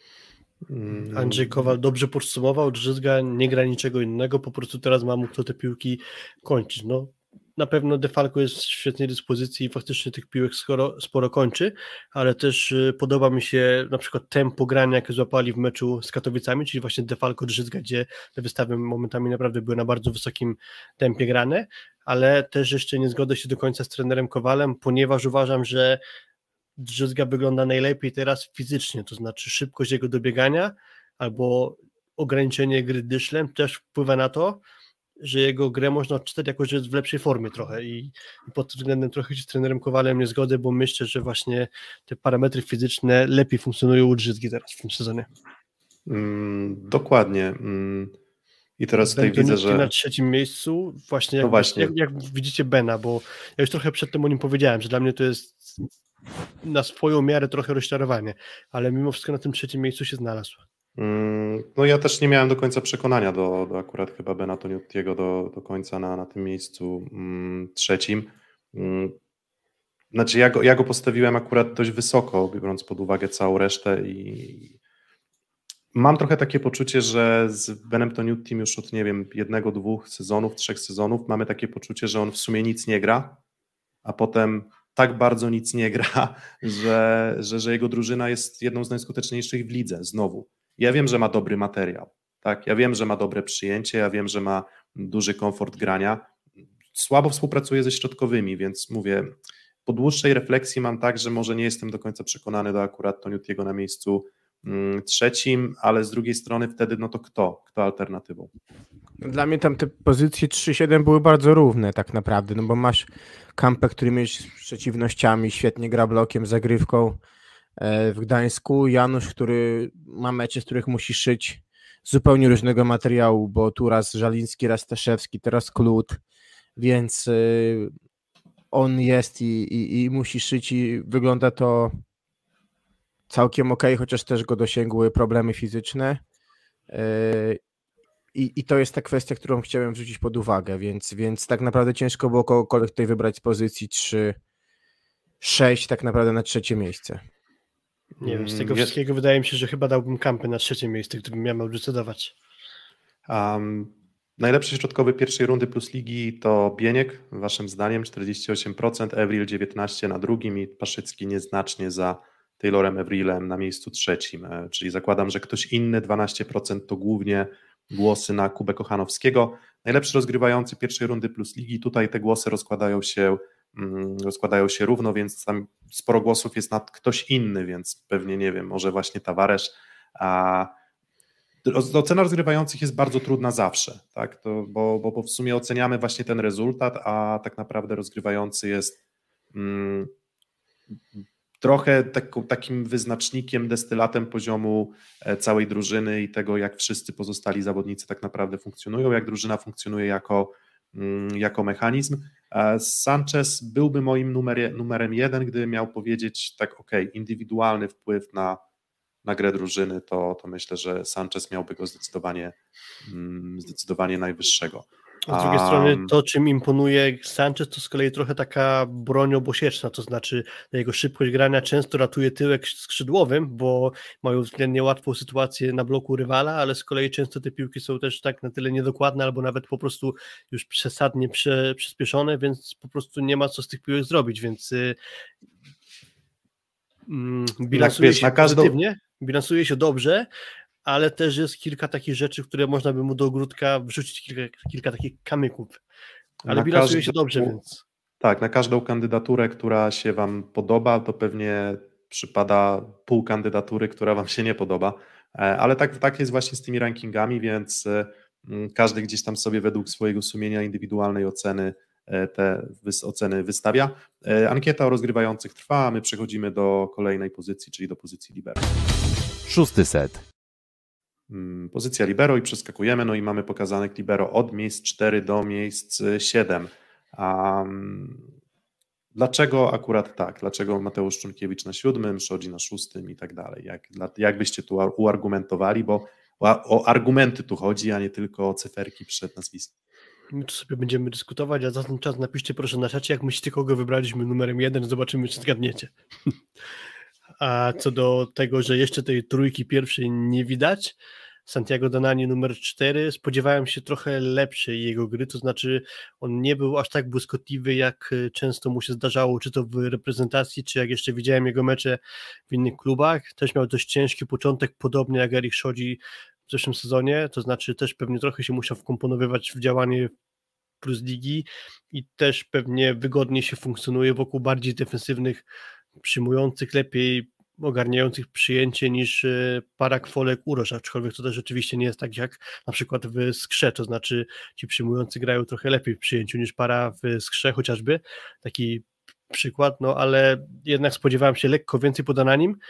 Andrzej Kowal dobrze podsumował, Drzyzga nie gra niczego innego, po prostu teraz ma mu kto te piłki kończyć. No, na pewno Defalco jest w świetnej dyspozycji i faktycznie tych piłek sporo, sporo kończy, ale też podoba mi się na przykład tempo grania, jakie złapali w meczu z Katowicami, czyli właśnie Defalco Drzyzga, gdzie te wystawy momentami naprawdę były na bardzo wysokim tempie grane, ale też jeszcze nie zgodzę się do końca z trenerem Kowalem, ponieważ uważam, że Drzyzga wygląda najlepiej teraz fizycznie, to znaczy szybkość jego dobiegania albo ograniczenie gry dyszlem też wpływa na to, że jego grę można odczytać jako, że jest w lepszej formie trochę i, i pod tym względem trochę się z trenerem Kowalem nie zgodzę, bo myślę, że właśnie te parametry fizyczne lepiej funkcjonują u Drzyzgi teraz w tym sezonie.
Mm, dokładnie. Mm. I teraz tutaj widzę, że...
na trzecim miejscu, właśnie jak,
no właśnie.
Jak, jak widzicie Bena, bo ja już trochę przedtem o nim powiedziałem, że dla mnie to jest na swoją miarę trochę rozczarowanie, ale mimo wszystko na tym trzecim miejscu się znalazł.
Mm, no ja też nie miałem do końca przekonania do, do akurat chyba Bena Toniutiego do, do końca na, na tym miejscu mm, trzecim. Mm, znaczy ja go, ja go postawiłem akurat dość wysoko, biorąc pod uwagę całą resztę i mam trochę takie poczucie, że z Benem Toniutim już od, nie wiem, jednego, dwóch sezonów, trzech sezonów mamy takie poczucie, że on w sumie nic nie gra, a potem tak bardzo nic nie gra, że, że, że jego drużyna jest jedną z najskuteczniejszych w lidze, znowu. Ja wiem, że ma dobry materiał, tak? Ja wiem, że ma dobre przyjęcie, ja wiem, że ma duży komfort grania. Słabo współpracuje ze środkowymi, więc mówię, po dłuższej refleksji mam tak, że może nie jestem do końca przekonany do akurat Toniutiego na miejscu trzecim, ale z drugiej strony wtedy no to kto? Kto alternatywą?
Dla mnie tam te pozycje trzy siedem były bardzo równe tak naprawdę, no bo masz Kampę, który mieć przeciwnościami, świetnie gra blokiem, zagrywką w Gdańsku, Janusz, który ma mecze, z których musi szyć zupełnie różnego materiału, bo tu raz Żaliński, raz Staszewski, teraz Klut, więc on jest i, i, i musi szyć i wygląda to całkiem okej, chociaż też go dosięgły problemy fizyczne i, i to jest ta kwestia, którą chciałem wrzucić pod uwagę, więc, więc tak naprawdę ciężko było kogokolwiek tutaj wybrać z pozycji trzy sześć tak naprawdę na trzecie miejsce.
Nie wiem, z tego
Jest...
wszystkiego wydaje mi się, że chyba dałbym Kampę na trzecie miejsce, gdybym miał decydować.
Um, najlepszy środkowy pierwszej rundy plus ligi to Bieniek, waszym zdaniem czterdzieści osiem procent, Evril dziewiętnaście na drugim i Paszycki nieznacznie za Taylorem Evrilem na miejscu trzecim, czyli zakładam, że ktoś inny, dwanaście procent to głównie głosy na Kubę Kochanowskiego. Najlepszy rozgrywający pierwszej rundy plus ligi, tutaj te głosy rozkładają się rozkładają się równo, więc tam sporo głosów jest na ktoś inny, więc pewnie, nie wiem, może właśnie Tavares. A ocena rozgrywających jest bardzo trudna zawsze, tak? To, bo, bo, bo w sumie oceniamy właśnie ten rezultat, a tak naprawdę rozgrywający jest mm, trochę tak, takim wyznacznikiem, destylatem poziomu całej drużyny i tego, jak wszyscy pozostali zawodnicy tak naprawdę funkcjonują, jak drużyna funkcjonuje jako, jako mechanizm. Sanchez byłby moim numer, numerem jeden, gdy miał powiedzieć tak, ok, indywidualny wpływ na, na grę drużyny, to, to myślę, że Sanchez miałby go zdecydowanie, zdecydowanie najwyższego.
Z drugiej um, strony to, czym imponuje Sanchez, to z kolei trochę taka broń obosieczna, to znaczy jego szybkość grania często ratuje tyłek skrzydłowym, bo mają względnie łatwą sytuację na bloku rywala, ale z kolei często te piłki są też tak na tyle niedokładne, albo nawet po prostu już przesadnie prze, przyspieszone, więc po prostu nie ma co z tych piłek zrobić, więc yy, yy, bilansuje wiesz, się na każdą... pozytywnie, bilansuje się dobrze, ale też jest kilka takich rzeczy, które można by mu do ogródka wrzucić, kilka, kilka takich kamyków, ale na bilansuje każdą, się dobrze, więc...
Tak, na każdą kandydaturę, która się wam podoba, to pewnie przypada pół kandydatury, która wam się nie podoba, ale tak, tak jest właśnie z tymi rankingami, więc każdy gdzieś tam sobie według swojego sumienia indywidualnej oceny te oceny wystawia. Ankieta o rozgrywających trwa, a my przechodzimy do kolejnej pozycji, czyli do pozycji libero.
Szósty set.
Pozycja libero i przeskakujemy, no i mamy pokazanych libero od miejsc cztery do miejsc siedem. Um, dlaczego akurat tak? Dlaczego Mateusz Czunkiewicz na siódmym, Szodzi na szóstym i tak dalej? Jak, jak byście tu uargumentowali, bo o, o argumenty tu chodzi, a nie tylko o cyferki przed nazwiskiem.
My tu sobie będziemy dyskutować, a za ten czas napiszcie proszę na czacie, jak myślicie, kogo wybraliśmy numerem jeden, zobaczymy, czy zgadniecie. A co do tego, że jeszcze tej trójki pierwszej nie widać, Santiago Donani numer cztery, spodziewałem się trochę lepszej jego gry, to znaczy on nie był aż tak błyskotliwy, jak często mu się zdarzało, czy to w reprezentacji, czy jak jeszcze widziałem jego mecze w innych klubach. Też miał dość ciężki początek, podobnie jak Erik Szodzi w zeszłym sezonie, to znaczy też pewnie trochę się musiał wkomponowywać w działanie plus ligi i też pewnie wygodniej się funkcjonuje wokół bardziej defensywnych, przyjmujących, lepiej ogarniających przyjęcie niż Parag, Folek, Urosz, aczkolwiek to też rzeczywiście nie jest tak jak na przykład w Skrze, to znaczy ci przyjmujący grają trochę lepiej w przyjęciu niż Para w Skrze chociażby, taki przykład, no ale jednak spodziewałem się lekko więcej poda na nim,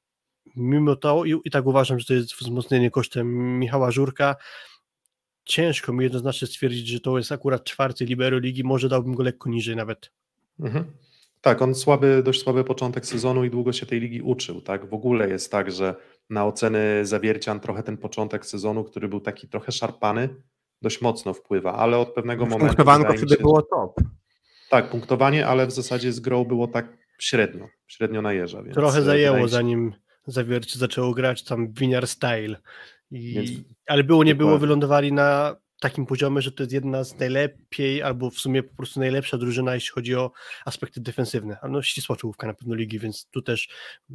mimo to i, i tak uważam, że to jest wzmocnienie kosztem Michała Żurka. Ciężko mi jednoznacznie stwierdzić, że to jest akurat czwarty libero ligi, może dałbym go lekko niżej nawet.
Mhm. Tak, on słaby, dość słaby początek sezonu i długo się tej ligi uczył, tak? W ogóle jest tak, że na oceny Zawiercian trochę ten początek sezonu, który był taki trochę szarpany, dość mocno wpływa, ale od pewnego momentu...
Punktowanko wtedy było top.
Tak, punktowanie, ale w zasadzie z grą było tak średnio, średnio na jeża. Więc
trochę zajęło, się... zanim Zawiercie zaczęło grać tam Winiar Style, I... więc... ale było nie było, wylądowali na takim poziomie, że to jest jedna z najlepiej, albo w sumie po prostu najlepsza drużyna, jeśli chodzi o aspekty defensywne. No ścisła czołówka na pewno ligi, więc tu też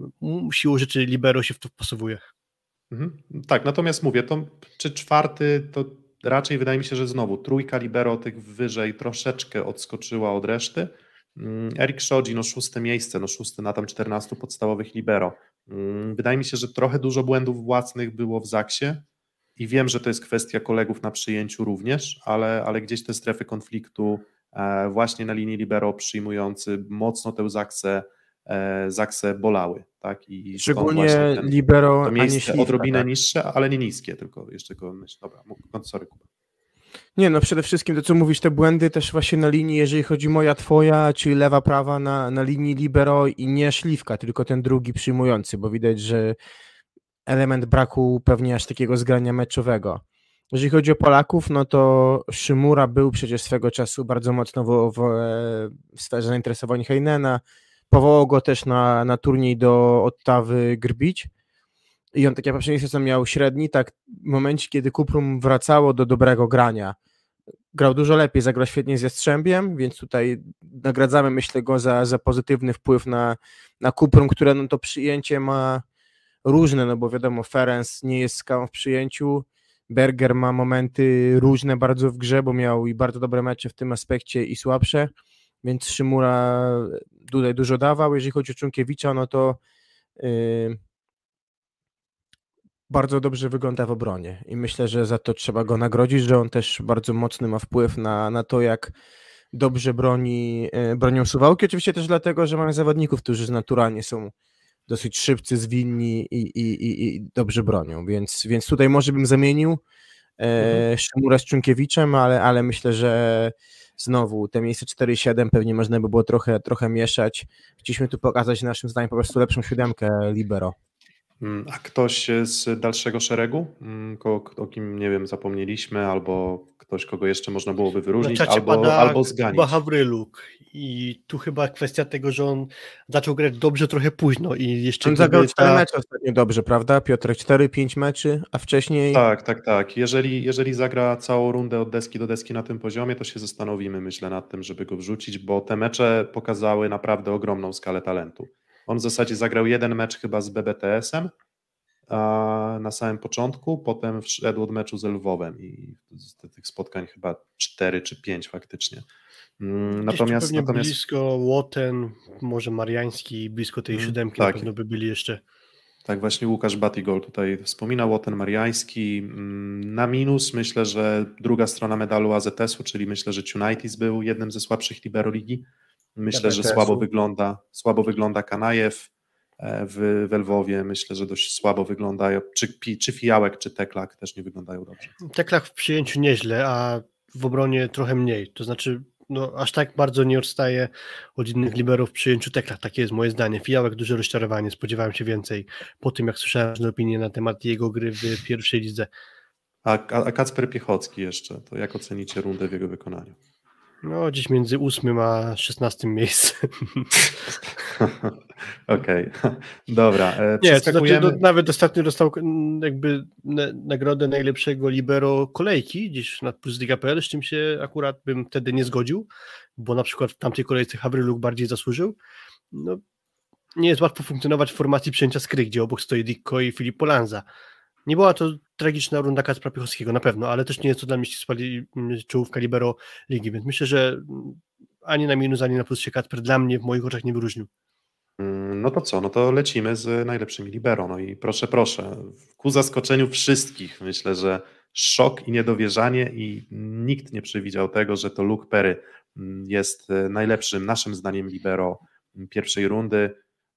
siłą rzeczy libero się w to wpasowuje.
Mhm. Tak, natomiast mówię, to czy czwarty, to raczej wydaje mi się, że znowu trójka libero tych wyżej troszeczkę odskoczyła od reszty. Erik Szodzi, no szóste miejsce, no szósty na tam czternastu podstawowych libero. Wydaje mi się, że trochę dużo błędów własnych było w Zaksie. I wiem, że to jest kwestia kolegów na przyjęciu również, ale, ale gdzieś te strefy konfliktu e, właśnie na linii libero przyjmujący mocno tę Zaksę, e, Zaksę bolały. Tak? I
szczególnie ten, libero,
to miejsce
a nie
odrobinę
tak?
niższe, ale nie niskie, tylko jeszcze go myśl. Dobra, sorry Kuba.
Nie, no przede wszystkim to, co mówisz, te błędy też właśnie na linii, jeżeli chodzi moja, twoja, czyli lewa, prawa na, na linii libero i nie Śliwka, tylko ten drugi przyjmujący, bo widać, że element braku pewnie aż takiego zgrania meczowego. Jeżeli chodzi o Polaków, no to Szymura był przecież swego czasu bardzo mocno w, w, w sferze zainteresowań Heinena, powołał go też na, na turniej do Ottawy Grbić i on takie poprzednie co miał średni, tak w momencie, kiedy Kuprum wracało do dobrego grania, grał dużo lepiej, zagrał świetnie z Jastrzębiem, więc tutaj nagradzamy, myślę, go za, za pozytywny wpływ na, na Kuprum, które no to przyjęcie ma różne, no bo wiadomo, Ferenc nie jest skałą w przyjęciu, Berger ma momenty różne bardzo w grze, bo miał i bardzo dobre mecze w tym aspekcie i słabsze, więc Szymura tutaj dużo dawał. Jeżeli chodzi o Czunkiewicza, no to yy, bardzo dobrze wygląda w obronie i myślę, że za to trzeba go nagrodzić, że on też bardzo mocny ma wpływ na, na to, jak dobrze broni, yy, bronią Suwałki. Oczywiście też dlatego, że mamy zawodników, którzy naturalnie są dosyć szybcy, zwinni i, i, i, i dobrze bronią, więc, więc tutaj może bym zamienił e, Szymura z Czunkiewiczem, ale, ale myślę, że znowu te miejsce cztery siedem pewnie można by było trochę, trochę mieszać. Chcieliśmy tu pokazać naszym zdaniem po prostu lepszą siódemkę libero.
A ktoś z dalszego szeregu, o, o kim, nie wiem, zapomnieliśmy, albo ktoś, kogo jeszcze można byłoby wyróżnić, albo, albo zganić?
Kuba Hawryluk i tu chyba kwestia tego, że on zaczął grać dobrze trochę późno i jeszcze...
On zagrał cztery ta... mecze ostatnio dobrze, prawda? Piotrek, cztery pięć meczy, a wcześniej...
Tak, tak, tak. Jeżeli, jeżeli zagra całą rundę od deski do deski na tym poziomie, to się zastanowimy, myślę, nad tym, żeby go wrzucić, bo te mecze pokazały naprawdę ogromną skalę talentu. On w zasadzie zagrał jeden mecz chyba z B B T S-em a na samym początku, potem wszedł od meczu z Lwowem i z tych spotkań chyba cztery czy pięć faktycznie.
Natomiast, pewnie natomiast... blisko Łoten, może Mariański, blisko tej siódemki tak. Na pewno by byli jeszcze.
Tak, właśnie Łukasz Batigol tutaj wspominał, Łoten, Mariański. Na minus myślę, że druga strona medalu A Z S-u, czyli myślę, że Unitis był jednym ze słabszych libero ligi. Myślę, że słabo wygląda, słabo wygląda Kanajew w, w Lwowie. Myślę, że dość słabo wyglądają, czy, czy Fijałek, czy Teklak też nie wyglądają dobrze.
Teklak w przyjęciu nieźle, a w obronie trochę mniej. To znaczy, no aż tak bardzo nie odstaje od innych liberów w przyjęciu Teklak. Takie jest moje zdanie. Fijałek duże rozczarowanie, spodziewałem się więcej po tym, jak słyszałem różne opinie na temat jego gry w pierwszej lidze.
A, a, a Kacper Piechocki jeszcze, to jak ocenicie rundę w jego wykonaniu?
No, gdzieś między ósmym a szesnastym miejscem.
Okej, okay. Dobra. E,
Nie, to znaczy, no, nawet ostatnio dostał jakby na, nagrodę najlepszego libero kolejki gdzieś na plusliga kropka p l, z czym się akurat bym wtedy nie zgodził, bo na przykład w tamtej kolejce Hawryluk bardziej zasłużył. No, nie jest łatwo funkcjonować w formacji przyjęcia skry, gdzie obok stoi Dicko i Filip Polanza. Nie była to tragiczna runda Kacpra Piechockiego, na pewno, ale też nie jest to dla mnie czołówka libero ligi, więc myślę, że ani na minus, ani na plus się Kacper dla mnie w moich oczach nie wyróżnił.
No to co, no to lecimy z najlepszymi libero, no i proszę, proszę, ku zaskoczeniu wszystkich, myślę, że szok i niedowierzanie i nikt nie przewidział tego, że to Luke Perry jest najlepszym, naszym zdaniem, libero pierwszej rundy.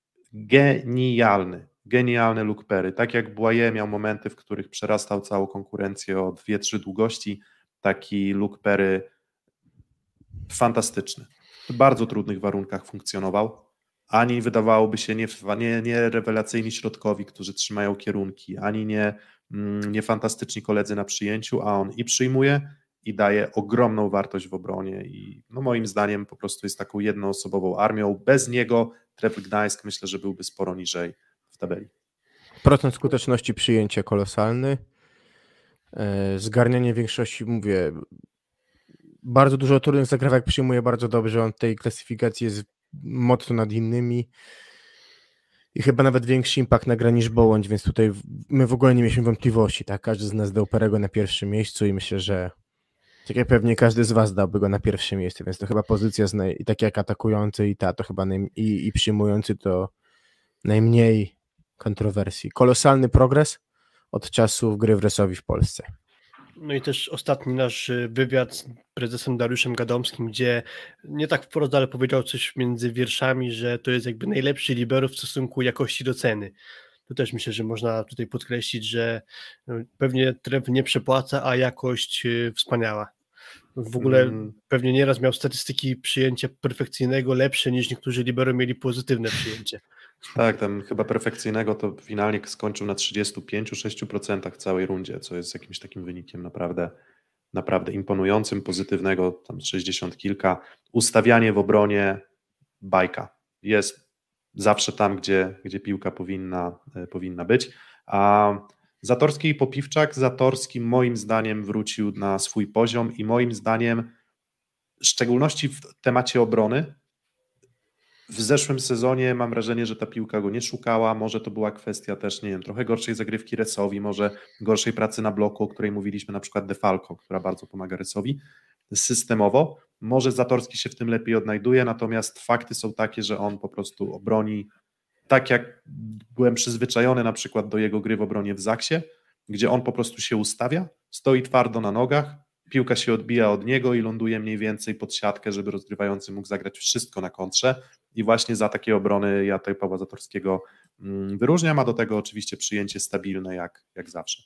Genialny. Genialny Luke Perry. Tak jak Boye miał momenty, w których przerastał całą konkurencję o dwie trzy długości, taki Luke Perry fantastyczny. W bardzo trudnych warunkach funkcjonował. Ani wydawałoby się nie, nie, nie rewelacyjni środkowi, którzy trzymają kierunki, ani nie, nie fantastyczni koledzy na przyjęciu, a on i przyjmuje, i daje ogromną wartość w obronie i no moim zdaniem po prostu jest taką jednoosobową armią. Bez niego Trefl Gdańsk myślę, że byłby sporo niżej w tabeli.
Procent skuteczności przyjęcia kolosalny, zgarnianie większości, mówię, bardzo dużo trudnych zagrywek przyjmuje bardzo dobrze, on w tej klasyfikacji jest mocno nad innymi i chyba nawet większy impact nagra niż Bołądź, więc tutaj my w ogóle nie mieliśmy wątpliwości, tak? Każdy z nas dał Perego na pierwszym miejscu i myślę, że tak jak pewnie każdy z was dałby go na pierwsze miejsce, więc to chyba pozycja z naj... i tak jak atakujący i ta, to chyba naj... i, i przyjmujący to najmniej kontrowersji. Kolosalny progres od czasów gry w Resowi w Polsce.
No i też ostatni nasz wywiad z prezesem Dariuszem Gadomskim, gdzie nie tak wprost, ale powiedział coś między wierszami, że to jest jakby najlepszy libero w stosunku jakości do ceny. To też myślę, że można tutaj podkreślić, że pewnie Trefl nie przepłaca, a jakość wspaniała. W ogóle hmm. pewnie nieraz miał statystyki przyjęcia perfekcyjnego lepsze niż niektórzy libero mieli pozytywne przyjęcie.
Tak, tam chyba perfekcyjnego to finalnie skończył na trzydzieści pięć do sześciu procent w całej rundzie, co jest jakimś takim wynikiem naprawdę, naprawdę imponującym, pozytywnego, tam sześćdziesiąt kilka. Ustawianie w obronie bajka. Jest zawsze tam, gdzie, gdzie piłka powinna, powinna być. A Zatorski i Popiwczak, Zatorski moim zdaniem wrócił na swój poziom i moim zdaniem, w szczególności w temacie obrony, w zeszłym sezonie mam wrażenie, że ta piłka go nie szukała, może to była kwestia też, nie wiem, trochę gorszej zagrywki Resowi, może gorszej pracy na bloku, o której mówiliśmy, na przykład Defalco, która bardzo pomaga Resowi systemowo. Może Zatorski się w tym lepiej odnajduje, natomiast fakty są takie, że on po prostu obroni tak jak byłem przyzwyczajony na przykład do jego gry w obronie w Zaksie, gdzie on po prostu się ustawia, stoi twardo na nogach, piłka się odbija od niego i ląduje mniej więcej pod siatkę, żeby rozgrywający mógł zagrać wszystko na kontrze i właśnie za takie obrony ja tutaj Pawła Zatorskiego wyróżniam, a do tego oczywiście przyjęcie stabilne jak, jak zawsze.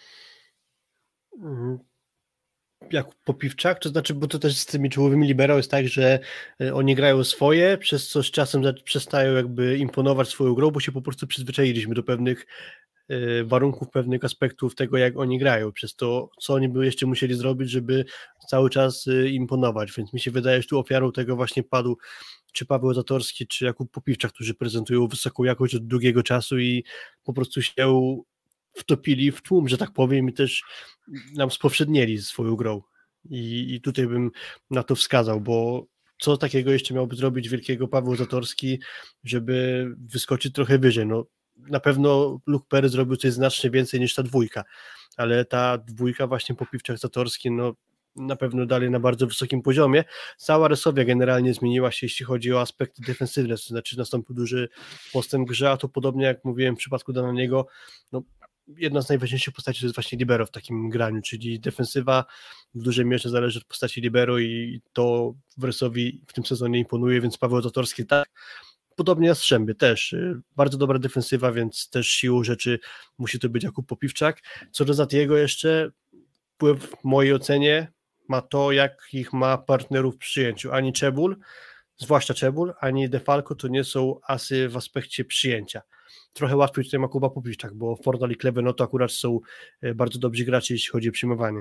Jak Popiwczak, to znaczy, bo to też z tymi czołowymi libero jest tak, że oni grają swoje, przez co z czasem przestają jakby imponować swoją grą, bo się po prostu przyzwyczailiśmy do pewnych warunków, pewnych aspektów tego, jak oni grają, przez to, co oni by jeszcze musieli zrobić, żeby cały czas imponować, więc mi się wydaje, że tu ofiarą tego właśnie padł czy Paweł Zatorski, czy Jakub Popiwczak, którzy prezentują wysoką jakość od długiego czasu i po prostu się wtopili w tłum, że tak powiem, i też nam spowszednieli swoją grą. I, I tutaj bym na to wskazał, bo co takiego jeszcze miałby zrobić wielkiego Paweł Zatorski, żeby wyskoczyć trochę wyżej? No, na pewno Luke Perry zrobił coś znacznie więcej niż ta dwójka, ale ta dwójka właśnie Popiwczak-Zatorski, no na pewno dalej na bardzo wysokim poziomie. Cała Resowia generalnie zmieniła się, jeśli chodzi o aspekty defensywne, to znaczy nastąpił duży postęp w grze, a to podobnie jak mówiłem w przypadku Dananiego, no jedna z najważniejszych postaci to jest właśnie libero w takim graniu, czyli defensywa w dużej mierze zależy od postaci libero i to w Resowi w tym sezonie imponuje, więc Paweł Zatorski tak. Podobnie Jastrzębie też. Bardzo dobra defensywa, więc też siłą rzeczy musi to być Jakub Popiwczak. Co do Zatiego jeszcze, wpływ w mojej ocenie ma to, jakich ma partnerów w przyjęciu. Ani Czebul, zwłaszcza Czebul, ani Defalco to nie są asy w aspekcie przyjęcia. Trochę łatwiej tutaj ma Kuba Popiwczak, bo Fornal i Klewe no to akurat są bardzo dobrzy gracze, jeśli chodzi o przyjmowanie.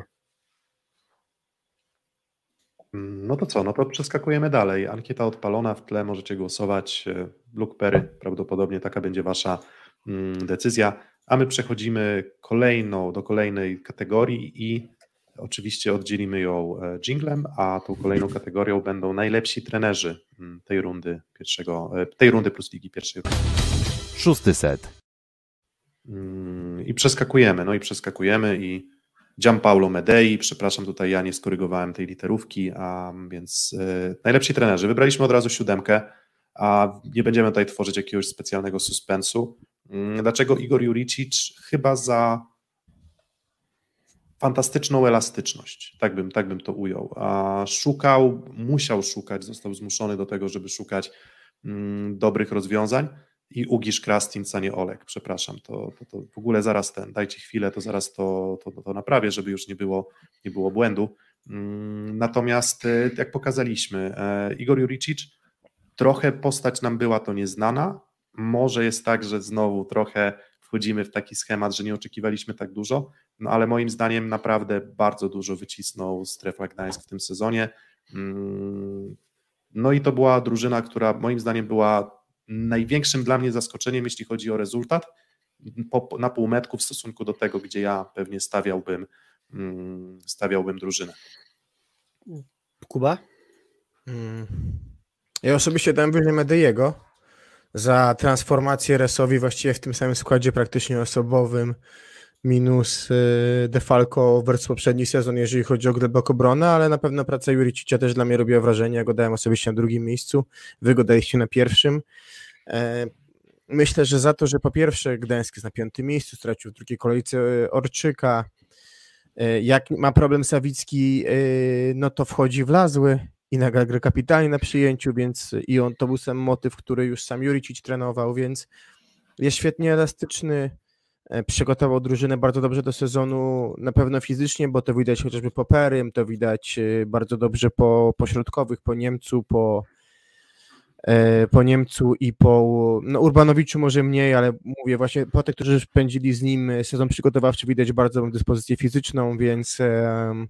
No to co, no to przeskakujemy dalej. Ankieta odpalona, w tle możecie głosować. Luke Perry, prawdopodobnie taka będzie wasza decyzja. A my przechodzimy kolejną, do kolejnej kategorii i oczywiście oddzielimy ją dżinglem, a tą kolejną kategorią będą najlepsi trenerzy tej rundy pierwszego, tej rundy plus ligi pierwszej rundy.
Szósty set.
I przeskakujemy, no i przeskakujemy i Gianpaolo Medei, przepraszam, tutaj ja nie skorygowałem tej literówki, a więc y, najlepsi trenerzy. Wybraliśmy od razu siódemkę, a nie będziemy tutaj tworzyć jakiegoś specjalnego suspensu. Y, dlaczego Igor Juricic? Chyba za fantastyczną elastyczność, tak bym, tak bym to ujął. A szukał, musiał szukać, został zmuszony do tego, żeby szukać y, dobrych rozwiązań. I Ugisz Krastinc, a nie Olek, przepraszam, to, to, to w ogóle zaraz ten, dajcie chwilę, to zaraz to, to, to naprawię, żeby już nie było, nie było błędu. Natomiast jak pokazaliśmy, Igor Juricic, trochę postać nam była to nieznana, może jest tak, że znowu trochę wchodzimy w taki schemat, że nie oczekiwaliśmy tak dużo, no ale moim zdaniem naprawdę bardzo dużo wycisnął Strefla Gdańsk w tym sezonie. No i to była drużyna, która moim zdaniem była największym dla mnie zaskoczeniem, jeśli chodzi o rezultat, po, na półmetku w stosunku do tego, gdzie ja pewnie stawiałbym, stawiałbym drużynę.
Kuba?
Hmm. Ja osobiście dałem wyżej Medeiego za transformację Resowi właściwie w tym samym składzie praktycznie osobowym, minus Defalco versus poprzedni sezon, jeżeli chodzi o głęboką obronę, ale na pewno praca Juricicia też dla mnie robiła wrażenie. Ja go dałem osobiście na drugim miejscu, wy go daliście na pierwszym. Myślę, że za to, że po pierwsze Gdańsk jest na piątym miejscu, stracił w drugiej kolejce Orczyka, jak ma problem Sawicki, no to wchodzi Wlazły i nagle gra kapitalnie na przyjęciu, więc i on to był sam motyw, który już sam Juricic trenował, więc jest świetnie elastyczny. Przygotował drużynę bardzo dobrze do sezonu, na pewno fizycznie, bo to widać chociażby po Perym, to widać bardzo dobrze po, po środkowych, po Niemcu, po, po Niemcu i po no Urbanowiczu może mniej, ale mówię właśnie po tych, którzy spędzili z nim sezon przygotowawczy, widać bardzo dobrą dyspozycję fizyczną, więc um,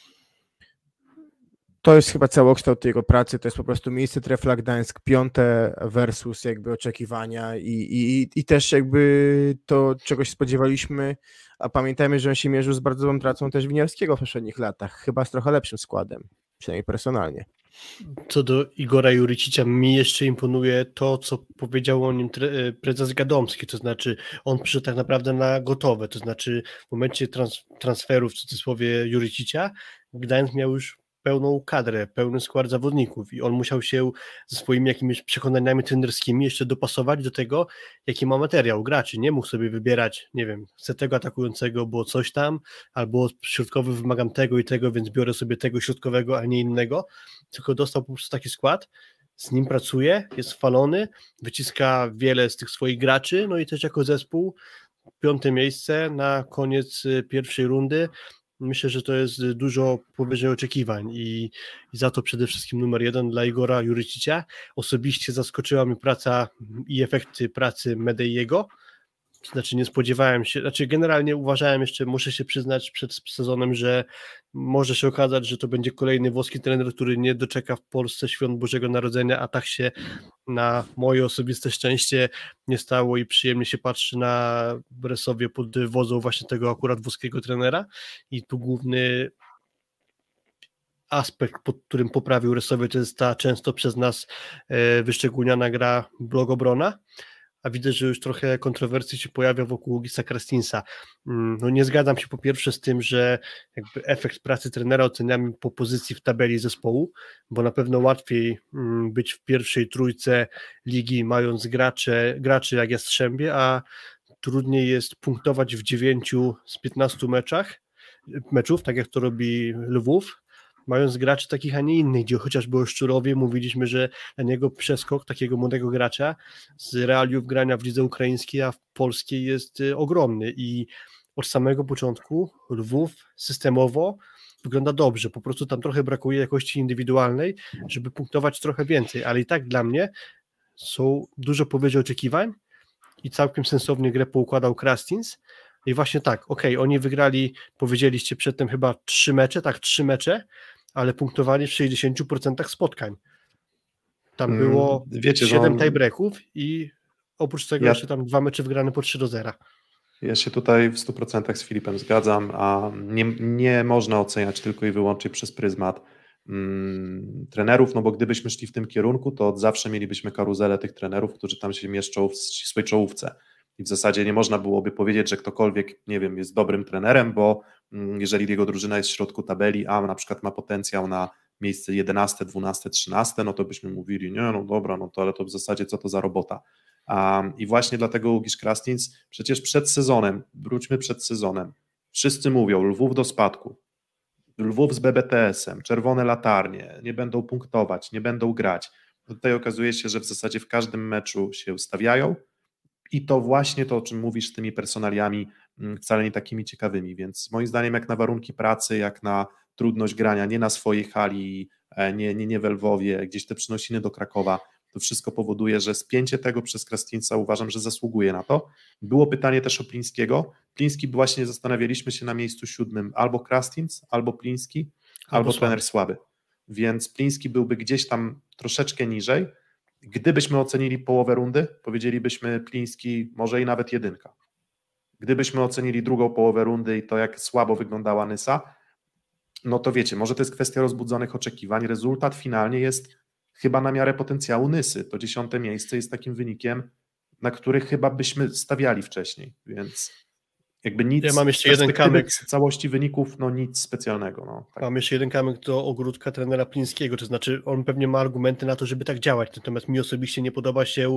to jest chyba całokształt jego pracy, to jest po prostu miejsce Trefla Gdańsk, piąte versus jakby oczekiwania i, i, i też jakby to, czego się spodziewaliśmy, a pamiętajmy, że on się mierzył z bardzo dobrą pracą też Winiarskiego w poprzednich latach, chyba z trochę lepszym składem, przynajmniej personalnie. Co
do Igora Juricicia, mi jeszcze imponuje to, co powiedział o nim tre- prezes Gadomski, to znaczy on przyszedł tak naprawdę na gotowe, to znaczy w momencie trans- transferu w cudzysłowie Juricicia Gdańsk miał już pełną kadrę, pełny skład zawodników i on musiał się ze swoimi jakimiś przekonaniami trenerskimi jeszcze dopasować do tego, jaki ma materiał graczy. Nie mógł sobie wybierać, nie wiem, chcę tego atakującego, bo coś tam, albo środkowy wymagam tego i tego, więc biorę sobie tego środkowego, a nie innego, tylko dostał po prostu taki skład, z nim pracuje, jest chwalony, wyciska wiele z tych swoich graczy, no i też jako zespół piąte miejsce na koniec pierwszej rundy. Myślę, że to jest dużo powyżej oczekiwań i, i za to przede wszystkim numer jeden dla Igora Jurycicia. Osobiście zaskoczyła mnie praca i efekty pracy Medeiego. Znaczy nie spodziewałem się, znaczy generalnie uważałem jeszcze, muszę się przyznać przed sezonem, że może się okazać, że to będzie kolejny włoski trener, który nie doczeka w Polsce świąt Bożego Narodzenia, a tak się na moje osobiste szczęście nie stało i przyjemnie się patrzy na Bresowie pod wodzą właśnie tego akurat włoskiego trenera i tu główny aspekt, pod którym poprawił Resowie, to jest ta często przez nas wyszczególniana gra Blogobrona, a widzę, że już trochę kontrowersji się pojawia wokół Gisa Crestinsa. No nie zgadzam się po pierwsze z tym, że jakby efekt pracy trenera oceniamy po pozycji w tabeli zespołu, bo na pewno łatwiej być w pierwszej trójce ligi mając gracze, graczy jak Jastrzębie, a trudniej jest punktować w dziewięciu z piętnastu meczach, meczów, tak jak to robi Lwów, mając graczy takich, a nie innych, gdzie chociażby o Szczurowie mówiliśmy, że dla niego przeskok takiego młodego gracza z realiów grania w lidze ukraińskiej, a w polskiej jest ogromny i od samego początku Lwów systemowo wygląda dobrze, po prostu tam trochę brakuje jakości indywidualnej, żeby punktować trochę więcej, ale i tak dla mnie są dużo powyżej oczekiwań i całkiem sensownie grę poukładał Krastins. I właśnie tak, okej, okay, oni wygrali, powiedzieliście przedtem chyba trzy mecze, tak, trzy mecze, ale punktowali w sześćdziesięciu procentach spotkań. Tam było Wiecie, siedem on... tiebreaków i oprócz tego ja... jeszcze tam dwa mecze wygrane po trzy do zera.
Ja się tutaj w stu procentach z Filipem zgadzam, a nie, nie można oceniać tylko i wyłącznie przez pryzmat mm, trenerów, no bo gdybyśmy szli w tym kierunku, to od zawsze mielibyśmy karuzelę tych trenerów, którzy tam się mieszczą w ścisłej czołówce. I w zasadzie nie można byłoby powiedzieć, że ktokolwiek, nie wiem, jest dobrym trenerem, bo jeżeli jego drużyna jest w środku tabeli, a na przykład ma potencjał na miejsce jedenaste, dwunaste, trzynaste, no to byśmy mówili, nie, no dobra, no to ale to w zasadzie co to za robota. Um, I właśnie dlatego Ługisz Krastins, przecież przed sezonem, wróćmy przed sezonem, wszyscy mówią, Lwów do spadku, Lwów z B B T S em, czerwone latarnie, nie będą punktować, nie będą grać. Tutaj okazuje się, że w zasadzie w każdym meczu się ustawiają, i to właśnie to, o czym mówisz z tymi personaliami, wcale nie takimi ciekawymi, więc moim zdaniem jak na warunki pracy, jak na trudność grania, nie na swojej hali, nie, nie, nie w Lwowie, gdzieś te przynosiny do Krakowa, to wszystko powoduje, że spięcie tego przez Krastinca uważam, że zasługuje na to. Było pytanie też o Plińskiego. Pliński właśnie zastanawialiśmy się na miejscu siódmym, albo Krastinc, albo Pliński, albo, albo trener słaby, więc Pliński byłby gdzieś tam troszeczkę niżej. Gdybyśmy ocenili połowę rundy, powiedzielibyśmy Pliński może i nawet jedynka. Gdybyśmy ocenili drugą połowę rundy i to, jak słabo wyglądała Nysa, no to wiecie, może to jest kwestia rozbudzonych oczekiwań. Rezultat finalnie jest chyba na miarę potencjału Nysy. To dziesiąte miejsce jest takim wynikiem, na który chyba byśmy stawiali wcześniej, więc jakby nic,
ja mam jeszcze jeden kamyk
z całości wyników, no nic specjalnego. No, tak.
Mam jeszcze jeden kamyk do ogródka trenera Plińskiego, to znaczy on pewnie ma argumenty na to, żeby tak działać, natomiast mi osobiście nie podoba się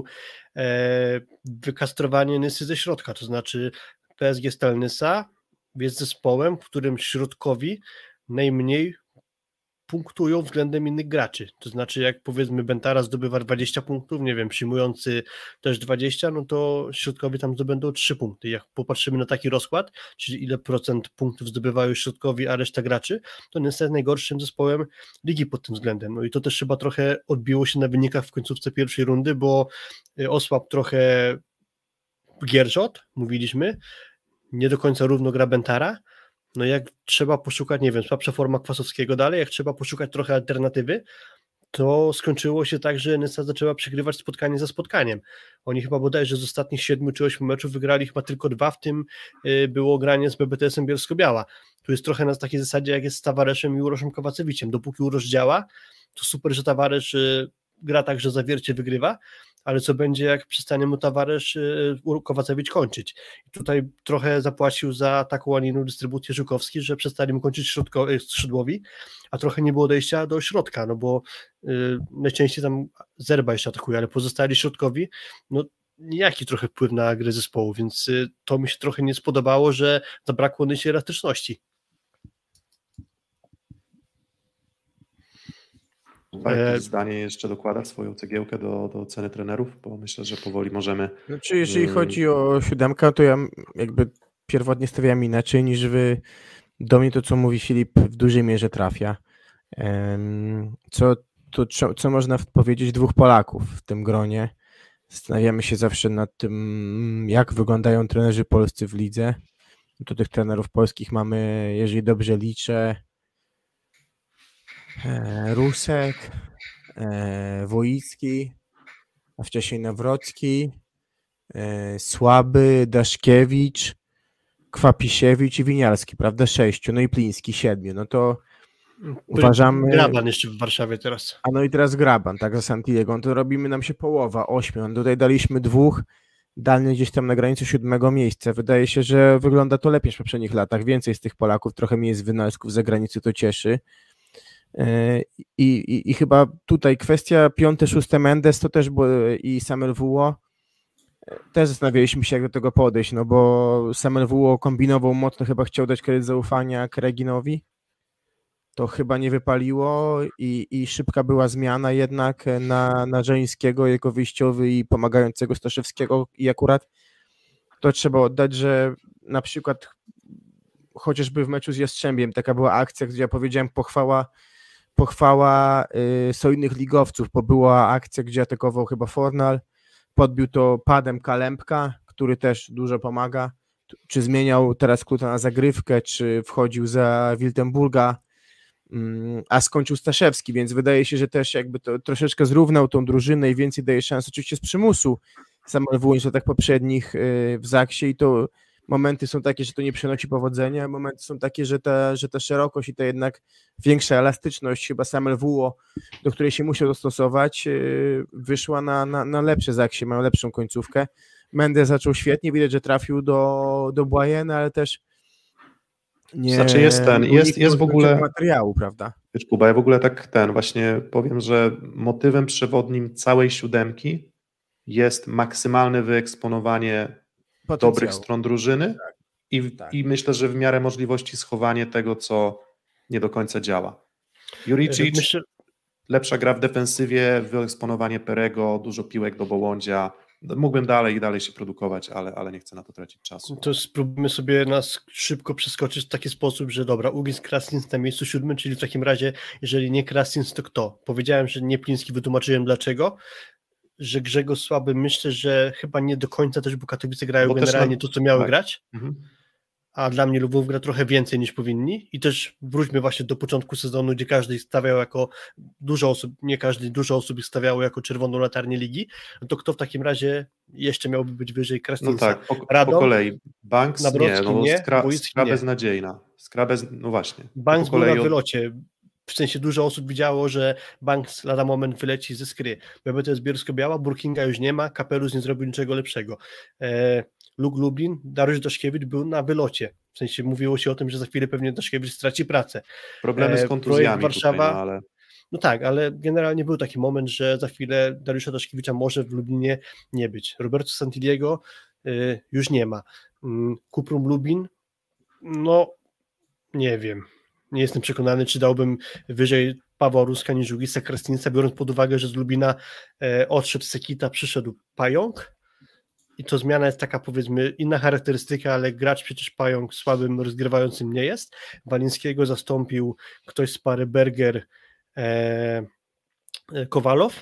e, wykastrowanie Nysy ze środka, to znaczy P S G Stal Nysa jest zespołem, w którym środkowi najmniej punktują względem innych graczy, to znaczy jak powiedzmy Bentara zdobywa dwadzieścia punktów, nie wiem, przyjmujący też dwadzieścia, no to środkowi tam zdobędą trzy punkty. Jak popatrzymy na taki rozkład, czyli ile procent punktów zdobywają środkowi, a reszta graczy, to Nysa jest najgorszym zespołem ligi pod tym względem. No i to też chyba trochę odbiło się na wynikach w końcówce pierwszej rundy, bo osłabł trochę Gierżot, mówiliśmy, nie do końca równo gra Bentara. No jak trzeba poszukać, nie wiem, słabsza forma Kwasowskiego dalej, jak trzeba poszukać trochę alternatywy, to skończyło się tak, że Nysa zaczęła przegrywać spotkanie za spotkaniem. Oni chyba bodajże z ostatnich siedmiu czy ośmiu meczów wygrali chyba tylko dwa, w tym było granie z B B T S em Bielsko-Biała. Tu jest trochę na takiej zasadzie, jak jest z Tawareszem i Uroszem Kowacewiczem. Dopóki Urosz działa, to super, że Tawaresz gra tak, że zawiercie wygrywa, ale co będzie, jak przestanie mu Tavaresz, Kowacewicz kończyć. I tutaj trochę zapłacił za taką, a nie inną dystrybucję Żukowski, że przestali mu kończyć środko, skrzydłowi, a trochę nie było odejścia do środka, no bo y, najczęściej tam Zerba jeszcze atakuje, ale pozostali środkowi, no niejaki trochę wpływ na grę zespołu, więc y, to mi się trochę nie spodobało, że zabrakło tej elastyczności.
A jakieś zdanie jeszcze dokłada swoją cegiełkę do, do ceny trenerów, bo myślę, że powoli możemy...
Znaczy, jeżeli chodzi o siódemkę, to ja jakby pierwotnie stawiam inaczej niż wy. Do mnie to, co mówi Filip, w dużej mierze trafia. Co, to, co, co można powiedzieć dwóch Polaków w tym gronie. Zastanawiamy się zawsze nad tym, jak wyglądają trenerzy polscy w lidze. To tych trenerów polskich mamy, jeżeli dobrze liczę, Rusek, Wojicki, a wcześniej Nawrocki, Słaby, Daszkiewicz, Kwapisiewicz i Winiarski, prawda? Sześciu, no i Pliński, siedmiu. No to uważamy...
Graban jeszcze w Warszawie teraz.
A no i teraz Graban, tak, za Santiago. No to robimy nam się połowa, ośmiu. No tutaj daliśmy dwóch, Daniel gdzieś tam na granicy siódmego miejsca. Wydaje się, że wygląda to lepiej niż w poprzednich latach. Więcej z tych Polaków, trochę mniej jest wynalazków za granicy, to cieszy. I, i, i chyba tutaj kwestia piąte, szóste Mendes to też było, i Samuel Wuo. Też zastanawialiśmy się, jak do tego podejść, no bo Samuel Wuo kombinował mocno, chyba chciał dać kredyt zaufania Kreginowi. To chyba nie wypaliło i, i szybka była zmiana jednak na, na Żelińskiego jako wyjściowy i pomagającego Staszewskiego i akurat to trzeba oddać, że na przykład chociażby w meczu z Jastrzębiem taka była akcja, gdzie ja powiedziałem pochwała pochwała y, solidnych ligowców, bo była akcja, gdzie atakował chyba Fornal, podbił to padem Kalempka, który też dużo pomaga, czy zmieniał teraz Kluta na zagrywkę, czy wchodził za Wiltenburga, mm, a skończył Staszewski, więc wydaje się, że też jakby to troszeczkę zrównał tą drużynę i więcej daje szans oczywiście z przymusu Samuel Wuo niż tak poprzednich y, w Zaksie i to momenty są takie, że to nie przynosi powodzenia, momenty są takie, że ta, że ta szerokość i ta jednak większa elastyczność, chyba Samuel Wuo, do której się musiał dostosować, wyszła na, na, na lepsze Zaksie, mają lepszą końcówkę. Mendes zaczął świetnie, widać, że trafił do, do Błajena, ale też nie...
Znaczy jest ten, jest, jest w ogóle...
materiału, prawda?
Wiesz, Kuba, ja w ogóle tak ten, właśnie powiem, że motywem przewodnim całej siódemki jest maksymalne wyeksponowanie
Potencjał.
dobrych stron drużyny tak. I, tak. i myślę, że w miarę możliwości schowanie tego, co nie do końca działa. Juricic, myślę... lepsza gra w defensywie, wyeksponowanie Perego, dużo piłek do Bołądzia. Mógłbym dalej i dalej się produkować, ale, ale nie chcę na to tracić czasu.
To spróbujmy sobie nas szybko przeskoczyć w taki sposób, że dobra, Ugins, Krasins na miejscu siódmym, czyli w takim razie, jeżeli nie Krasins, to kto? Powiedziałem, że nie Pliński, wytłumaczyłem dlaczego. Że Grzegorz słaby, myślę, że chyba nie do końca też, bo Katowice grają bo generalnie na... to, co miały tak. grać, mhm. a dla mnie Lwów gra trochę więcej niż powinni i też wróćmy właśnie do początku sezonu, gdzie każdy stawiał jako, dużo osób, nie każdy, dużo osób ich stawiało jako czerwoną latarnię ligi, no to kto w takim razie jeszcze miałby być wyżej Krasnisa?
No tak, po, Radom, po kolei. Banks nie, no nie, skra, skra nie. beznadziejna. Skra bez, no właśnie.
Banks był na wylocie. W sensie dużo osób widziało, że Banks lada moment wyleci ze skry. B B to jest Bielsko-Biała, Burkinga już nie ma, Kapelus nie zrobił niczego lepszego. E, Luk Lublin, Dariusz Daszkiewicz był na wylocie. W sensie mówiło się o tym, że za chwilę pewnie Daszkiewicz straci pracę.
Problemy z kontuzjami
Warszawa,
tutaj, no, ale...
no tak, ale generalnie był taki moment, że za chwilę Dariusza Daszkiewicza może w Lublinie nie być. Roberto Santiliego y, już nie ma. Y, Kuprum Lubin, no nie wiem. Nie jestem przekonany, czy dałbym wyżej Pawła Ruska niż Ugisa Krasnica, biorąc pod uwagę, że z Lubina e, odszedł Sekita, przyszedł Pająk i to zmiana jest taka, powiedzmy, inna charakterystyka, ale gracz przecież Pająk słabym rozgrywającym nie jest. Walińskiego zastąpił ktoś z pary Berger, e, e, Kowalow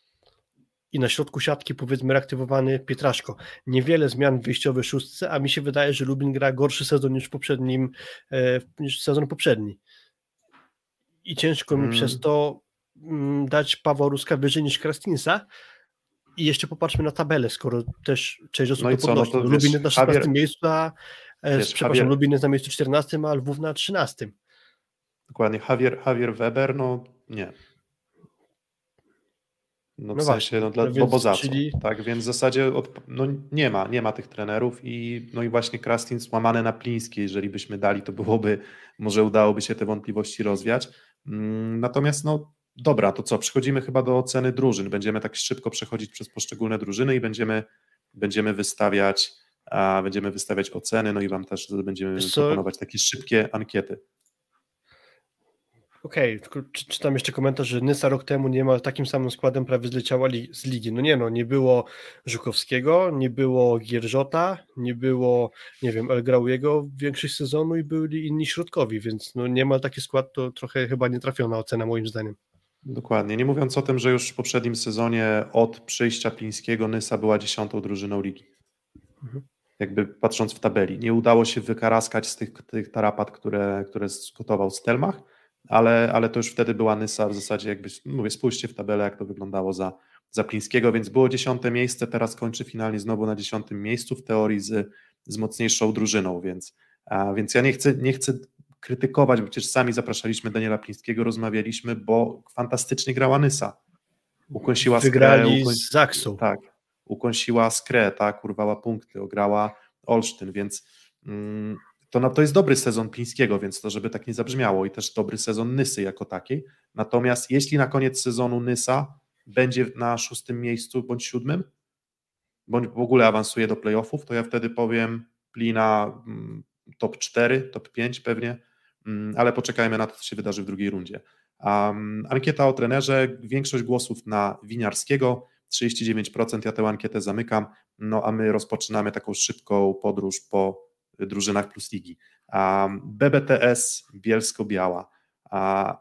i na środku siatki, powiedzmy, reaktywowany Pietraszko. Niewiele zmian w wyjściowej szóstce, a mi się wydaje, że Lubin gra gorszy sezon niż w poprzednim, e, niż sezon poprzedni. I ciężko hmm. mi przez to m, dać Pawła Ruska wyżej niż Krastinsa. I jeszcze popatrzmy na tabelę, skoro też część osób
no
to podnosi. No, Lubin jest na szesnastym miejscu, a e, wiesz, przepraszam, Javier... Lubin jest na miejscu czternastym, a Lwów na trzynastym.
Dokładnie. Javier, Javier Weber, no nie. No w
No
sensie,
właśnie,
no, dla,
no
bo,
więc
bo za co,
czyli-
tak, więc w zasadzie od, no, nie ma, nie ma tych trenerów i no i właśnie Krastin złamane na Pliński, jeżeli byśmy dali, to byłoby, może udałoby się te wątpliwości rozwiać. Mm, Natomiast no dobra, to co, przechodzimy chyba do oceny drużyn, będziemy tak szybko przechodzić przez poszczególne drużyny i będziemy, będziemy wystawiać, a będziemy wystawiać oceny, no i wam też będziemy
Wiesz co?
proponować takie szybkie ankiety.
Okej, tylko czy, czytam jeszcze komentarz, że Nysa rok temu niemal takim samym składem prawie zleciała li, z ligi. No nie no, nie było Żukowskiego, nie było Gierżota, nie było, nie wiem, El Grauiego większość sezonu i byli inni środkowi, więc no niemal taki skład to trochę chyba nietrafiona ocena moim zdaniem.
Dokładnie, nie mówiąc o tym, że już w poprzednim sezonie od przyjścia Plińskiego Nysa była dziesiątą drużyną ligi.
Mhm.
Jakby patrząc w tabeli. Nie udało się wykaraskać z tych, tych tarapat, które, które skotował Stelmach, ale, ale to już wtedy była Nysa w zasadzie jakby, mówię, spójrzcie w tabelę, jak to wyglądało za, za Plińskiego, więc było dziesiąte miejsce, teraz kończy finalnie znowu na dziesiątym miejscu, w teorii z, z mocniejszą drużyną, więc, a, więc ja nie chcę, nie chcę krytykować, bo przecież sami zapraszaliśmy Daniela Plińskiego, rozmawialiśmy, bo fantastycznie grała Nysa. Ukąsiła Skrę,
Wygrali
ukoń...
z Zaksą.
Tak, ukąsiła Skrę, tak, urwała punkty, ograła Olsztyn, więc mm, to, no, to jest dobry sezon Plińskiego, więc to żeby tak nie zabrzmiało i też dobry sezon Nysy jako takiej. Natomiast jeśli na koniec sezonu Nysa będzie na szóstym miejscu bądź siódmym, bądź w ogóle awansuje do playoffów, to ja wtedy powiem Plina mm, top cztery, top pięć pewnie, mm, ale poczekajmy na to, co się wydarzy w drugiej rundzie. Um, ankieta o trenerze, większość głosów na Winiarskiego, trzydzieści dziewięć procent, ja tę ankietę zamykam, no a my rozpoczynamy taką szybką podróż po drużynach plus ligi. Um, B B T S Bielsko-Biała. Um,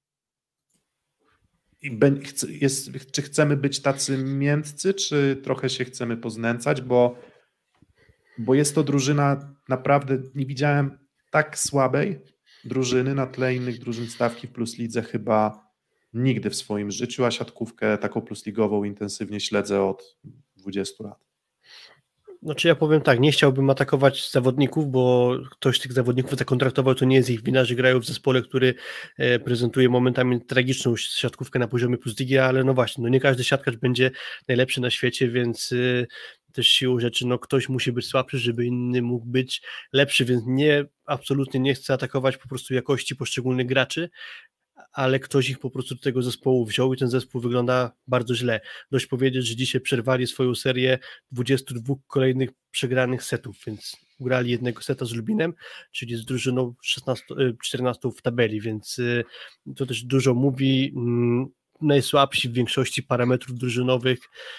i be, jest, czy chcemy być tacy miętcy, czy trochę się chcemy poznęcać, bo, bo jest to drużyna, naprawdę nie widziałem tak słabej drużyny na tle innych drużyn stawki w plus lidze chyba nigdy w swoim życiu, a siatkówkę taką plusligową intensywnie śledzę od dwudziestu lat.
Znaczy ja powiem tak, nie chciałbym atakować zawodników, bo ktoś z tych zawodników zakontraktował, to nie jest ich wina, że grają w zespole, który prezentuje momentami tragiczną siatkówkę na poziomie plus ligi, ale no właśnie, no nie każdy siatkarz będzie najlepszy na świecie, więc też siłą rzeczy, no ktoś musi być słabszy, żeby inny mógł być lepszy, więc nie, absolutnie nie chcę atakować po prostu jakości poszczególnych graczy, ale ktoś ich po prostu do tego zespołu wziął i ten zespół wygląda bardzo źle. Dość powiedzieć, że dzisiaj przerwali swoją serię dwudziestu dwóch kolejnych przegranych setów, więc grali jednego seta z Lubinem, czyli z drużyną szesnastą, czternastą w tabeli, więc to też dużo mówi. Najsłabsi w większości parametrów drużynowych.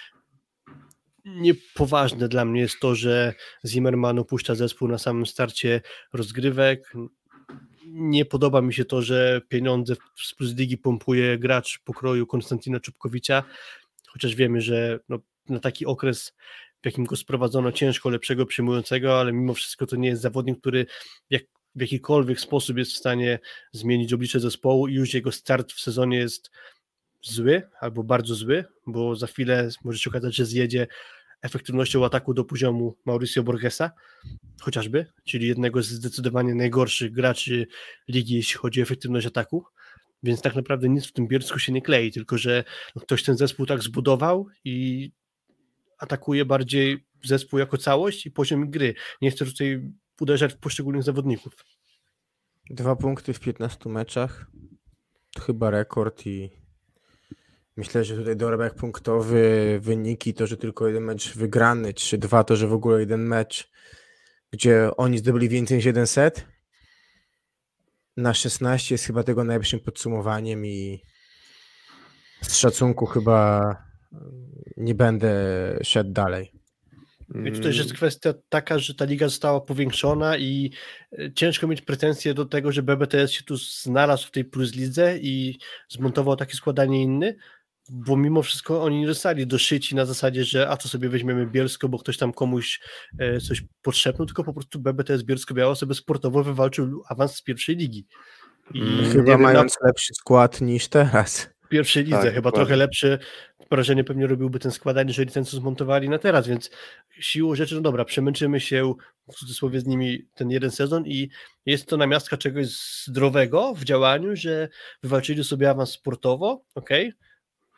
Niepoważne dla mnie jest to, że Zimmerman opuszcza zespół na samym starcie rozgrywek. Nie podoba mi się to, że pieniądze z plus ligi pompuje gracz pokroju Konstantina Czubkowicza, chociaż wiemy, że no, na taki okres, w jakim go sprowadzono, ciężko lepszego przyjmującego, ale mimo wszystko to nie jest zawodnik, który jak, w jakikolwiek sposób jest w stanie zmienić oblicze zespołu i już jego start w sezonie jest zły albo bardzo zły, bo za chwilę może się okazać, że zjedzie efektywnością ataku do poziomu Mauricio Borgesa, chociażby, czyli jednego z zdecydowanie najgorszych graczy ligi, jeśli chodzi o efektywność ataku, więc tak naprawdę nic w tym Bielsku się nie klei, tylko że ktoś ten zespół tak zbudował i atakuje bardziej zespół jako całość i poziom gry. Nie chcę tutaj uderzać w poszczególnych zawodników.
Dwa punkty w piętnastu meczach, to chyba rekord i myślę, że tutaj dorobek punktowy, wyniki, to, że tylko jeden mecz wygrany, czy dwa, to, że w ogóle jeden mecz, gdzie oni zdobyli więcej niż jeden set, na szesnaście jest chyba tego najlepszym podsumowaniem i z szacunku chyba nie będę szedł dalej.
I tutaj jest kwestia taka, że ta liga została powiększona i ciężko mieć pretensje do tego, że B B T S się tu znalazł w tej plus lidze i zmontował takie składanie inny, bo mimo wszystko oni nie zostali doszyci na zasadzie, że a to sobie weźmiemy Bielsko, bo ktoś tam komuś coś podszepnął, tylko po prostu B B T S Bielsko-Biała sobie sportowo wywalczył awans z pierwszej ligi. I
chyba
wiem,
mając na... lepszy skład niż teraz.
W pierwszej lidze,
tak,
chyba
dokładnie.
trochę lepsze wrażenie pewnie robiłby ten skład, aniżeli ten, co zmontowali na teraz, więc siłą rzeczy, no dobra, przemęczymy się w cudzysłowie z nimi ten jeden sezon i jest to namiastka czegoś zdrowego w działaniu, że wywalczyli sobie awans sportowo, okej, okay.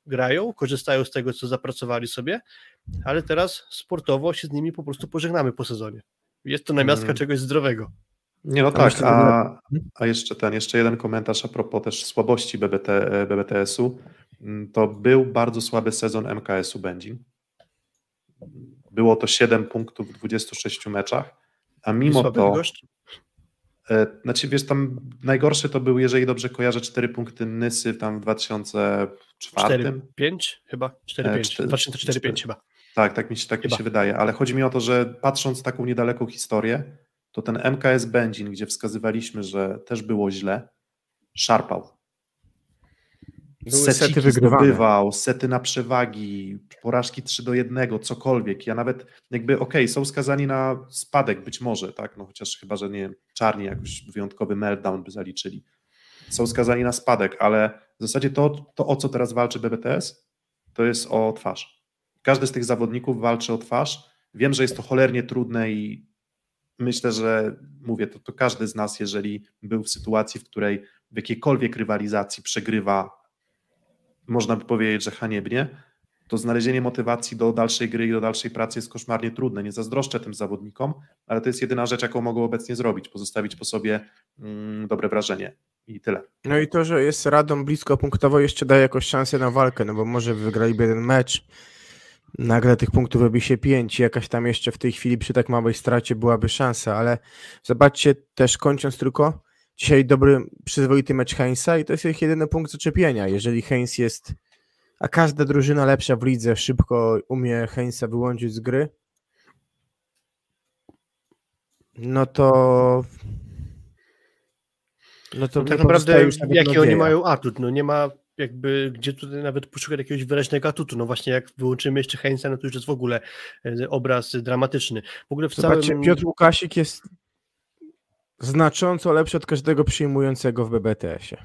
grają, korzystają z tego, co zapracowali sobie, ale teraz sportowo się z nimi po prostu pożegnamy po sezonie. Jest to namiastka
Mm.
czegoś zdrowego.
Nie, no
A
tak,
myślę, że-
a, a jeszcze ten, jeszcze jeden komentarz a propos też słabości B B T, B B T S-u. Mm, To był bardzo słaby sezon M K S-u Będzin. Było to siedem punktów w dwudziestu sześciu meczach, a mimo
Słaby
to,
gość?
e, znaczy wiesz, tam najgorszy to był, jeżeli dobrze kojarzę, cztery punkty Nysy tam w dwa tysiące czwartym.
cztery pięć chyba? cztery pięć.
cztery-
dwa tysiące cztery pięć chyba.
Tak, tak mi się, tak mi
Chyba.
się wydaje, ale chodzi mi o to, że patrząc taką niedaleką historię, to ten M K S Będzin, gdzie wskazywaliśmy, że też było źle, szarpał.
Były
Seciki
sety wygrywane.
zdobywał, sety na przewagi, porażki trzy do jednego, cokolwiek. Ja nawet jakby, okej, są skazani na spadek być może, tak, no chociaż chyba, że nie wiem, czarni jakoś wyjątkowy meltdown by zaliczyli. Są skazani na spadek, ale w zasadzie to, to o co teraz walczy B B T S, to jest o twarz. Każdy z tych zawodników walczy o twarz. Wiem, że jest to cholernie trudne i myślę, że mówię, to, to każdy z nas, jeżeli był w sytuacji, w której w jakiejkolwiek rywalizacji przegrywa, można by powiedzieć, że haniebnie, to znalezienie motywacji do dalszej gry i do dalszej pracy jest koszmarnie trudne. Nie zazdroszczę tym zawodnikom, ale to jest jedyna rzecz, jaką mogą obecnie zrobić, pozostawić po sobie mm, dobre wrażenie i tyle.
No i to, że jest Radom blisko punktowo, jeszcze daje jakąś szansę na walkę, no bo może wygraliby jeden mecz, nagle tych punktów robi się pięć, jakaś tam jeszcze w tej chwili przy tak małej stracie byłaby szansa, ale zobaczcie też, kończąc tylko, dzisiaj dobry, przyzwoity mecz Heinza i to jest ich jedyny punkt zaczepienia. Jeżeli Heinz jest, a każda drużyna lepsza w lidze szybko umie Heinza wyłączyć z gry, no to no to
No
nie
tak
pozostaje
naprawdę
już nawet
jaki oni
nadzieja.
mają atut, no nie ma jakby gdzie tutaj nawet poszukać jakiegoś wyraźnego atutu, no właśnie jak wyłączymy jeszcze Heinza, no to już jest w ogóle e, obraz dramatyczny. W ogóle w
Zobaczcie,
całym...
Piotr Łukasik jest znacząco lepszy od każdego przyjmującego w B B T S-ie.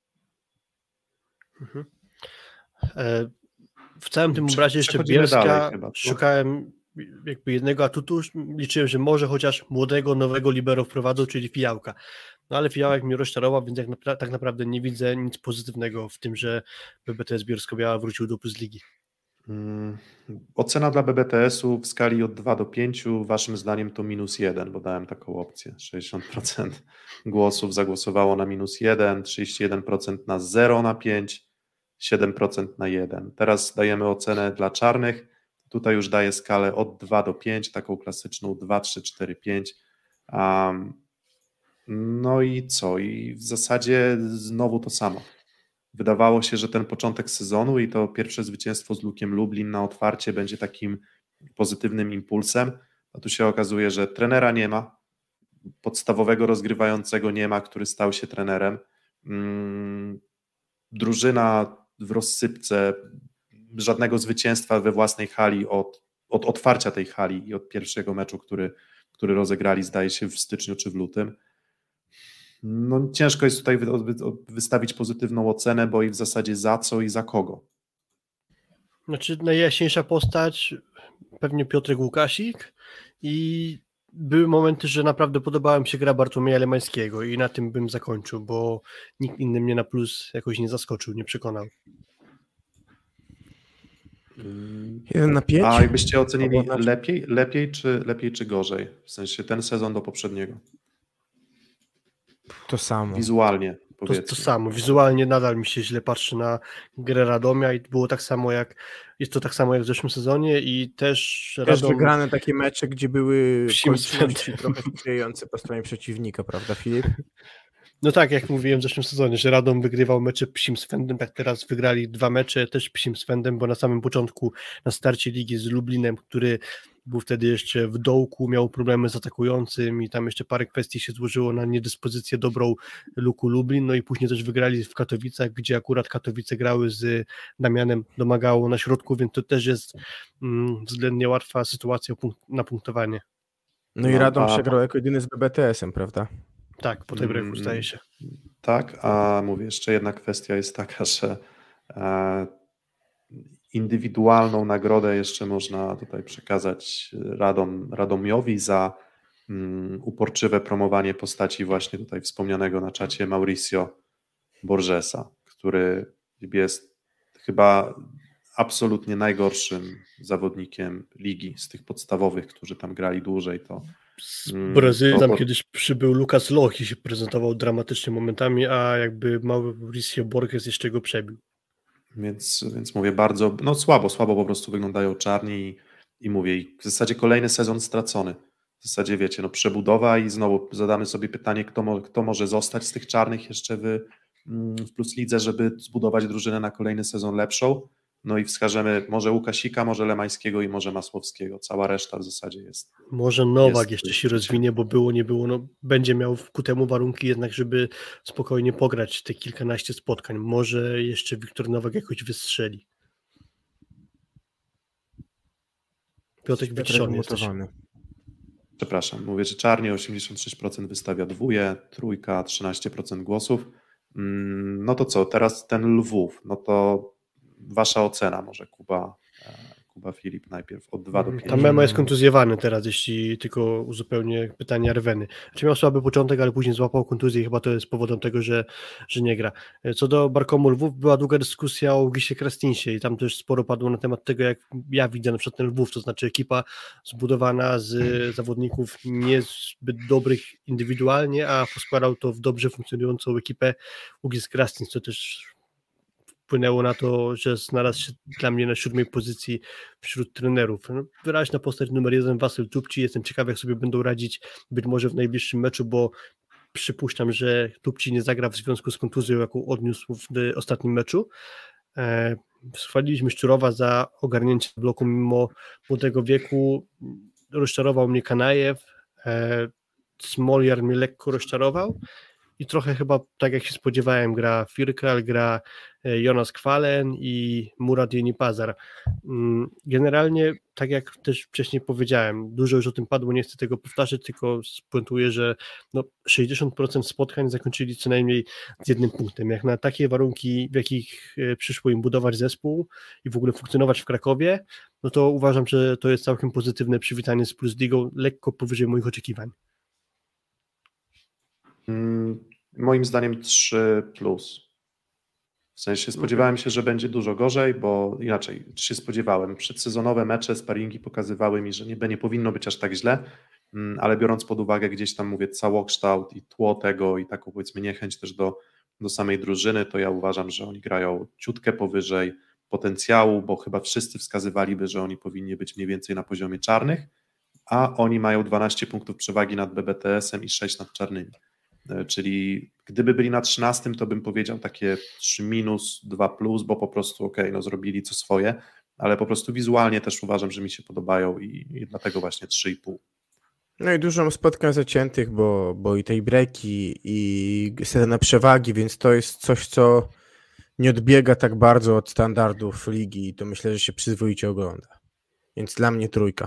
Mhm. E, W całym tym
Prze-
obrazie jeszcze
przechodzimy
Bielska
dalej chyba, co?
szukałem jakby jednego atutu, liczyłem, że może chociaż młodego, nowego libero wprowadzą, czyli Fijałka. No ale Fijałek mnie rozczarował, więc jak napra- tak naprawdę nie widzę nic pozytywnego w tym, że B B T S Bielsko-Biała wrócił do Plus Ligi.
Mm, Ocena dla B B T S-u w skali od dwa do pięciu, waszym zdaniem to minus jeden, bo dałem taką opcję. sześćdziesiąt procent głosów zagłosowało na minus jeden, trzydzieści jeden procent na zero na pięć, siedem procent na jeden. Teraz dajemy ocenę dla czarnych. Tutaj już daję skalę od dwa do pięciu, taką klasyczną dwa, trzy, cztery, pięć. Um, no i co? I w zasadzie znowu to samo. Wydawało się, że ten początek sezonu i to pierwsze zwycięstwo z Lukiem Lublin na otwarcie będzie takim pozytywnym impulsem, a tu się okazuje, że trenera nie ma, podstawowego rozgrywającego nie ma, który stał się trenerem. Mm, drużyna w rozsypce, żadnego zwycięstwa we własnej hali od, od otwarcia tej hali i od pierwszego meczu, który, który rozegrali, zdaje się, w styczniu czy w lutym. No, ciężko jest tutaj wy, wy, wystawić pozytywną ocenę, bo i w zasadzie za co i za kogo.
Znaczy najjaśniejsza postać pewnie Piotrek Łukasik i były momenty, że naprawdę podobała mi się gra Bartłomieja Lemańskiego i na tym bym zakończył, bo nikt inny mnie na plus jakoś nie zaskoczył, nie przekonał.
jeden na pięć?
A jakbyście ocenili
Albo na-
lepiej, lepiej, czy, lepiej czy gorzej? W sensie ten sezon do poprzedniego.
To samo.
Wizualnie,
To,
powiedzmy.
to samo, wizualnie nadal mi się źle patrzy na grę Radomia i było tak samo jak, jest to tak samo jak w zeszłym sezonie i też
Też
Radom...
wygrane takie mecze, gdzie były
Psim
okoliczności
swędem.
trochę sprzyjające po stronie przeciwnika, prawda Filip?
No tak, jak mówiłem w zeszłym sezonie, że Radom wygrywał mecze psim swędem, tak teraz wygrali dwa mecze też psim swędem, bo na samym początku, na starcie ligi z Lublinem, który był wtedy jeszcze w dołku, miał problemy z atakującym i tam jeszcze parę kwestii się złożyło na niedyspozycję dobrą Luku Lublin, no i później też wygrali w Katowicach, gdzie akurat Katowice grały z Damianem Domagało na środku, więc to też jest mm, względnie łatwa sytuacja punkt, na punktowanie.
No i
No,
Radom
a-
przegrał jako jedyny z B B T S-em, prawda?
Tak, po tej breaku
Mm,
zdaje się.
Tak, a mówię, jeszcze jedna kwestia jest taka, że e, indywidualną nagrodę jeszcze można tutaj przekazać Radom, Radomiowi za mm, uporczywe promowanie postaci właśnie tutaj wspomnianego na czacie Mauricio Borgesa, który jest chyba absolutnie najgorszym zawodnikiem ligi z tych podstawowych, którzy tam grali dłużej. To
Z Brazylii
to,
tam
to...
kiedyś przybył Lucas Loch i się prezentował dramatycznie momentami, a jakby Mauricio Borges jeszcze go przebił.
Więc, więc mówię, bardzo, no słabo, słabo po prostu wyglądają czarni i, i mówię, i w zasadzie kolejny sezon stracony. W zasadzie wiecie, no przebudowa i znowu zadamy sobie pytanie, kto, mo, kto może zostać z tych czarnych jeszcze w, w Plus Lidze, żeby zbudować drużynę na kolejny sezon lepszą. No i wskażemy może Łukasika, może Lemańskiego i może Masłowskiego. Cała reszta w zasadzie jest.
Może Nowak
jest,
jeszcze
jest,
się rozwinie, bo było, nie było, no będzie miał ku temu warunki jednak, żeby spokojnie pograć te kilkanaście spotkań. Może jeszcze Wiktor Nowak jakoś wystrzeli. Piotrek wyciszony jesteś.
Przepraszam, mówię, że czarnie osiemdziesiąt sześć procent wystawia dwóje, trójka trzynaście procent głosów. No to co, teraz ten Lwów, no to wasza ocena może Kuba, Kuba Filip najpierw od dwa do pięciu.
Tam Memo jest kontuzjowany teraz, jeśli tylko uzupełnię pytanie Arweny. Znaczy miał słaby początek, ale później złapał kontuzję i chyba to jest powodem tego, że, że nie gra. Co do Barkomu Lwów, była długa dyskusja o Gisie Krastinsie i tam też sporo padło na temat tego, jak ja widzę na przykład ten Lwów, to znaczy ekipa zbudowana z zawodników niezbyt dobrych indywidualnie, a poskładał to w dobrze funkcjonującą ekipę Gis Krastins, co też wpłynęło na to, że znalazł się dla mnie na siódmej pozycji wśród trenerów. No, wyraźna postać numer jeden, Wasyl Tupci. Jestem ciekaw, jak sobie będą radzić być może w najbliższym meczu, bo przypuszczam, że Tupci nie zagra w związku z kontuzją, jaką odniósł w ostatnim meczu. E, Chwaliliśmy Szczurowa za ogarnięcie bloku mimo młodego wieku. Rozczarował mnie Kanajew. E, Smoljar mnie lekko rozczarował. I trochę chyba, tak jak się spodziewałem, gra Firkal, gra Jonas Kwalen i Murat Jenipazar. Generalnie, tak jak też wcześniej powiedziałem, dużo już o tym padło, nie chcę tego powtarzać, tylko spuentuję, że no sześćdziesiąt procent spotkań zakończyli co najmniej z jednym punktem. Jak na takie warunki, w jakich przyszło im budować zespół i w ogóle funkcjonować w Krakowie, no to uważam, że to jest całkiem pozytywne przywitanie z Plus Ligą, lekko powyżej moich oczekiwań.
Moim zdaniem trzy plus. W sensie spodziewałem się, że będzie dużo gorzej, bo inaczej się spodziewałem. Przedsezonowe mecze, sparingi pokazywały mi, że nie, nie powinno być aż tak źle, ale biorąc pod uwagę gdzieś tam, mówię, całokształt i tło tego i taką powiedzmy niechęć też do, do samej drużyny, to ja uważam, że oni grają ciutkę powyżej potencjału, bo chyba wszyscy wskazywaliby, że oni powinni być mniej więcej na poziomie czarnych, a oni mają dwanaście punktów przewagi nad B B T S-em i sześć nad czarnymi. Czyli gdyby byli na trzynastym, to bym powiedział takie trzy minus, dwa plus, bo po prostu okej, okay, no zrobili co swoje, ale po prostu wizualnie też uważam, że mi się podobają i, i dlatego właśnie trzy i pół.
No i dużo spotkań zaciętych, bo, bo i tej breki i scena przewagi, więc to jest coś, co nie odbiega tak bardzo od standardów ligi i to myślę, że się przyzwoicie ogląda. Więc dla mnie trójka.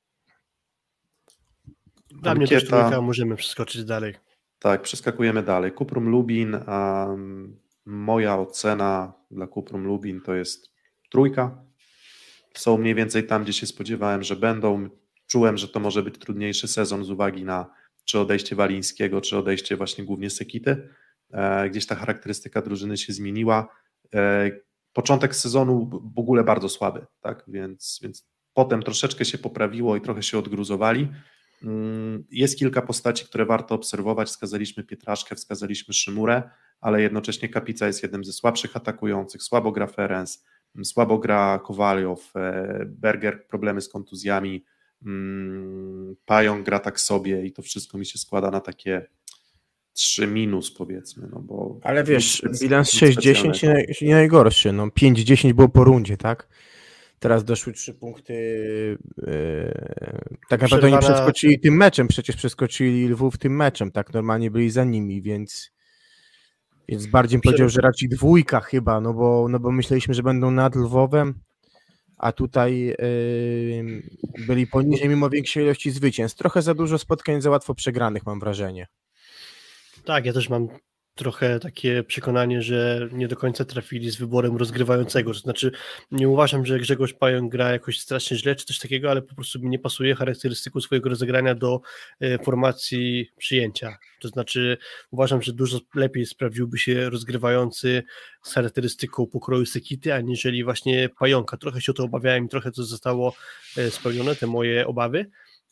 Dla mnie też trójka, możemy przeskoczyć dalej.
Tak, przeskakujemy dalej. Kuprum Lubin, um, moja ocena dla Kuprum Lubin to jest trójka. Są mniej więcej tam, gdzie się spodziewałem, że będą. Czułem, że to może być trudniejszy sezon z uwagi na czy odejście Walińskiego, czy odejście właśnie głównie Sekity. E, gdzieś ta charakterystyka drużyny się zmieniła. E, początek sezonu w ogóle bardzo słaby, tak? Więc, więc potem troszeczkę się poprawiło i trochę się odgruzowali. Jest kilka postaci, które warto obserwować. Wskazaliśmy Pietraszkę, wskazaliśmy Szymurę, ale jednocześnie Kapica jest jednym ze słabszych atakujących. Słabo gra Ferenc, słabo gra Kowaliow, Berger problemy z kontuzjami, Pająk gra tak sobie i to wszystko mi się składa na takie trzy minus powiedzmy. No bo
ale wiesz, bilans sześć dziesięć nie, nie najgorszy. No pięć dziesięć było po rundzie, tak? Teraz doszły trzy punkty. Yy, tak naprawdę oni przeskoczyli tym meczem, przecież przeskoczyli Lwów tym meczem, tak normalnie byli za nimi, więc, więc bardziej bym powiedział, że raczej dwójka chyba, no bo, no bo myśleliśmy, że będą nad Lwowem, a tutaj yy, byli poniżej mimo większej ilości zwycięstw. Trochę za dużo spotkań za łatwo przegranych, mam wrażenie.
Tak, ja też mam trochę takie przekonanie, że nie do końca trafili z wyborem rozgrywającego. To znaczy, nie uważam, że Grzegorz Pająk gra jakoś strasznie źle czy coś takiego, ale po prostu mi nie pasuje charakterystyką swojego rozegrania do e, formacji przyjęcia. To znaczy, uważam, że dużo lepiej sprawdziłby się rozgrywający z charakterystyką pokroju Sekity, aniżeli właśnie Pająka. Trochę się o to obawiałem i trochę to zostało e, spełnione, te moje obawy.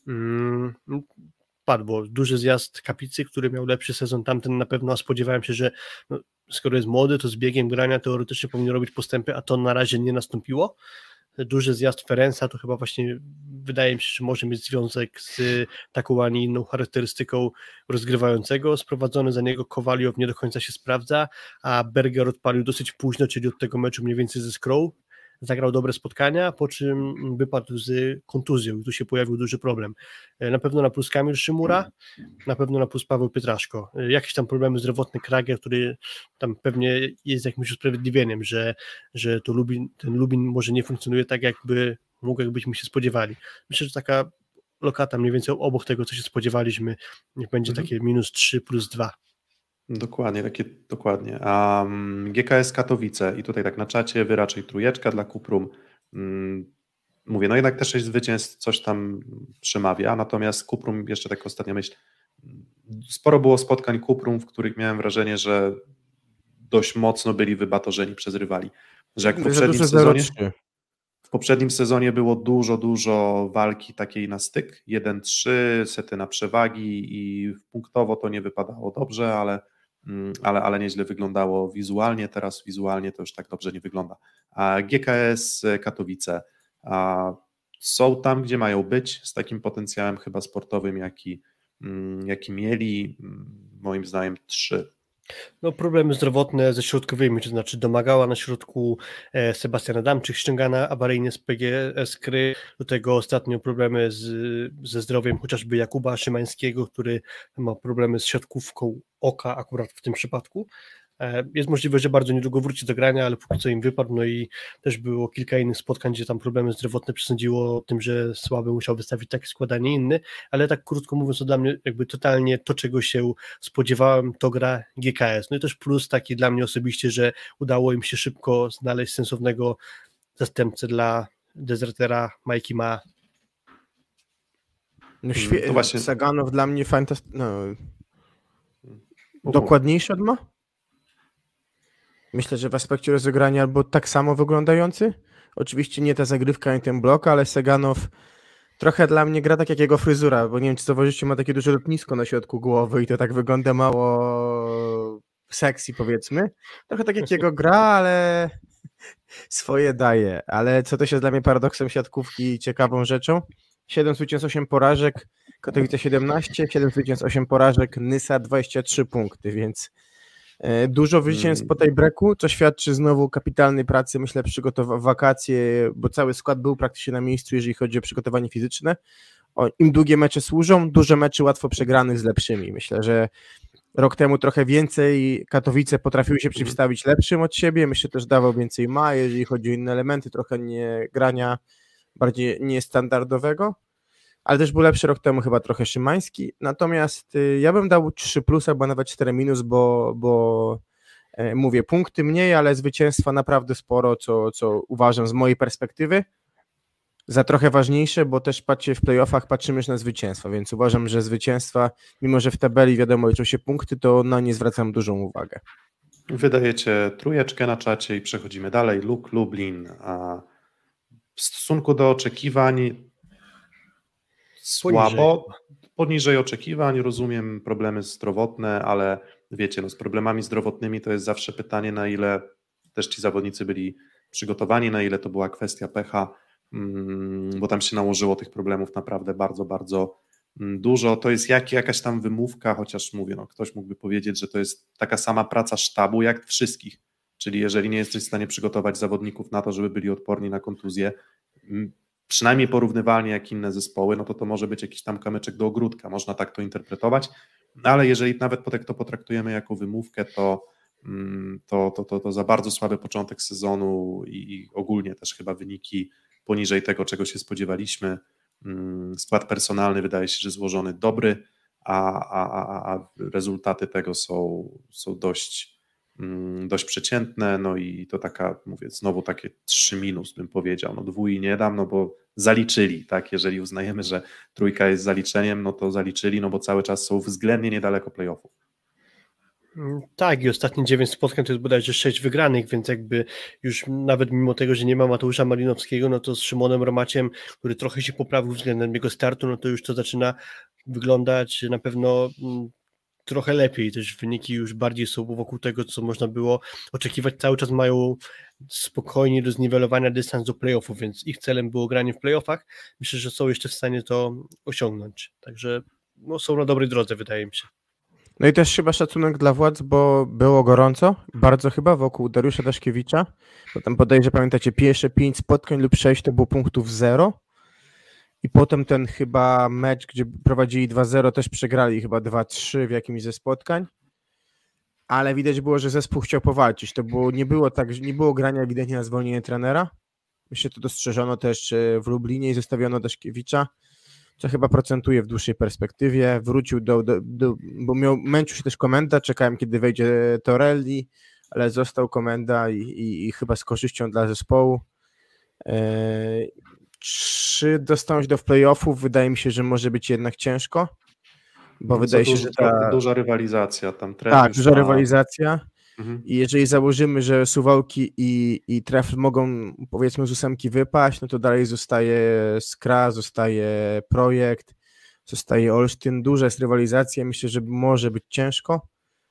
Mm, padł, bo duży zjazd Kapicy, który miał lepszy sezon tamten na pewno, a spodziewałem się, że no, skoro jest młody, to z biegiem grania teoretycznie powinien robić postępy, a to na razie nie nastąpiło. Duży zjazd Ferenca to chyba właśnie wydaje mi się, że może mieć związek z taką, a nie inną charakterystyką rozgrywającego. Sprowadzony za niego Kowaliow nie do końca się sprawdza, a Berger odpalił dosyć późno, czyli od tego meczu mniej więcej ze Skrą. Zagrał dobre spotkania, po czym wypadł z kontuzją i tu się pojawił duży problem. Na pewno na plus Kamil Szymura, na pewno na plus Paweł Pietraszko. Jakieś tam problemy zdrowotne Krager, który tam pewnie jest jakimś usprawiedliwieniem, że, że to Lubin, ten Lubin może nie funkcjonuje tak, jakby mógł, jakbyśmy się spodziewali. Myślę, że taka lokata mniej więcej obok tego, co się spodziewaliśmy, niech będzie
Mhm.
takie minus trzy plus dwa.
Dokładnie, takie dokładnie. A um, G K S Katowice i tutaj tak na czacie wy raczej trójeczka dla Kuprum. Um, mówię, no jednak też sześć zwycięstw coś tam przemawia, natomiast Kuprum, jeszcze tak ostatnia myśl, sporo było spotkań Kuprum, w których miałem wrażenie, że dość mocno byli wybatorzeni przez rywali. Że jak w poprzednim sezonie, w poprzednim sezonie było dużo, dużo walki takiej na styk, jeden trzy, sety na przewagi i punktowo to nie wypadało dobrze, ale, ale, ale nieźle wyglądało wizualnie, teraz wizualnie to już tak dobrze nie wygląda. A G K S Katowice a są tam, gdzie mają być, z takim potencjałem chyba sportowym, jaki, jaki mieli, moim zdaniem trzy.
No problemy zdrowotne ze środkowymi, to znaczy domagała na środku e, Sebastian Adamczyk, ściągana awaryjnie z P G S Kry, do tego ostatnio problemy z, ze zdrowiem chociażby Jakuba Szymańskiego, który ma problemy z siatkówką oka akurat w tym przypadku. E, jest możliwe, że bardzo niedługo wróci do grania, ale póki co im wypadł, no i też było kilka innych spotkań, gdzie tam problemy zdrowotne przesądziło o tym, że Słaby musiał wystawić taki skład, a nie inny, ale tak krótko mówiąc, to dla mnie jakby totalnie to, czego się spodziewałem, to gra G K S. No i też plus taki dla mnie osobiście, że udało im się szybko znaleźć sensownego zastępcę dla dezertera Majki Ma.
No świe-
to właśnie...
Saganow dla mnie fantastyczny. No, dokładniejszy od Ma? Myślę, że w aspekcie rozegrania albo tak samo wyglądający. Oczywiście nie ta zagrywka, nie ten blok, ale Saganow trochę dla mnie gra tak jak jego fryzura, bo nie wiem, czy zauważycie, ma takie duże lotnisko na środku głowy i to tak wygląda mało sexy, powiedzmy. Trochę tak jak jego gra, ale swoje daje. Ale co też jest dla mnie paradoksem siatkówki i ciekawą rzeczą, siedem zwycięstw, osiem porażek, Katowice siedemnaście, siedem zwycięstw, osiem porażek, Nysa dwadzieścia trzy punkty, więc dużo zwycięstw po tej breaku, co świadczy znowu kapitalnej pracy, myślę, przygotowa- wakacje, bo cały skład był praktycznie na miejscu, jeżeli chodzi o przygotowanie fizyczne. O, im długie mecze służą, duże mecze łatwo przegranych z lepszymi. Myślę, że rok temu trochę więcej Katowice potrafiły się przeciwstawić lepszym od siebie, myślę, też dawał więcej Ma, jeżeli chodzi o inne elementy, trochę nie grania bardziej niestandardowego, ale też był lepszy rok temu chyba trochę Szymański, natomiast y, ja bym dał trzy plus albo nawet cztery minus, bo, bo y, mówię, punkty mniej, ale zwycięstwa naprawdę sporo, co, co uważam z mojej perspektywy za trochę ważniejsze, bo też patrzcie w playoffach, patrzymy już na zwycięstwa, więc uważam, że zwycięstwa, mimo że w tabeli wiadomo liczą się punkty, to na nie zwracam dużą uwagę.
Wydajecie trójeczkę na czacie i przechodzimy dalej. Luk Lublin. A w stosunku do oczekiwań słabo, poniżej. poniżej oczekiwań, rozumiem problemy zdrowotne, ale wiecie, no z problemami zdrowotnymi to jest zawsze pytanie, na ile też ci zawodnicy byli przygotowani, na ile to była kwestia pecha, bo tam się nałożyło tych problemów naprawdę bardzo, bardzo dużo. To jest jak, jakaś tam wymówka, chociaż mówię, no ktoś mógłby powiedzieć, że to jest taka sama praca sztabu jak wszystkich, czyli jeżeli nie jesteś w stanie przygotować zawodników na to, żeby byli odporni na kontuzję, przynajmniej porównywalnie jak inne zespoły, no to to może być jakiś tam kamyczek do ogródka, można tak to interpretować, ale jeżeli nawet tak to potraktujemy jako wymówkę, to, to, to, to, to za bardzo słaby początek sezonu i, i ogólnie też chyba wyniki poniżej tego, czego się spodziewaliśmy. Skład personalny wydaje się, że złożony dobry, a, a, a, a rezultaty tego są, są dość, mm, dość przeciętne, no i to taka, mówię, znowu takie trzy minus bym powiedział, no dwój nie dam, no bo zaliczyli, tak, jeżeli uznajemy, że trójka jest zaliczeniem, no to zaliczyli, no bo cały czas są względnie niedaleko playoffów.
Tak, i ostatnie dziewięć spotkań to jest bodajże sześć wygranych, więc jakby już nawet mimo tego, że nie ma Mateusza Malinowskiego, no to z Szymonem Romaciem, który trochę się poprawił względem jego startu, no to już to zaczyna wyglądać na pewno mm, trochę lepiej, też wyniki już bardziej są wokół tego, co można było oczekiwać, cały czas mają spokojnie do zniwelowania dystans do playoffów, więc ich celem było granie w playoffach, myślę, że są jeszcze w stanie to osiągnąć, także no, są na dobrej drodze, wydaje mi się.
No i też chyba szacunek dla władz, bo było gorąco, bardzo chyba wokół Dariusza Daszkiewicza, bo tam podejrzę, pamiętacie, pierwsze pięć spotkań lub sześć to było punktów zero i potem ten chyba mecz, gdzie prowadzili dwa zero, też przegrali chyba dwa trzy w jakimś ze spotkań, ale widać było, że zespół chciał powalczyć, to było, nie było tak, nie było grania ewidentnie na zwolnienie trenera, myślę, że to dostrzeżono też w Lublinie i zostawiono Daszkiewicza, co chyba procentuje w dłuższej perspektywie, wrócił do, do, do bo miał, męczył się też Komenda, czekałem kiedy wejdzie Torelli, ale został Komenda i, i, i chyba z korzyścią dla zespołu. Eee, czy dostąpić do playoffów? Wydaje mi się, że może być jednak ciężko, bo
no,
wydaje się,
duży,
że ta...
duża rywalizacja, tam
Tak, duża
ma...
rywalizacja.
Mhm.
I jeżeli założymy, że Suwałki i, i Trefl mogą, powiedzmy, z ósemki wypaść, no to dalej zostaje Skra, zostaje Projekt, zostaje Olsztyn. Duża jest rywalizacja, myślę, że może być ciężko.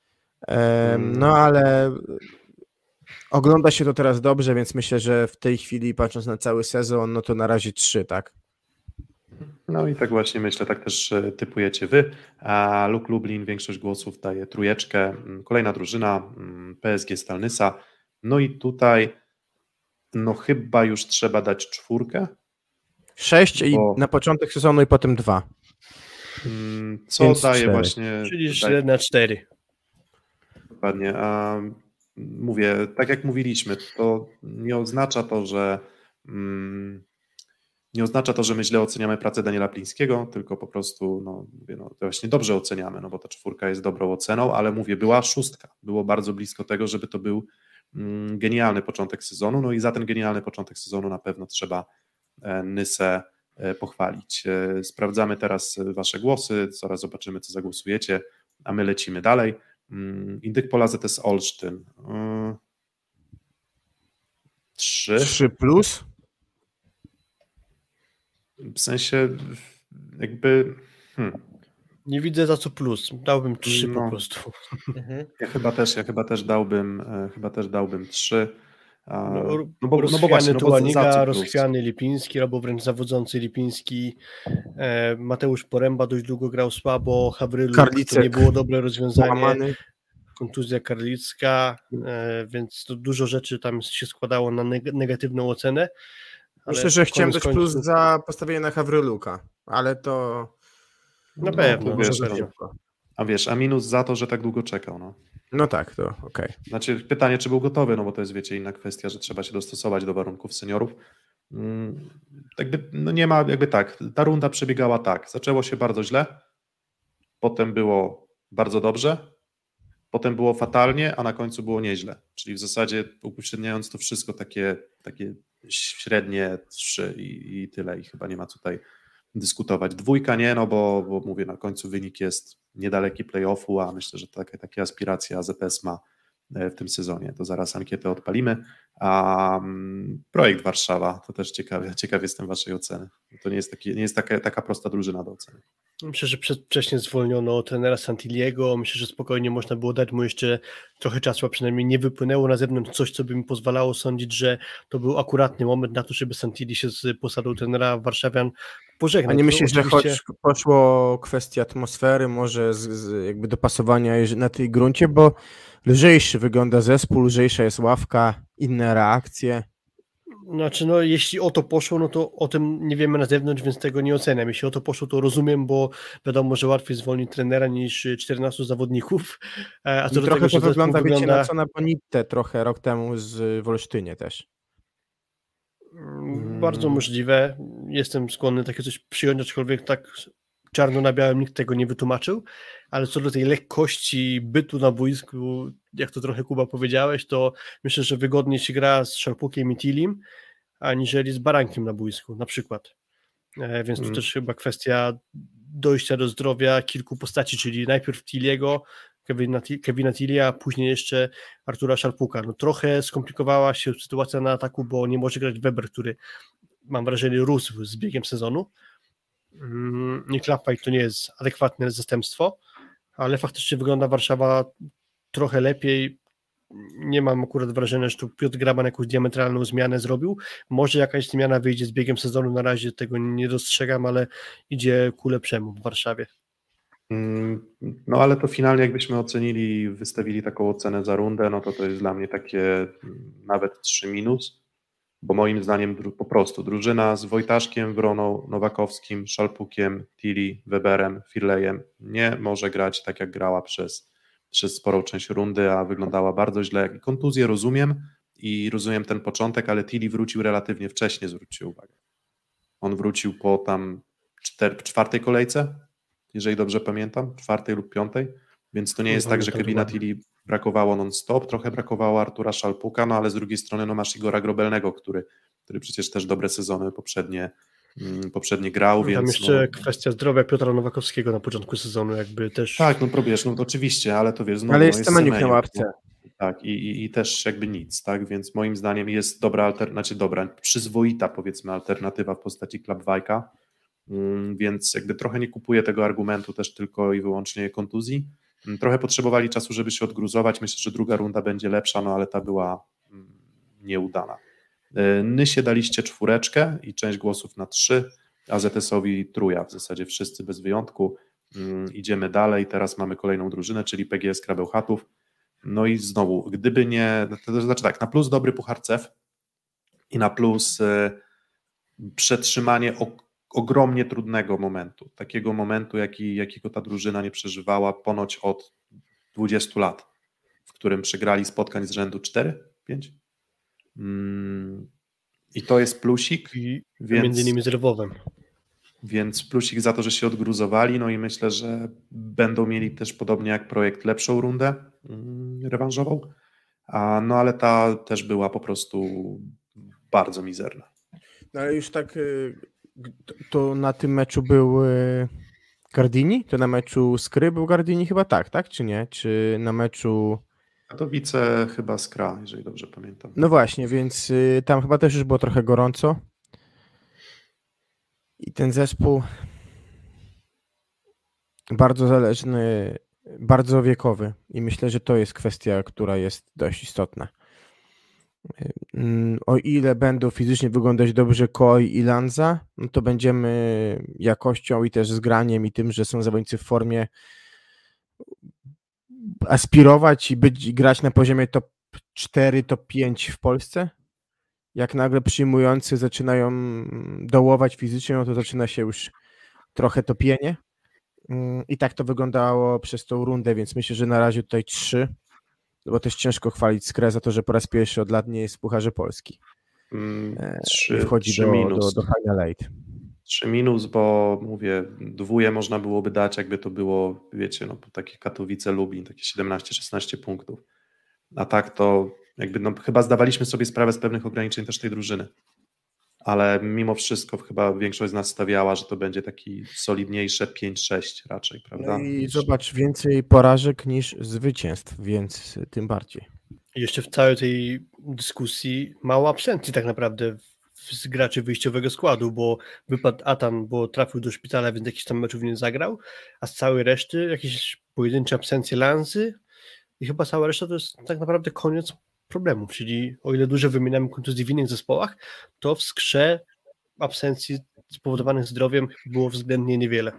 Um, no ale ogląda się to teraz dobrze, więc myślę, że w tej chwili, patrząc na cały sezon, no to na razie trzy, tak?
No i tak właśnie myślę, tak też typujecie wy, a Luk Lublin większość głosów daje trójeczkę, kolejna drużyna P S G Stalnysa, no i tutaj no chyba już trzeba dać czwórkę.
Sześć i
bo...
na początek sezonu i potem dwa.
Co
Więc
daje
cztery.
właśnie...
Czyli
daje...
na cztery.
Dokładnie, a mówię, tak jak mówiliśmy, to nie oznacza to, że mm, nie oznacza to, że my źle oceniamy pracę Daniela Plińskiego, tylko po prostu, no mówię, no to właśnie dobrze oceniamy, no bo ta czwórka jest dobrą oceną, ale mówię, była szóstka, było bardzo blisko tego, żeby to był mm, genialny początek sezonu, no i za ten genialny początek sezonu na pewno trzeba e, Nysę e, pochwalić. E, sprawdzamy teraz wasze głosy, zaraz zobaczymy, co zagłosujecie, a my lecimy dalej. Indyk Pola Z S Olsztyn. Trzy.
Trzy plus?
W sensie jakby... Hmm.
Nie widzę za co plus. Dałbym trzy
No.
po prostu.
Ja chyba też, ja chyba też dałbym, chyba też dałbym trzy.
No,
no bo,
rozchwiany
no bo właśnie, no bo
Tułaniga,
za co plus?
rozchwiany Lipiński, albo wręcz zawodzący Lipiński. E, Mateusz Poręba dość długo grał słabo, Hawryluk
Karlicek.
to nie było dobre rozwiązanie.
Łamany.
Kontuzja Karlicka, e, więc to dużo rzeczy tam się składało na neg- negatywną ocenę.
Myślę, że chciałem
koniec
dać plus
końców-
za postawienie na Hawryluka, ale to...
Na
no,
pewno,
to
na
wiesz,
pewno.
no. A wiesz, a minus za to, że tak długo czekał, no.
No tak, to okej. Okay.
Znaczy pytanie, czy był gotowy, no bo to jest, wiecie, inna kwestia, że trzeba się dostosować do warunków seniorów. Hmm, jakby, no nie ma, jakby tak, ta runda przebiegała tak, zaczęło się bardzo źle, potem było bardzo dobrze, potem było fatalnie, a na końcu było nieźle, czyli w zasadzie upośredniając to wszystko takie, takie średnie trzy i, i tyle i chyba nie ma tutaj dyskutować. Dwójka nie, no bo, bo mówię, na końcu wynik jest niedaleki play-offu, a myślę, że takie, takie aspiracje A Z S ma w tym sezonie. To zaraz ankietę odpalimy. A um, projekt Warszawa, to też ciekawie, ciekaw jestem waszej oceny. To nie jest, taki, nie jest taka, taka prosta drużyna do oceny.
Myślę, że przedwcześnie zwolniono trenera Santiliego. Myślę, że spokojnie można było dać mu jeszcze trochę czasu, a przynajmniej nie wypłynęło na zewnątrz coś, co by mi pozwalało sądzić, że to był akuratny moment na to, żeby Santilli się z posadą trenera warszawian pożegnał.
A nie myślisz,
to
że
oczywiście...
choć poszło kwestia atmosfery, może z, z jakby dopasowania na tej gruncie, bo lżejszy wygląda zespół, lżejsza jest ławka, inne reakcje.
Znaczy, no jeśli o to poszło, no to o tym nie wiemy na zewnątrz, więc tego nie oceniam. Jeśli o to poszło, to rozumiem, bo wiadomo, że łatwiej zwolnić trenera niż czternastu zawodników. A co do
trochę
tego,
to wygląda, wiecie,
wygląda...
na co na Bonitę trochę rok temu z w Olsztynie też.
Bardzo możliwe. Jestem skłonny takie coś przyjąć, aczkolwiek tak czarno na białym nikt tego nie wytłumaczył, ale co do tej lekkości bytu na boisku, jak to trochę Kuba powiedziałeś, to myślę, że wygodniej się gra z Szarpukiem i Tilim, aniżeli z Barankiem na boisku na przykład. E, więc tu
Mm.
też chyba kwestia dojścia do zdrowia kilku postaci, czyli najpierw Tiliego, Kevina, Kevina Tillia, a później jeszcze Artura Szarpuka. No trochę skomplikowała się sytuacja na ataku, bo nie może grać Weber, który mam wrażenie rósł z biegiem sezonu. Nick Lampaj to nie jest adekwatne zastępstwo, ale faktycznie wygląda Warszawa trochę lepiej. Nie mam akurat wrażenia, że tu Piotr Graban jakąś diametralną zmianę zrobił. Może jakaś zmiana wyjdzie z biegiem sezonu, na razie tego nie dostrzegam, ale idzie ku lepszemu w Warszawie.
No ale to finalnie jakbyśmy ocenili, wystawili taką ocenę za rundę, no to to jest dla mnie takie nawet trzy minus, bo moim zdaniem dru- po prostu drużyna z Wojtaszkiem, Wroną, Nowakowskim, Szalpukiem, Tilly, Weberem, Firlejem nie może grać tak jak grała przez, przez sporą część rundy, a wyglądała bardzo źle. I kontuzję rozumiem i rozumiem ten początek, ale Tilly wrócił relatywnie wcześnie, zwróćcie uwagę. On wrócił po tam czter- czwartej kolejce, jeżeli dobrze pamiętam, czwartej lub piątej, więc to nie jest
Nie
tak, że
pamiętam
Kevina
dokładnie.
Tilly brakowało non-stop, trochę brakowało Artura Szalpuka, no ale z drugiej strony no masz Igora Grobelnego, który, który przecież też dobre sezony poprzednie, mm, poprzednie grał,
Tam
więc...
jeszcze
no,
kwestia zdrowia Piotra Nowakowskiego na początku sezonu, jakby też...
tak, no próbujesz, no to oczywiście, ale to wiesz, znowu,
Ale
no,
jest Semeniuk na
Semeniuk,
ławce.
no, tak, i, i, i też jakby nic, tak, więc moim zdaniem jest dobra alternatywa, dobra, przyzwoita powiedzmy alternatywa w postaci Klapwajka, mm, więc jakby trochę nie kupuję tego argumentu też tylko i wyłącznie kontuzji. Mm, Trochę potrzebowali czasu, żeby się odgruzować, myślę, że druga runda będzie lepsza, no ale ta była mm, nieudana. Y, Nysie daliście czwóreczkę i część głosów na trzy, a Z S owi trójka, w zasadzie wszyscy bez wyjątku. Mm, Idziemy dalej, teraz mamy kolejną drużynę, czyli P G S Krabełchatów. No i znowu, gdyby nie, to znaczy tak, na plus dobry Puchar C E F i na plus y, przetrzymanie o, ogromnie trudnego momentu, takiego momentu, jaki, jakiego ta drużyna nie przeżywała ponoć od dwudziestu lat, w którym przegrali spotkań z rzędu cztery, pięć. Mm, I to jest plusik,
I
więc...
między innymi z Lwowem.
Więc plusik za to, że się odgruzowali, no i myślę, że będą mieli też podobnie jak projekt lepszą rundę mm, rewanżową, a, no ale ta też była po prostu bardzo mizerna.
No ale już tak, y, g- to na tym meczu był y, Gardini? To na meczu Skry był Gardini chyba tak, tak? Czy nie? Czy na meczu...
Katowice chyba Skra, jeżeli dobrze pamiętam.
No właśnie, więc y, tam chyba też już było trochę gorąco. I ten zespół bardzo zależny, bardzo wiekowy. I myślę, że to jest kwestia, która jest dość istotna. Y, mm, O ile będą fizycznie wyglądać dobrze Koi i Lanza, no to będziemy jakością i też zgraniem i tym, że są zawodnicy w formie, aspirować i być i grać na poziomie top cztery, top pięć w Polsce. Jak nagle przyjmujący zaczynają dołować fizycznie, no to zaczyna się już trochę topienie. Mm, I tak to wyglądało przez tą rundę, więc myślę, że na razie tutaj trzy, bo też ciężko chwalić Skrę za to, że po raz pierwszy od lat nie jest w Pucharze Polski.
Mm,
E, I
Trzy,
wchodzi
trzy
do, do,
minus.
do Final Eight.
Trzy minus, bo mówię, dwóje można byłoby dać, jakby to było, wiecie, no takie Katowice, Lubin, takie siedemnaście szesnaście punktów. A tak to jakby, no chyba zdawaliśmy sobie sprawę z pewnych ograniczeń też tej drużyny. Ale mimo wszystko chyba większość z nas stawiała, że to będzie taki solidniejsze pięć sześć raczej, prawda?
No i
Niż-
zobacz, więcej porażek niż zwycięstw, więc tym bardziej.
I jeszcze w całej tej dyskusji mało absencji tak naprawdę z graczy wyjściowego składu, bo wypadł Atan, bo trafił do szpitala, więc jakiś tam meczów nie zagrał, a z całej reszty jakieś pojedyncze absencje Lanzy i chyba cała reszta to jest tak naprawdę koniec problemów, czyli o ile dużo wymieniamy kontuzji w innych zespołach, to w Skrze absencji spowodowanych zdrowiem było względnie niewiele.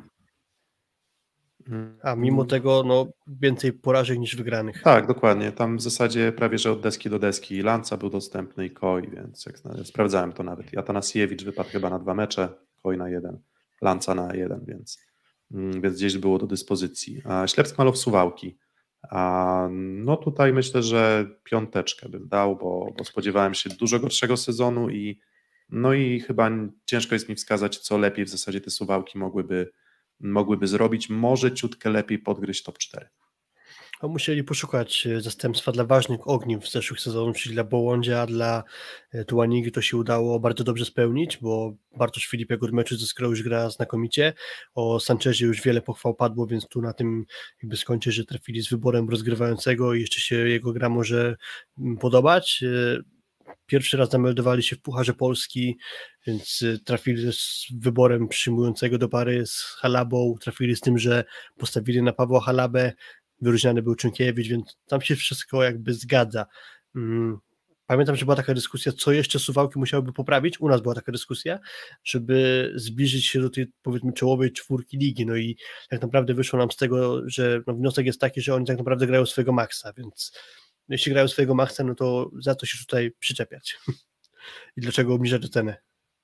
A mimo tego no, więcej porażek niż wygranych.
Tak, dokładnie. Tam w zasadzie prawie, że od deski do deski Lanca był dostępny i Koi, więc jak zna- sprawdzałem to nawet. I Atanasiewicz wypadł chyba na dwa mecze, Koi na jeden, Lanca na jeden, więc, mm, więc gdzieś było do dyspozycji. A Ślepsk Malow Suwałki. A no tutaj myślę, że piąteczkę bym dał, bo, bo spodziewałem się dużo gorszego sezonu i no i chyba ciężko jest mi wskazać, co lepiej w zasadzie te Suwałki mogłyby mogłyby zrobić, może ciutkę lepiej podgryźć top cztery.
A musieli poszukać zastępstwa dla ważnych ogniw z zeszłych sezonów, czyli dla Bołądzia, dla Tułanigi. To się udało bardzo dobrze spełnić, bo Bartosz Filip jak od meczu ze Skrą już gra znakomicie. O Sanchezie już wiele pochwał padło, więc tu na tym jakby skończę, że trafili z wyborem rozgrywającego i jeszcze się jego gra może podobać. Pierwszy raz zameldowali się w Pucharze Polski, więc trafili z wyborem przyjmującego do pary z Halabą, trafili z tym, że postawili na Pawła Halabę, wyróżniany był Czynkiewicz, więc tam się wszystko jakby zgadza. Pamiętam, że była taka dyskusja, co jeszcze Suwałki musiałyby poprawić, u nas była taka dyskusja, żeby zbliżyć się do tej, powiedzmy, czołowej czwórki ligi, no i tak naprawdę wyszło nam z tego, że no, wniosek jest taki, że oni tak naprawdę grają swojego maksa, więc jeśli grają swojego maksa, no to za to się tutaj przyczepiać. I dlaczego obniżać cenę?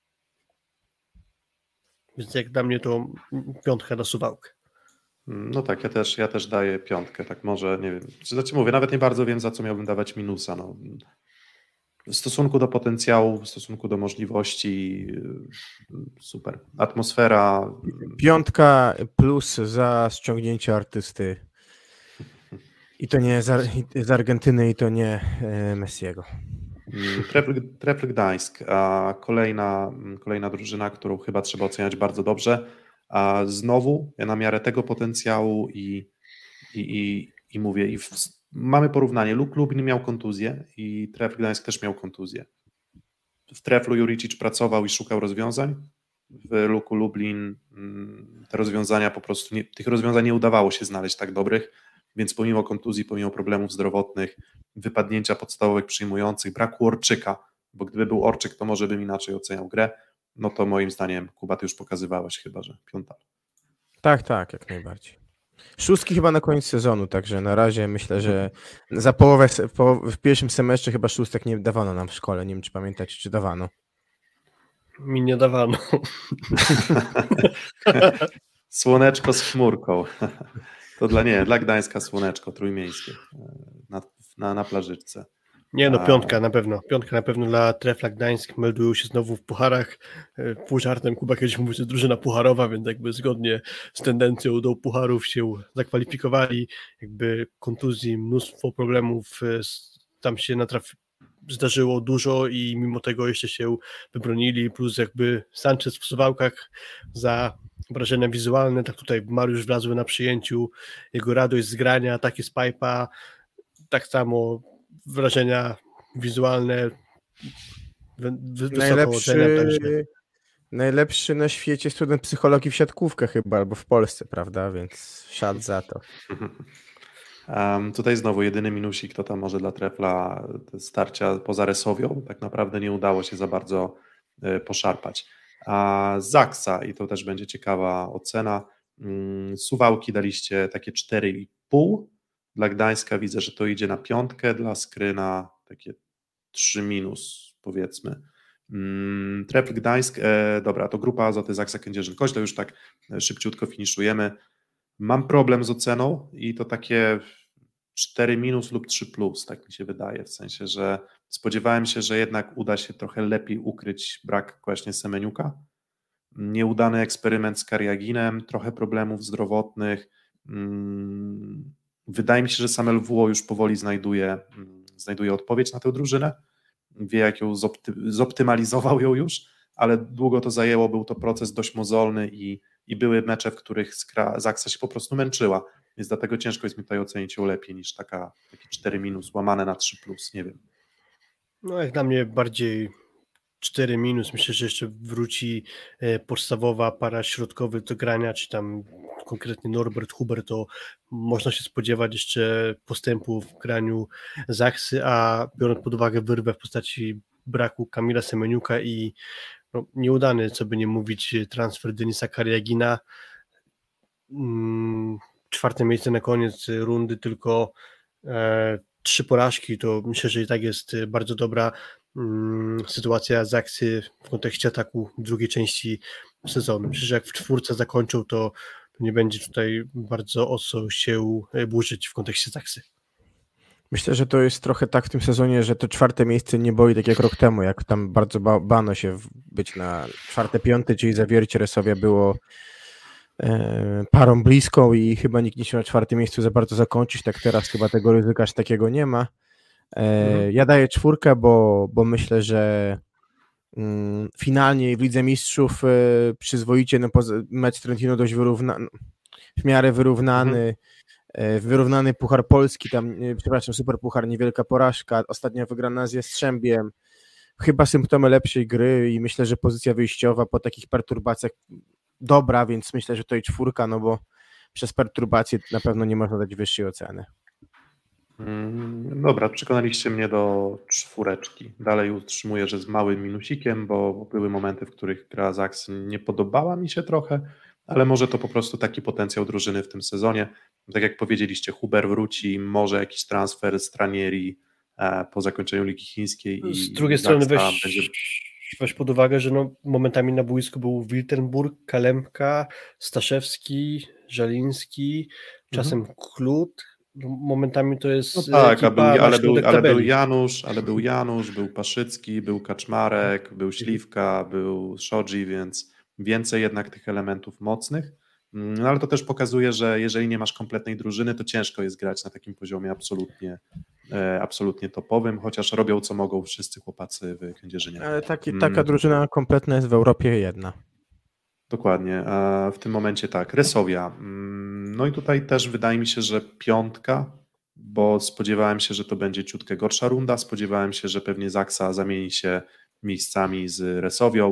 Więc jak dla mnie to piątka na Suwałkę.
No tak, ja też, ja też daję piątkę, tak może, nie wiem, znaczy mówię, nawet nie bardzo wiem, za co miałbym dawać minusa, no. W stosunku do potencjału, w stosunku do możliwości, super. Atmosfera.
Piątka plus za ściągnięcie artysty. I to nie z, Ar- z Argentyny, i to nie e, Messiego.
Trefl, Trefl Gdańsk, a kolejna, kolejna drużyna, którą chyba trzeba oceniać bardzo dobrze. A znowu na miarę tego potencjału i, i, i, i mówię, i w, mamy porównanie. Luk Lublin miał kontuzję i Trefl Gdańsk też miał kontuzję. W Treflu Juricic pracował i szukał rozwiązań. W Luku Lublin te rozwiązania po prostu, nie, tych rozwiązań nie udawało się znaleźć tak dobrych, więc pomimo kontuzji, pomimo problemów zdrowotnych, wypadnięcia podstawowych przyjmujących, braku Orczyka, bo gdyby był Orczyk, to może bym inaczej oceniał grę. No to moim zdaniem, Kuba, ty już pokazywałeś chyba, że piąta.
Tak, tak, jak najbardziej. Szóstki chyba na koniec sezonu, także na razie myślę, że za połowę, w pierwszym semestrze chyba szóstek nie dawano nam w szkole, nie wiem czy pamiętacie, czy dawano.
Mi nie dawano.
Słoneczko z chmurką. To dla nie, dla Gdańska słoneczko trójmiejskie na, na, na plażyczce.
Nie no, piątka na pewno. Piątka na pewno dla Trefla Gdańsk. Meldują się znowu w pucharach. Pół żartem Kuba kiedyś mówił, że drużyna pucharowa, więc jakby zgodnie z tendencją do pucharów się zakwalifikowali. Jakby kontuzji, mnóstwo problemów tam się natrafi, zdarzyło dużo i mimo tego jeszcze się wybronili. Plus jakby Sanchez w Suwałkach za wrażenia wizualne, tak tutaj Mariusz wlazły na przyjęciu, jego radość z grania, takie z pipe'a, tak samo wrażenia wizualne wysoko
najlepszy,
oceniam, także.
Najlepszy na świecie student psychologii w siatkówkę chyba, albo w Polsce, prawda, więc szat za to.
Um, tutaj znowu jedyny minusik, kto tam może dla Trefla starcia poza Resowią, tak naprawdę nie udało się za bardzo y, poszarpać. A Zaksa, i to też będzie ciekawa ocena, mm, Suwałki daliście takie cztery i pół, dla Gdańska widzę, że to idzie na piątkę, dla Skry na takie trzy minus, powiedzmy. Mm, Trefl Gdańsk, e, dobra, to grupa Azoty Zaksa Kędzierzyn-Koźle, to już tak szybciutko finiszujemy. Mam problem z oceną i to takie cztery minus lub trzy plus, tak mi się wydaje, w sensie, że spodziewałem się, że jednak uda się trochę lepiej ukryć brak właśnie Semeniuka. Nieudany eksperyment z Kariaginem, trochę problemów zdrowotnych. Wydaje mi się, że sam L W O już powoli znajduje, znajduje odpowiedź na tę drużynę. Wie, jak ją zopty- zoptymalizował ją już, ale długo to zajęło, był to proces dość mozolny i, i były mecze, w których Skra- Zaksa się po prostu męczyła, więc dlatego ciężko jest mi tutaj ocenić ją lepiej niż taka, taki cztery minus łamane na trzy plus, nie wiem.
No jak dla mnie bardziej cztery minus, myślę, że jeszcze wróci podstawowa para środkowych do grania, czy tam konkretnie Norbert Huber, to można się spodziewać jeszcze postępu w graniu Zaksy, a biorąc pod uwagę wyrwę w postaci braku Kamila Semeniuka i no, nieudany, co by nie mówić, transfer Denisa Kariagina, czwarte miejsce na koniec rundy, tylko e, trzy porażki, to myślę, że i tak jest bardzo dobra mm, sytuacja Zaksy w kontekście ataku drugiej części sezonu. Myślę, że jak w czwórce zakończą, to, to nie będzie tutaj bardzo ostro się burzyć w kontekście Zaksy.
Myślę, że to jest trochę tak w tym sezonie, że to czwarte miejsce nie boi tak jak rok temu, jak tam bardzo ba- bano się być na czwarte, piąte, czyli zawiercie Resowia było e, parą bliską i chyba nikt nie się na czwartym miejscu za bardzo zakończyć, tak teraz chyba tego ryzyka aż takiego nie ma. E, mhm. Ja daję czwórkę, bo, bo myślę, że mm, finalnie w Lidze Mistrzów e, przyzwoicie, no, poza, mecz Trentino dość wyrównany, w miarę wyrównany, mhm. Wyrównany Puchar Polski, tam, przepraszam, Super Puchar, niewielka porażka, ostatnia wygrana z Jastrzębiem, chyba symptomy lepszej gry i myślę, że pozycja wyjściowa po takich perturbacjach dobra, więc myślę, że to i czwórka, no bo przez perturbacje na pewno nie można dać wyższej oceny.
Dobra, przekonaliście mnie do czwóreczki. Dalej utrzymuję, że z małym minusikiem, bo były momenty, w których gra z Ajax nie podobała mi się trochę, ale może to po prostu taki potencjał drużyny w tym sezonie. Tak jak powiedzieliście, Huber wróci, może jakiś transfer z Tranieri e, po zakończeniu Ligi Chińskiej. I
z drugiej strony weź,
będzie...
weź pod uwagę, że no, momentami na boisku był Wiltenburg, Kalemka, Staszewski, Żaliński, czasem mhm. Klut. Momentami to jest.
No tak, a był, ale, był, ale był Janusz, ale był Janusz, był Paszycki, był Kaczmarek, był Śliwka, był Szodzi, więc więcej jednak tych elementów mocnych. No ale to też pokazuje, że jeżeli nie masz kompletnej drużyny, to ciężko jest grać na takim poziomie absolutnie, e, absolutnie topowym, chociaż robią co mogą wszyscy chłopacy w Kędzierzynie.
Ale taki, taka drużyna kompletna jest w Europie jedna.
Dokładnie, a w tym momencie tak, Resowia. No i tutaj też wydaje mi się, że piątka, bo spodziewałem się, że to będzie ciutkę gorsza runda, spodziewałem się, że pewnie Zaksa zamieni się miejscami z Resowią.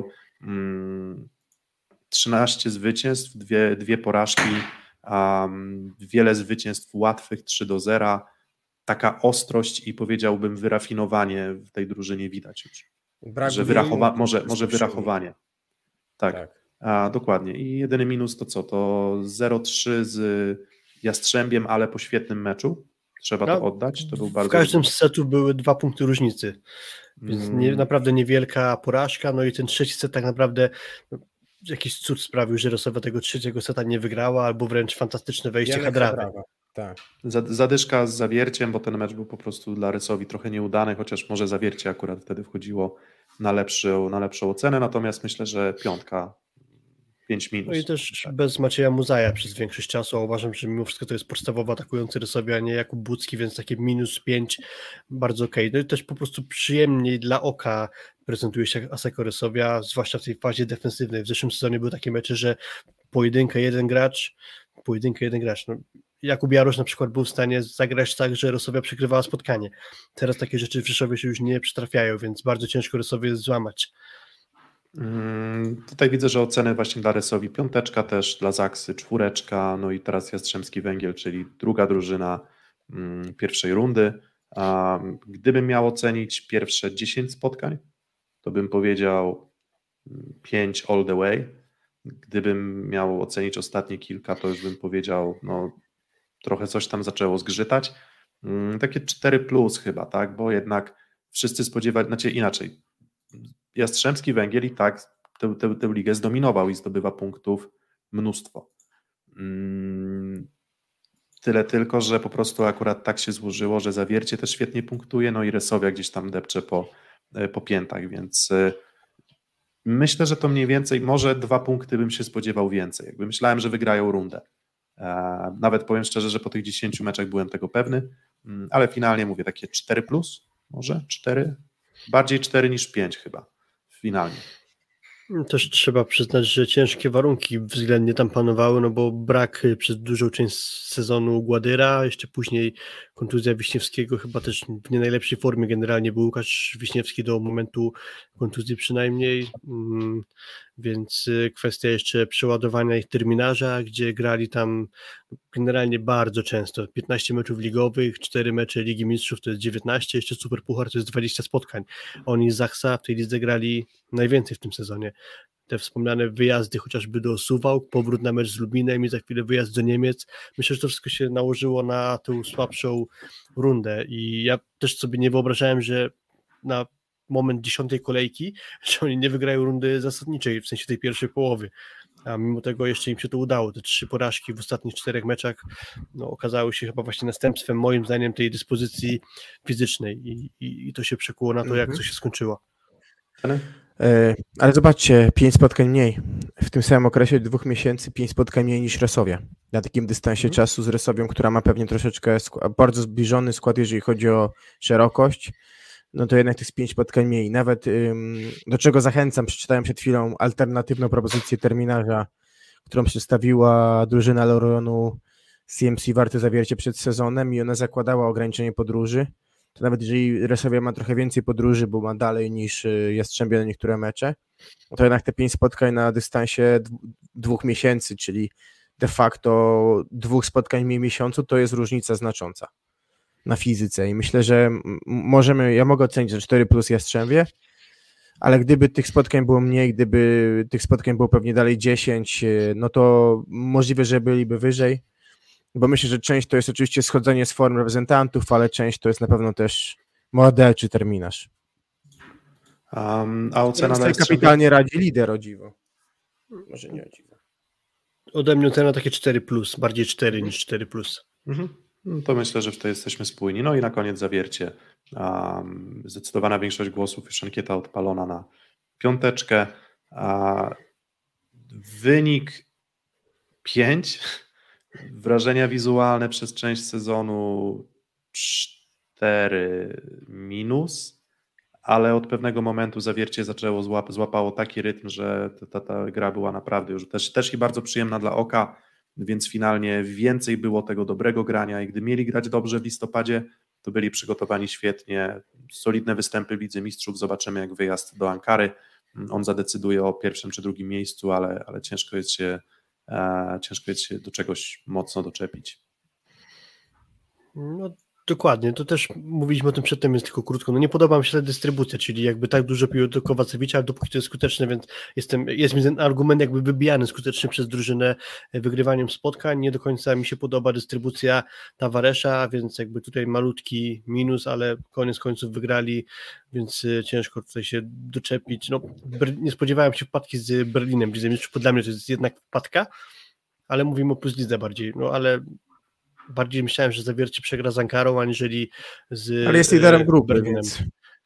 trzynaście zwycięstw, dwie, dwie porażki, um, wiele zwycięstw łatwych, trzy do zera. Taka ostrość i powiedziałbym wyrafinowanie w tej drużynie widać już. Brak że wyrachowa- może, może wyrachowanie. Tak. tak. A, dokładnie. I jedyny minus to co? To zero trzy z Jastrzębiem, ale po świetnym meczu. Trzeba no, to oddać. To był bardzo
w każdym z setów były dwa punkty różnicy. Więc nie, naprawdę niewielka porażka. No i ten trzeci set tak naprawdę jakiś cud sprawił, że Resowia tego trzeciego seta nie wygrała, albo wręcz fantastyczne wejście Hadrawy.
Tak.
Zadyszka z Zawierciem, bo ten mecz był po prostu dla Resowi trochę nieudany, chociaż może Zawiercie akurat wtedy wchodziło na lepszą, na lepszą ocenę, natomiast myślę, że piątka, pięć minus.
No i też tak. Bez Macieja Muzaja przez większość czasu, a uważam, że mimo wszystko to jest podstawowo atakujący Resowia, a nie Jakub Bucki, więc takie minus pięć bardzo okej. Okay. No i też po prostu przyjemniej dla oka prezentuje się Asseco Resowia, zwłaszcza w tej fazie defensywnej. W zeszłym sezonie były takie mecze, że pojedynkę jeden gracz, pojedynkę jeden gracz, no Jakub Jarosz na przykład był w stanie zagrać tak, że Resowia przegrywała spotkanie. Teraz takie rzeczy w Rzeszowie się już nie przytrafiają, więc bardzo ciężko Resowie jest złamać.
Hmm, tutaj widzę, że oceny właśnie dla Resowi piąteczka, też dla Zaksy czwóreczka, no i teraz Jastrzębski Węgiel, czyli druga drużyna hmm, pierwszej rundy. A gdybym miał ocenić pierwsze dziesięć spotkań, to bym powiedział pięć all the way. Gdybym miał ocenić ostatnie kilka, to już bym powiedział, no trochę coś tam zaczęło zgrzytać. Takie cztery plus chyba, tak, bo jednak wszyscy spodziewali, znaczy inaczej, Jastrzębski Węgiel i tak tę, tę, tę ligę zdominował i zdobywa punktów mnóstwo. Tyle tylko, że po prostu akurat tak się złożyło, że Zawiercie też świetnie punktuje, no i Resowia gdzieś tam depcze po, po piętach, więc myślę, że to mniej więcej, może dwa punkty bym się spodziewał więcej. Jakby myślałem, że wygrają rundę. Nawet powiem szczerze, że po tych dziesięciu meczach byłem tego pewny, ale finalnie mówię takie cztery plus, może cztery, bardziej cztery niż pięć chyba finalnie.
Też trzeba przyznać, że ciężkie warunki względnie tam panowały, no bo brak przez dużą część sezonu Gładyra, jeszcze później kontuzja Wiśniewskiego, chyba też w nie najlepszej formie generalnie był Łukasz Wiśniewski do momentu kontuzji przynajmniej, więc kwestia jeszcze przeładowania ich terminarza, gdzie grali tam generalnie bardzo często, piętnaście meczów ligowych, cztery mecze Ligi Mistrzów to jest dziewiętnaście, jeszcze Super Puchar to jest dwadzieścia spotkań. Oni z Zaksa w tej lidze grali najwięcej w tym sezonie. Te wspomniane wyjazdy chociażby do Suwałk, powrót na mecz z Lubinem i za chwilę wyjazd do Niemiec. Myślę, że to wszystko się nałożyło na tę słabszą rundę i ja też sobie nie wyobrażałem, że na moment dziesiątej kolejki, że oni nie wygrają rundy zasadniczej, w sensie tej pierwszej połowy. A mimo tego jeszcze im się to udało. Te trzy porażki w ostatnich czterech meczach no, okazały się chyba właśnie następstwem moim zdaniem tej dyspozycji fizycznej i, i, i to się przekuło na to, jak to się skończyło.
Ale zobaczcie, pięć spotkań mniej. W tym samym okresie dwóch miesięcy pięć spotkań mniej niż Resowia. Na takim dystansie czasu z Resowią, która ma pewnie troszeczkę skład, bardzo zbliżony skład, jeżeli chodzi o szerokość, no to jednak to jest pięć spotkań mniej. Nawet do czego zachęcam, przeczytałem przed chwilą alternatywną propozycję terminarza, którą przedstawiła drużyna Lorionu C M C Warte Zawiercie przed sezonem i ona zakładała ograniczenie podróży. To nawet jeżeli Resowia ma trochę więcej podróży, bo ma dalej niż Jastrzębie na niektóre mecze, to jednak te pięć spotkań na dystansie dwóch miesięcy, czyli de facto dwóch spotkań mniej miesiącu, to jest różnica znacząca na fizyce i myślę, że możemy, ja mogę ocenić, że cztery plus Jastrzębie, ale gdyby tych spotkań było mniej, gdyby tych spotkań było pewnie dalej dziesięć, no to możliwe, że byliby wyżej, bo myślę, że część to jest oczywiście schodzenie z form reprezentantów, ale część to jest na pewno też model czy terminarz.
Um, a ocena na
kapitalnie radzi lider, o dziwo. Może nie o dziwo.
Ode mnie ocena takie cztery plus, bardziej cztery niż cztery plus.
Mhm. No to myślę, że w to jesteśmy spójni. No i na koniec Zawiercie. Um, zdecydowana większość głosów, już ankieta odpalona na piąteczkę. A wynik pięć. Wrażenia wizualne przez część sezonu cztery minus, ale od pewnego momentu Zawiercie zaczęło złap, złapało taki rytm, że ta, ta gra była naprawdę już też, też i bardzo przyjemna dla oka, więc finalnie więcej było tego dobrego grania i gdy mieli grać dobrze w listopadzie, to byli przygotowani świetnie, solidne występy w Lidze Mistrzów, zobaczymy jak wyjazd do Ankary, on zadecyduje o pierwszym czy drugim miejscu, ale, ale ciężko jest się e, ciężko jest się do czegoś mocno doczepić.
No dokładnie, to też mówiliśmy o tym przedtem, jest tylko krótko, no nie podoba mi się ta dystrybucja, czyli jakby tak dużo pił do Kowacewicza, dopóki to jest skuteczne, więc jestem, jest mi ten argument jakby wybijany skutecznie przez drużynę wygrywaniem spotkań, nie do końca mi się podoba dystrybucja Tavaresza, więc jakby tutaj malutki minus, ale koniec końców wygrali, więc ciężko tutaj się doczepić, no nie spodziewałem się wpadki z Berlinem, dla mnie to jest jednak wpadka, ale mówimy o plus lidze bardziej, no ale bardziej myślałem, że Zawiercie przegra z Ankarą, aniżeli z
Ale jest liderem grupy,
Berlinem.
więc...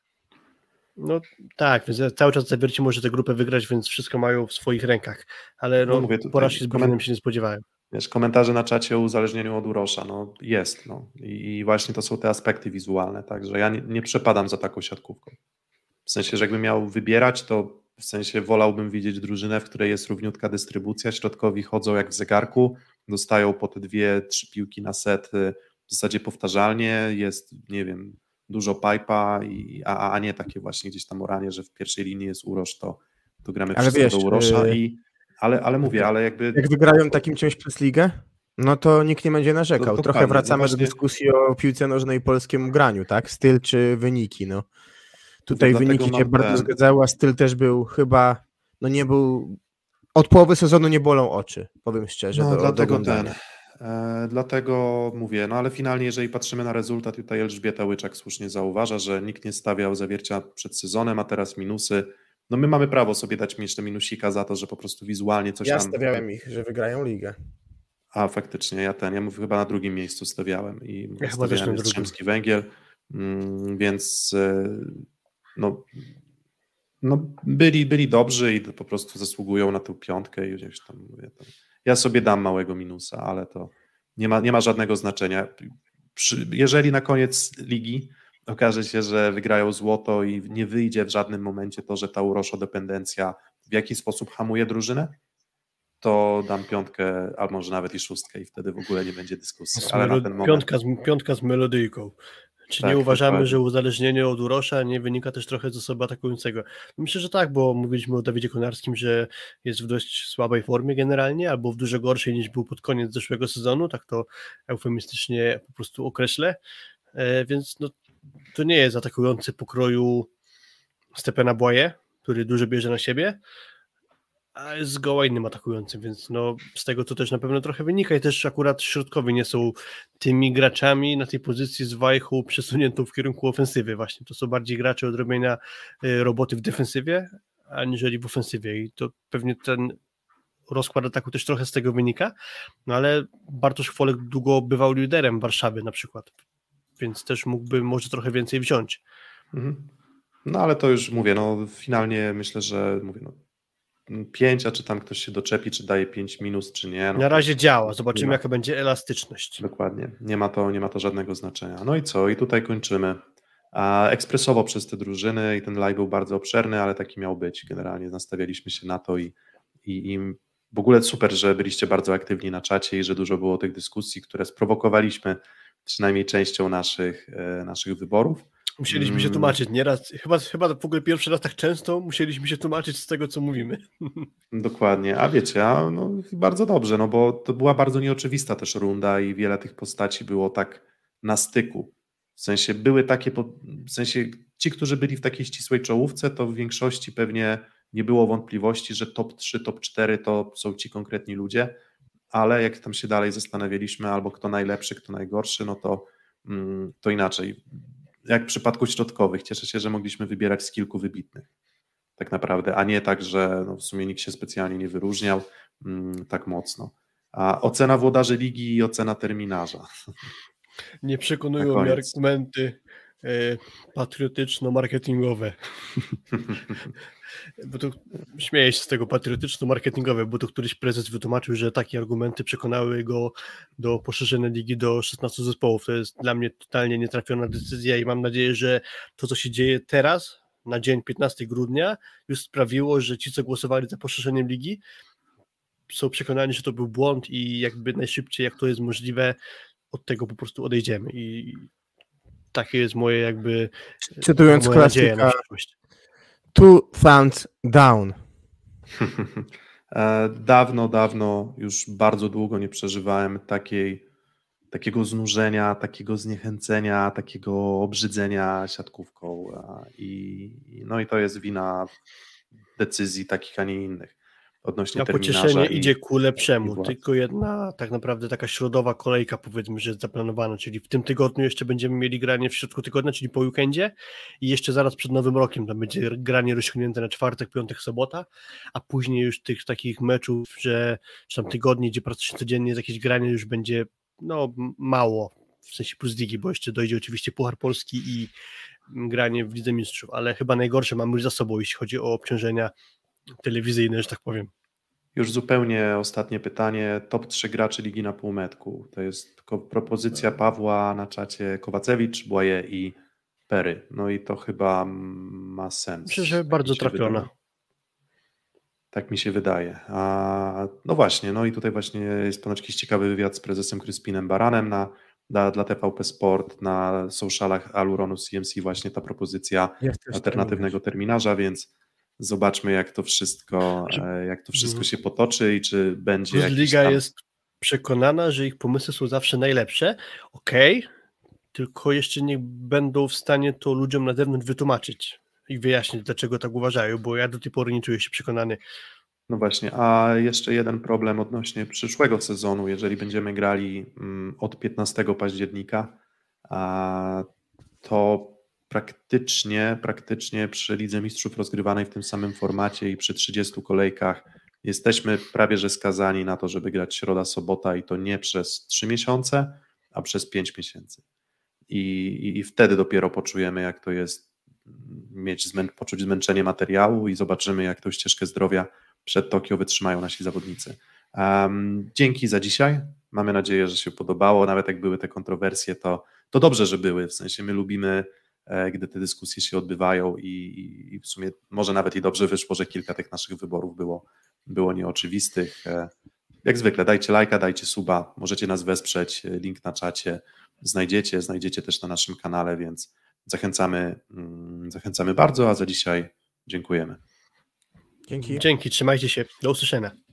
No tak, więc cały czas Zawiercie może tę grupę wygrać, więc wszystko mają w swoich rękach, ale no,
No mówię, tutaj
porażki z Berlinem
koment-
się nie spodziewałem.
Wiesz, komentarze na czacie o uzależnieniu od Urosza, no jest, no i, i właśnie to są te aspekty wizualne, także ja nie, nie przepadam za taką siatkówką. W sensie, że jakbym miał wybierać, to w sensie wolałbym widzieć drużynę, w której jest równiutka dystrybucja, środkowi chodzą jak w zegarku, dostają po te dwie, trzy piłki na set w zasadzie powtarzalnie, jest, nie wiem, dużo pipe'a, i, a, a nie takie właśnie gdzieś tam oranie, że w pierwszej linii jest Urosz, to, to gramy
Ale
wszystko
wiesz,
do Urosza
yy...
i ale, ale mówię, ale jakby...
Jak wygrają takim czymś przez ligę, no to nikt nie będzie narzekał.
To,
Trochę
no
wracamy
właśnie...
do dyskusji o piłce nożnej i polskiemu graniu, tak? Styl czy wyniki, no. Tutaj wyniki się bardzo ten... zgadzały, a styl też był chyba, no nie był, od połowy sezonu nie bolą oczy, powiem szczerze.
No
do,
dlatego
do
ten, e, dlatego mówię, no ale finalnie jeżeli patrzymy na rezultat, tutaj Elżbieta Łyczak słusznie zauważa, że nikt nie stawiał Zawiercia przed sezonem, a teraz minusy. No my mamy prawo sobie dać jeszcze minusika za to, że po prostu wizualnie coś
ja
tam...
Ja stawiałem ich, że wygrają ligę.
A faktycznie, ja ten, ja mówię, chyba na drugim miejscu stawiałem i
ja
stawiałem Jastrzębski Węgiel, mm, więc no, no byli, byli dobrzy i po prostu zasługują na tę piątkę i gdzieś tam mówię, to ja sobie dam małego minusa, ale to nie ma, nie ma żadnego znaczenia. Przy, jeżeli na koniec ligi okaże się, że wygrają złoto i nie wyjdzie w żadnym momencie to, że ta uroszodependencja w jakiś sposób hamuje drużynę, to dam piątkę, albo może nawet i szóstkę i wtedy w ogóle nie będzie dyskusji. Ale
melo-
na ten moment...
piątka, z, piątka z melodyjką. Czy
tak,
nie uważamy,
dokładnie.
że uzależnienie od Urosza nie wynika też trochę z osoby atakującego? Myślę, że tak, bo mówiliśmy o Dawidzie Konarskim, że jest w dość słabej formie generalnie, albo w dużo gorszej niż był pod koniec zeszłego sezonu, tak to eufemistycznie po prostu określę, e, więc no, to nie jest atakujący pokroju Stepana Błaje, który dużo bierze na siebie, a jest zgoła innym atakującym, więc no z tego to też na pewno trochę wynika i też akurat środkowi nie są tymi graczami na tej pozycji z wajchu przesuniętą w kierunku ofensywy właśnie, to są bardziej gracze od robienia roboty w defensywie, aniżeli w ofensywie i to pewnie ten rozkład ataku też trochę z tego wynika, no ale Bartosz Chwolek długo bywał liderem Warszawy na przykład, więc też mógłby może trochę więcej wziąć.
Mhm. No ale to już mówię, no finalnie myślę, że mówię, no pięć, a czy tam ktoś się doczepi, czy daje pięć minus, czy nie. No,
Na razie działa, zobaczymy
ma,
jaka będzie elastyczność.
Dokładnie, nie ma, to, nie ma to żadnego znaczenia. No i co? I tutaj kończymy. A ekspresowo przez te drużyny i ten live był bardzo obszerny, ale taki miał być. Generalnie nastawialiśmy się na to i, i, i w ogóle super, że byliście bardzo aktywni na czacie i że dużo było tych dyskusji, które sprowokowaliśmy przynajmniej częścią naszych, e, naszych wyborów.
Musieliśmy się tłumaczyć nieraz, chyba, chyba w ogóle pierwszy raz tak często musieliśmy się tłumaczyć z tego, co mówimy.
Dokładnie, a wiecie, a no, bardzo dobrze, no bo to była bardzo nieoczywista też runda i wiele tych postaci było tak na styku. W sensie były takie, w sensie ci, którzy byli w takiej ścisłej czołówce, to w większości pewnie nie było wątpliwości, że top trzy, top cztery to są ci konkretni ludzie, ale jak tam się dalej zastanawialiśmy, albo kto najlepszy, kto najgorszy, no to, to inaczej. Jak w przypadku środkowych, cieszę się, że mogliśmy wybierać z kilku wybitnych, tak naprawdę, a nie tak, że no w sumie nikt się specjalnie nie wyróżniał mm, tak mocno. A ocena włodarzy ligi i ocena terminarza.
Nie przekonują mnie argumenty e, patriotyczno-marketingowe. Bo to śmieję się z tego patriotyczno-marketingowe, bo to któryś prezes wytłumaczył, że takie argumenty przekonały go do poszerzenia ligi do szesnastu zespołów. To jest dla mnie totalnie nietrafiona decyzja i mam nadzieję, że to, co się dzieje teraz, na dzień piętnastego grudnia, już sprawiło, że ci, co głosowali za poszerzeniem ligi, są przekonani, że to był błąd i jakby najszybciej, jak to jest możliwe, od tego po prostu odejdziemy. I takie jest moje jakby
Cytując
moja nadzieja na
klasyka,
przyszłość.
two thumbs down.
Dawno, dawno, już bardzo długo nie przeżywałem takiej, takiego znużenia, takiego zniechęcenia, takiego obrzydzenia siatkówką. I, no i to jest wina decyzji takich, a nie innych. Odnośnie
Na
terminarza
pocieszenie
i,
idzie ku lepszemu,
i
tylko jedna tak naprawdę taka środowa kolejka, powiedzmy, że jest zaplanowana, czyli w tym tygodniu jeszcze będziemy mieli granie w środku tygodnia, czyli po weekendzie i jeszcze zaraz przed Nowym Rokiem tam będzie granie rozciągnięte na czwartek, piątek, sobota, a później już tych takich meczów, że czy tam tygodnie, gdzie praktycznie codziennie jest jakieś granie, już będzie no mało, w sensie plus ligi, bo jeszcze dojdzie oczywiście Puchar Polski i granie w Lidze Mistrzów, ale chyba najgorsze mamy już za sobą, jeśli chodzi o obciążenia telewizyjne, że tak powiem.
Już zupełnie ostatnie pytanie. Top trzy graczy ligi na półmetku. To jest propozycja Pawła na czacie Kowacewicz, Błaje i Pery. No i to chyba ma sens.
Myślę, że
tak
bardzo trafiona.
Wydaje. Tak mi się wydaje. A, no właśnie, no i tutaj właśnie jest ponoć jakiś ciekawy wywiad z prezesem Kryspinem Baranem na, dla, dla T V P Sport, na socialach Aluronu C M C właśnie ta propozycja alternatywnego terminarza, więc zobaczmy, jak to wszystko, jak to wszystko się potoczy i czy będzie jakiś
Liga
tam...
jest przekonana, że ich pomysły są zawsze najlepsze. Okej, okay, tylko jeszcze nie będą w stanie to ludziom na zewnątrz wytłumaczyć i wyjaśnić, dlaczego tak uważają, bo ja do tej pory nie czuję się przekonany.
No właśnie, a jeszcze jeden problem odnośnie przyszłego sezonu, jeżeli będziemy grali od piętnastego października, to praktycznie, praktycznie przy Lidze Mistrzów rozgrywanej w tym samym formacie i przy trzydziestu kolejkach jesteśmy prawie że skazani na to, żeby grać środa, sobota i to nie przez trzy miesiące, a przez pięć miesięcy. I, i, i wtedy dopiero poczujemy, jak to jest mieć zmę, poczuć zmęczenie materiału i zobaczymy, jak tę ścieżkę zdrowia przed Tokio wytrzymają nasi zawodnicy. Um, dzięki za dzisiaj. Mamy nadzieję, że się podobało. Nawet jak były te kontrowersje, to, to dobrze, że były. W sensie my lubimy, e, gdy te dyskusje się odbywają i, i w sumie może nawet i dobrze wyszło, że kilka tych naszych wyborów było, było nieoczywistych. E, jak zwykle dajcie lajka, dajcie suba, możecie nas wesprzeć, link na czacie znajdziecie, znajdziecie też na naszym kanale, więc zachęcamy, mm, zachęcamy bardzo, a za dzisiaj dziękujemy.
Dzięki.
Dzięki, trzymajcie się, do usłyszenia.